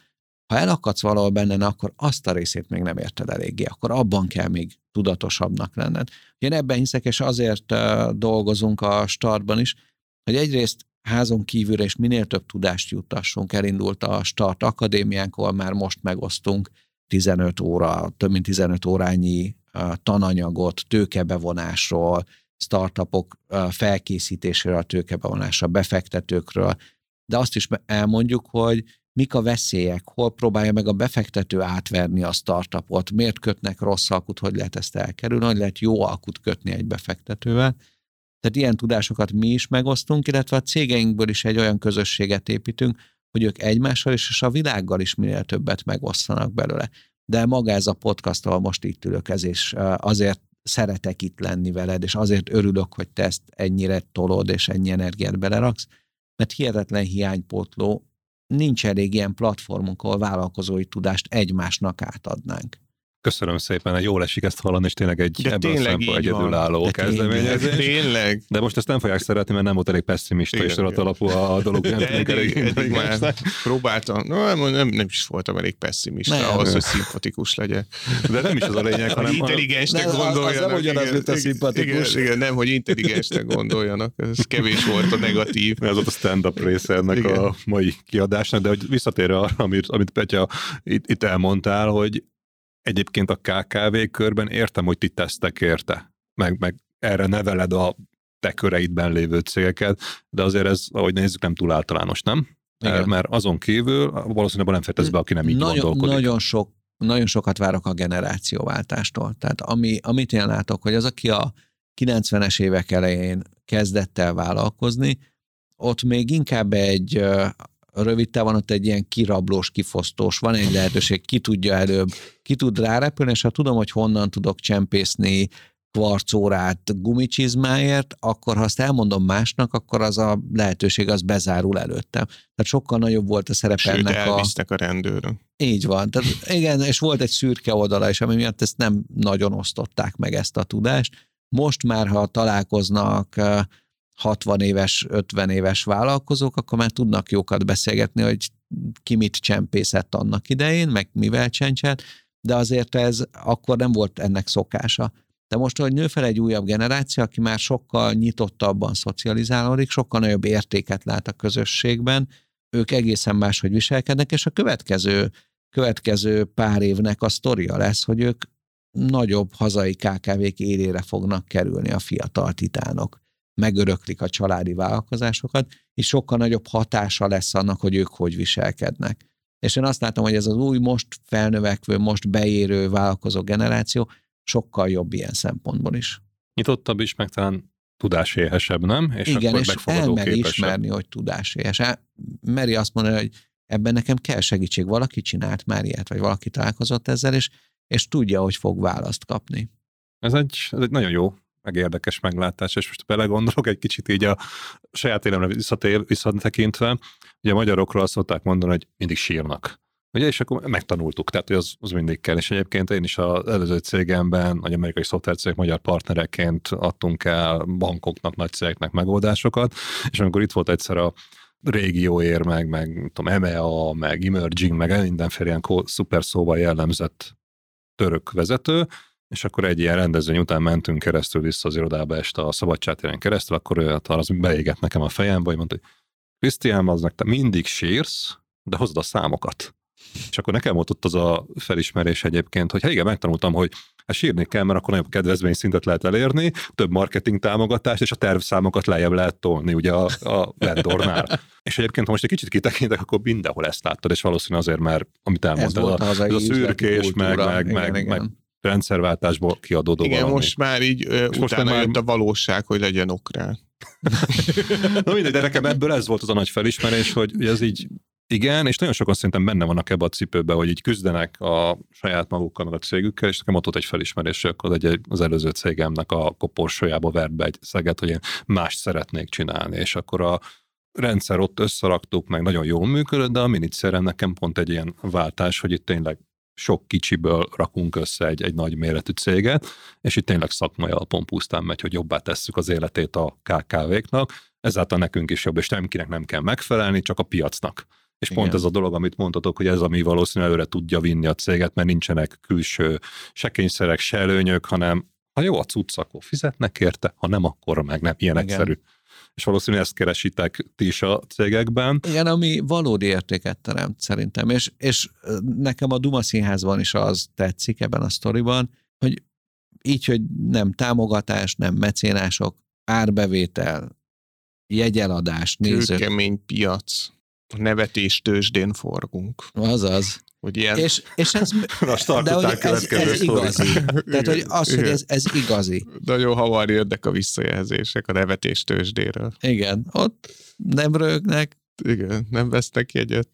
Ha elakadsz valahol benne, akkor azt a részét még nem érted eléggé, akkor abban kell még tudatosabbnak lenned. Én ebben hiszek, és azért dolgozunk a Startban is, hogy egyrészt házon kívülre és minél több tudást juttassunk. Elindult a Start Akadémiánk, ahol már most megosztunk 15 óra, több mint 15 órányi tananyagot tőkebevonásról, startupok felkészítéséről, a tőkebevonásra, befektetőkről, de azt is elmondjuk, hogy mik a veszélyek, hol próbálja meg a befektető átverni a startupot, miért kötnek rossz alkut, hogy lehet ezt elkerülni, hogy lehet jó alkut kötni egy befektetővel. Tehát ilyen tudásokat mi is megosztunk, illetve a cégeinkből is egy olyan közösséget építünk, hogy ők egymással is, és a világgal is minél többet megosztanak belőle. De maga ez a podcast, ahol most itt ülök, ez is azért szeretek itt lenni veled, és azért örülök, hogy te ezt ennyire tolod, és ennyi energiát beleraksz, mert hihetetlen hiánypótló, nincs elég ilyen platformunk, ahol vállalkozói tudást egymásnak átadnánk. Köszönöm szépen, jól esik ezt hallani, és tényleg egy ebből a szempontból egyedülálló kezdeményezés. Tényleg. De most ezt nem fogják szeretni, mert nem volt elég pessimista, és alapú a dolog. Eddig már próbáltam, nem is voltam elég pessimista ahhoz, hogy szimpatikus legyek. De nem is az a lényeg, hanem... Intelligensnek gondoljanak. Az nem ugyanaz, mint a szimpatikus. Igen, nem, hogy intelligensnek gondoljanak. Ez kevés volt a negatív. Ez volt a stand-up része ennek a mai kiadásnak, de hogy visszatérve arra, amit Petya itt elmondtál, hogy egyébként a KKV körben értem, hogy ti tesztek érte, meg erre neveled a te köreidben lévő cégeket, de azért ez, ahogy nézzük, nem túl általános, nem? Igen. Mert azon kívül valószínűleg nem fértesz be, aki nem így gondolkodik. Nagyon sokat várok a generációváltástól. Tehát amit én látok, hogy az, aki a 90-es évek elején kezdett el vállalkozni, ott még inkább egy rövid távon ott egy ilyen kirablós, kifosztós, van egy lehetőség, ki tudja előbb, ki tud rárepülni, és ha tudom, hogy honnan tudok csempészni kvarcórát gumicsizmáért, akkor ha azt elmondom másnak, akkor az a lehetőség az bezárul előttem. Tehát sokkal nagyobb volt a szerepe ennek elvisznek a rendőrön. Így van. Tehát igen, és volt egy szürke oldala is, ami miatt ezt nem nagyon osztották meg ezt a tudást. Most már, ha találkoznak 60 éves, 50 éves vállalkozók, akkor már tudnak jókat beszélgetni, hogy ki mit csempészett annak idején, meg mivel csencselt, de azért ez akkor nem volt ennek szokása. De most, hogy nő fel egy újabb generáció, aki már sokkal nyitottabban szocializálódik, sokkal nagyobb értéket lát a közösségben, ők egészen máshogy viselkednek, és a következő pár évnek a sztoria lesz, hogy ők nagyobb hazai KKV-k élére fognak kerülni a fiatal titánok. Megöröklik a családi vállalkozásokat, és sokkal nagyobb hatása lesz annak, hogy ők hogy viselkednek. És én azt látom, hogy ez az új, most felnövekvő, most beérő vállalkozó generáció sokkal jobb ilyen szempontból is. Nyitottabb is, meg talán tudáséhesebb, nem? És igen, akkor és elmeri ismerni, hogy tudáséhes. Meri azt mondani, hogy ebben nekem kell segítség. Valaki csinált már ilyet, vagy valaki találkozott ezzel, és tudja, hogy fog választ kapni. Ez egy nagyon jó, meg érdekes meglátás, és most belegondolok egy kicsit így a saját élemre visszatekintve, ugye a magyarokról azt szokták mondani, hogy mindig sírnak. Ugye, és akkor megtanultuk, tehát hogy az mindig kell. És egyébként én is az előző cégemben, nagy amerikai szoftvercégek magyar partnereként adtunk el bankoknak, nagy cégeknek megoldásokat, és amikor itt volt egyszer a régióér, meg tudom, EMEA, meg Emerging, meg mindenféle ilyen szuper szóval jellemzett török vezető, és akkor egy ilyen rendezvény után mentünk keresztül vissza az irodába este a Szabadságtéren keresztül, akkor az beégett nekem a fejembe, hogy mondta, hogy Krisztián, aznak te mindig sírsz, de hozd a számokat. És akkor nekem volt ott az a felismerés egyébként, hogy igen, megtanultam, hogy sírni kell, mert akkor nagyobb kedvezményszintet lehet elérni, több marketing támogatást, és a tervszámokat lejjebb lehet tolni ugye a vendornál. És egyébként, ha most egy kicsit kitekintek, akkor mindenhol ezt láttad, és valószínűleg azért, mert amit elmondtad, ez a szürkés, meg rendszerváltásból kiadódó igen, valami. most már így utána jött a valóság, hogy legyen okrán. Na mindegy, de nekem ebből ez volt az a nagy felismerés, hogy ez így igen, és nagyon sokan szerintem benne vannak ebbe a cipőbe, hogy így küzdenek a saját magukkal, meg a cégükkel, és nekem ott volt egy felismerés, hogy az előző cégemnek a koporsójába vert be egy szeget, hogy én mást szeretnék csinálni, és akkor a rendszer ott összeraktuk, meg nagyon jól működött, de a minicéren nekem pont egy ilyen váltás, hogy itt tényleg sok kicsiből rakunk össze egy nagy méretű céget, és itt tényleg szakmai alapon pusztán megy, hogy jobbá tesszük az életét a KKV-knak, ezáltal nekünk is jobb, és senkinek nem kell megfelelni, csak a piacnak. És pont ez a dolog, amit mondtatok, hogy ez, ami valószínűleg előre tudja vinni a céget, mert nincsenek külső se kényszerek, se előnyök, hanem ha jó a cucc, akkor fizetnek érte, ha nem, akkor meg nem. Ilyen egyszerű. És valószínűleg ezt keresitek ti is a cégekben. Igen, ami valódi értéket teremt szerintem, és nekem a Duma Színházban is az tetszik ebben a sztoriban, hogy így, hogy nem támogatás, nem mecénások, árbevétel, jegyeladás, nézők. Kőkemény piac, a nevetés tőzsdén forgunk. Azaz. Hogy ilyen... És ez, de hogy ez igazi. Tehát, hogy az, hogy ez igazi. Nagyon hamar jönnek a visszajelzések a nevetés tőzsdéről. Igen, ott nem rögnek. Igen, nem vesznek jegyet.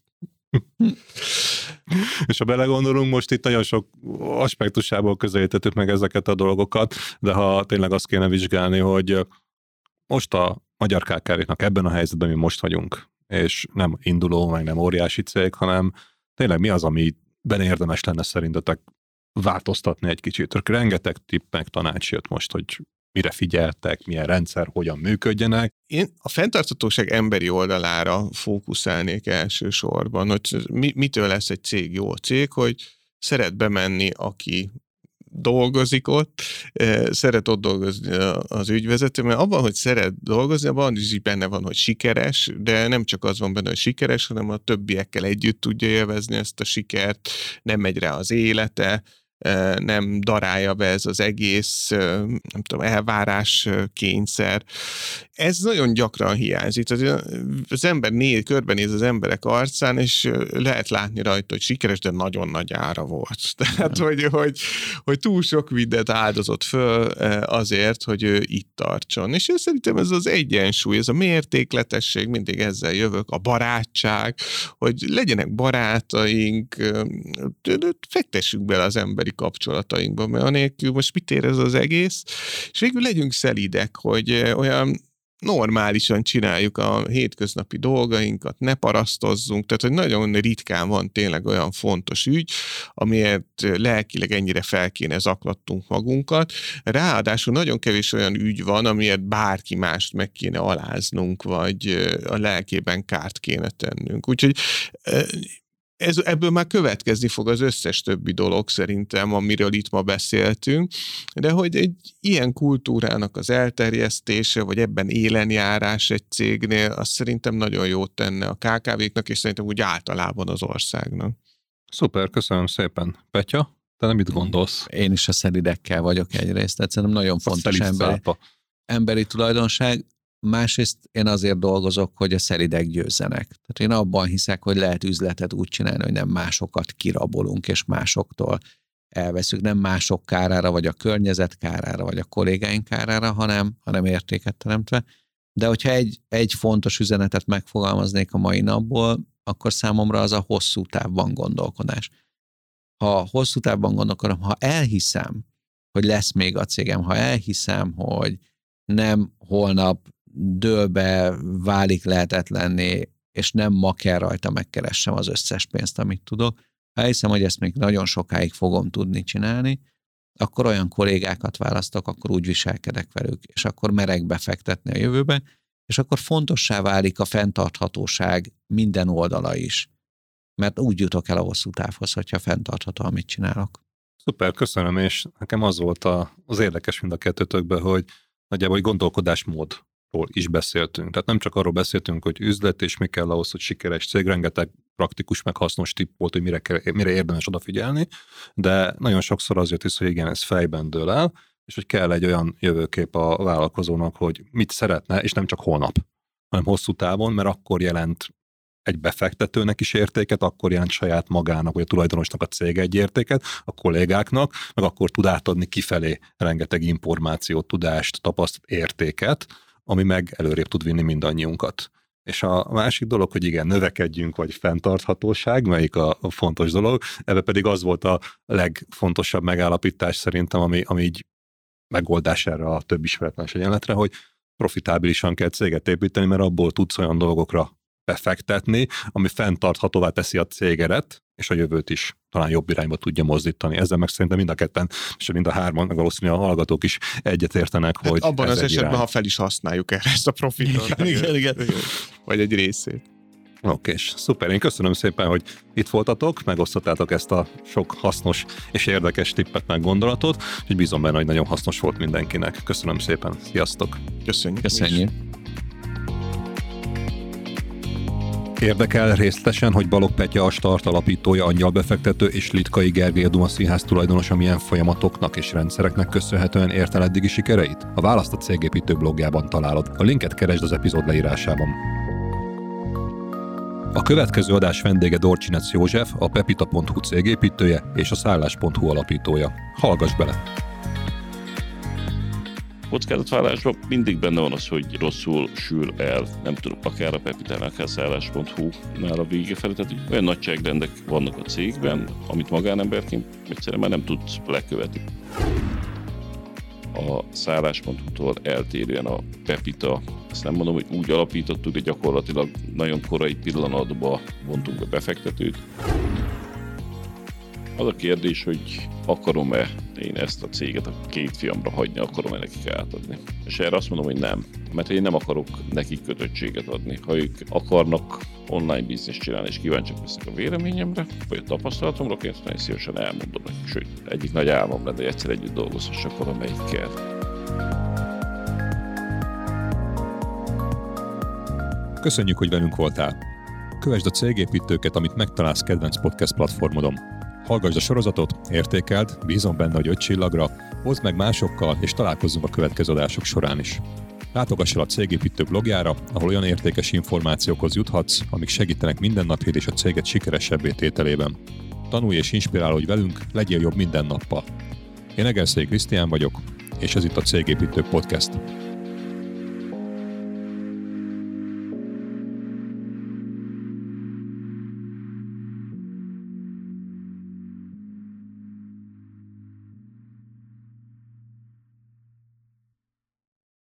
És ha belegondolunk, most itt nagyon sok aspektusából közelítettük meg ezeket a dolgokat, de ha tényleg azt kéne vizsgálni, hogy most a magyar KKV-knak ebben a helyzetben mi most vagyunk, és nem induló, meg nem óriási cég, hanem tényleg mi az, amiben érdemes lenne szerintetek változtatni egy kicsit? Rengeteg tipp meg tanács jött most, hogy mire figyeltek, milyen rendszer, hogyan működjenek. Én a fenntarthatóság emberi oldalára fókuszálnék elsősorban, hogy mitől lesz egy cég jó cég, hogy szeret bemenni, aki dolgozik ott, szeret ott dolgozni az ügyvezető, mert abban, hogy szeret dolgozni, abban is benne van, hogy sikeres, de nem csak az van benne, hogy sikeres, hanem a többiekkel együtt tudja élvezni ezt a sikert, nem megy rá az élete, nem darálja be ez az egész, nem tudom, elvárás kényszer. Ez nagyon gyakran hiányzik. Az ember körbenéz az emberek arcán, és lehet látni rajta, hogy sikeres, de nagyon nagy ára volt. Tehát, hogy túl sok mindent áldozott föl azért, hogy ő itt tartson. És szerintem ez az egyensúly, ez a mértékletesség, mindig ezzel jövök, a barátság, hogy legyenek barátaink, fektessük bele az emberi kapcsolatainkban, mert anélkül most mit ér ez az egész, és végül legyünk szelídek, hogy olyan normálisan csináljuk a hétköznapi dolgainkat, ne parasztozzunk, tehát hogy nagyon ritkán van tényleg olyan fontos ügy, amiért lelkileg ennyire fel kéne zaklattunk magunkat. Ráadásul nagyon kevés olyan ügy van, amiért bárki mást meg kéne aláznunk, vagy a lelkében kárt kéne tennünk. Úgyhogy ebből már következni fog az összes többi dolog szerintem, amiről itt ma beszéltünk, de hogy egy ilyen kultúrának az elterjesztése, vagy ebben élenjárás egy cégnél, az szerintem nagyon jót tenne a KKV-knak, és szerintem úgy általában az országnak. Szuper, köszönöm szépen. Petya, te nem mit gondolsz? Én is a szelidekkel vagyok egyrészt, tehát szerintem nagyon fontos emberi tulajdonság. Másrészt én azért dolgozok, hogy a szelidek győzzenek. Tehát én abban hiszek, hogy lehet üzletet úgy csinálni, hogy nem másokat kirabolunk, és másoktól elveszünk, nem mások kárára, vagy a környezet kárára, vagy a kollégáink kárára, hanem értéket teremtve. De hogyha egy fontos üzenetet megfogalmaznék a mai napból, akkor számomra az a hosszú távban gondolkodás. Ha hosszú távban gondolkodom, ha elhiszem, hogy lesz még a cégem, ha elhiszem, hogy nem holnap dőlbe válik lehetetlenné, és nem ma kell rajta megkeressem az összes pénzt, amit tudok. Ha hiszem, hogy ezt még nagyon sokáig fogom tudni csinálni, akkor olyan kollégákat választok, akkor úgy viselkedek velük, és akkor merek befektetni a jövőbe, és akkor fontossá válik a fenntarthatóság minden oldala is. Mert úgy jutok el a hosszú távhoz, hogyha fenntartható, amit csinálok. Szuper, köszönöm, és nekem az volt az érdekes mind a kettőtökben, hogy nagyjából egy gondolkodásmódról is beszéltünk. Tehát nem csak arról beszéltünk, hogy üzlet, és mi kell ahhoz, hogy sikeres cég, rengeteg praktikus, meg hasznos tipp volt, hogy mire érdemes odafigyelni, de nagyon sokszor az jött is, hogy igen, ez fejben dől el, és hogy kell egy olyan jövőkép a vállalkozónak, hogy mit szeretne, és nem csak holnap, hanem hosszú távon, mert akkor jelent egy befektetőnek is értéket, akkor jelent saját magának, vagy a tulajdonosnak a cég egy értéket, a kollégáknak, meg akkor tud átadni kifelé rengeteg információt, tudást, tapasztalat, értéket, ami meg előrébb tud vinni mindannyiunkat. És a másik dolog, hogy igen, növekedjünk, vagy fenntarthatóság, melyik a fontos dolog, ebbe pedig az volt a legfontosabb megállapítás szerintem, ami így megoldás erre a több ismeretlens egyenletre, hogy profitábilisan kell céget építeni, mert abból tudsz olyan dolgokra befektetni, ami fenntarthatóvá teszi a cégedet, és a jövőt is talán jobb irányba tudja mozdítani. Ezzel meg szerintem mind a ketten, és mind a hárman, meg valószínűleg a hallgatók is egyetértenek, hát hogy abban ez az esetben, irány. ha fel is használjuk erre ezt a profitot. Igen. Vagy egy részét. Oké, szuper. Én köszönöm szépen, hogy itt voltatok, megosztottátok ezt a sok hasznos és érdekes tippet, meg gondolatot, és bízom benne, hogy nagyon hasznos volt mindenkinek. Köszönöm szépen. Sziasztok! Köszönjük. Érdekel részletesen, hogy Balogh Petya, a Start alapítója, angyalbefektető és Litkai Gergely, a Duma Színház tulajdonosa milyen folyamatoknak és rendszereknek köszönhetően ért el eddigi sikereit? A választ a Cégépítő blogjában találod. A linket keresd az epizód leírásában. A következő adás vendége Dorcsinec József, a pepita.hu cégépítője és a szállás.hu alapítója. Hallgass bele! Kockázatvállalásban mindig benne van az, hogy rosszul sül el, nem tudom, akár a Pepitánál, akár szállás.hu-nál a vége felé. Tehát olyan nagyságrendek vannak a cégben, amit magánemberként egyszerűen már nem tudsz lekövetni. A szállás.hu-tól eltérően a Pepita, ezt nem mondom, hogy úgy alapítottuk, de gyakorlatilag nagyon korai pillanatban vontunk be befektetőt. Az a kérdés, hogy akarom-e én ezt a céget a két fiamra hagyni, akarom-e nekik átadni. És erre azt mondom, hogy nem, mert én nem akarok nekik kötöttséget adni. Ha ők akarnak online bizniszt csinálni, és kíváncsiak lesznek a véleményemre, vagy a tapasztalatomra, akkor én nagyon szívesen elmondom nekik. Sőt, egyik nagy álmom lenne, hogy egyszer együtt dolgozhassak valamelyikkel. Köszönjük, hogy velünk voltál! Kövesd a Cégépítőket, amit megtalálsz kedvenc podcast platformodon. Hallgassd a sorozatot, értékeld, bízom benne, hogy 5 csillagra, hozd meg másokkal, és találkozzunk a következő adások során is. Látogass el a Cégépítő blogjára, ahol olyan értékes információkhoz juthatsz, amik segítenek mindennapjét és a céget sikeresebbé tételében. Tanulj és inspirálódj velünk, legyél jobb minden nappal. Én Egerszegi Krisztián vagyok, és ez itt a Cégépítő Podcast.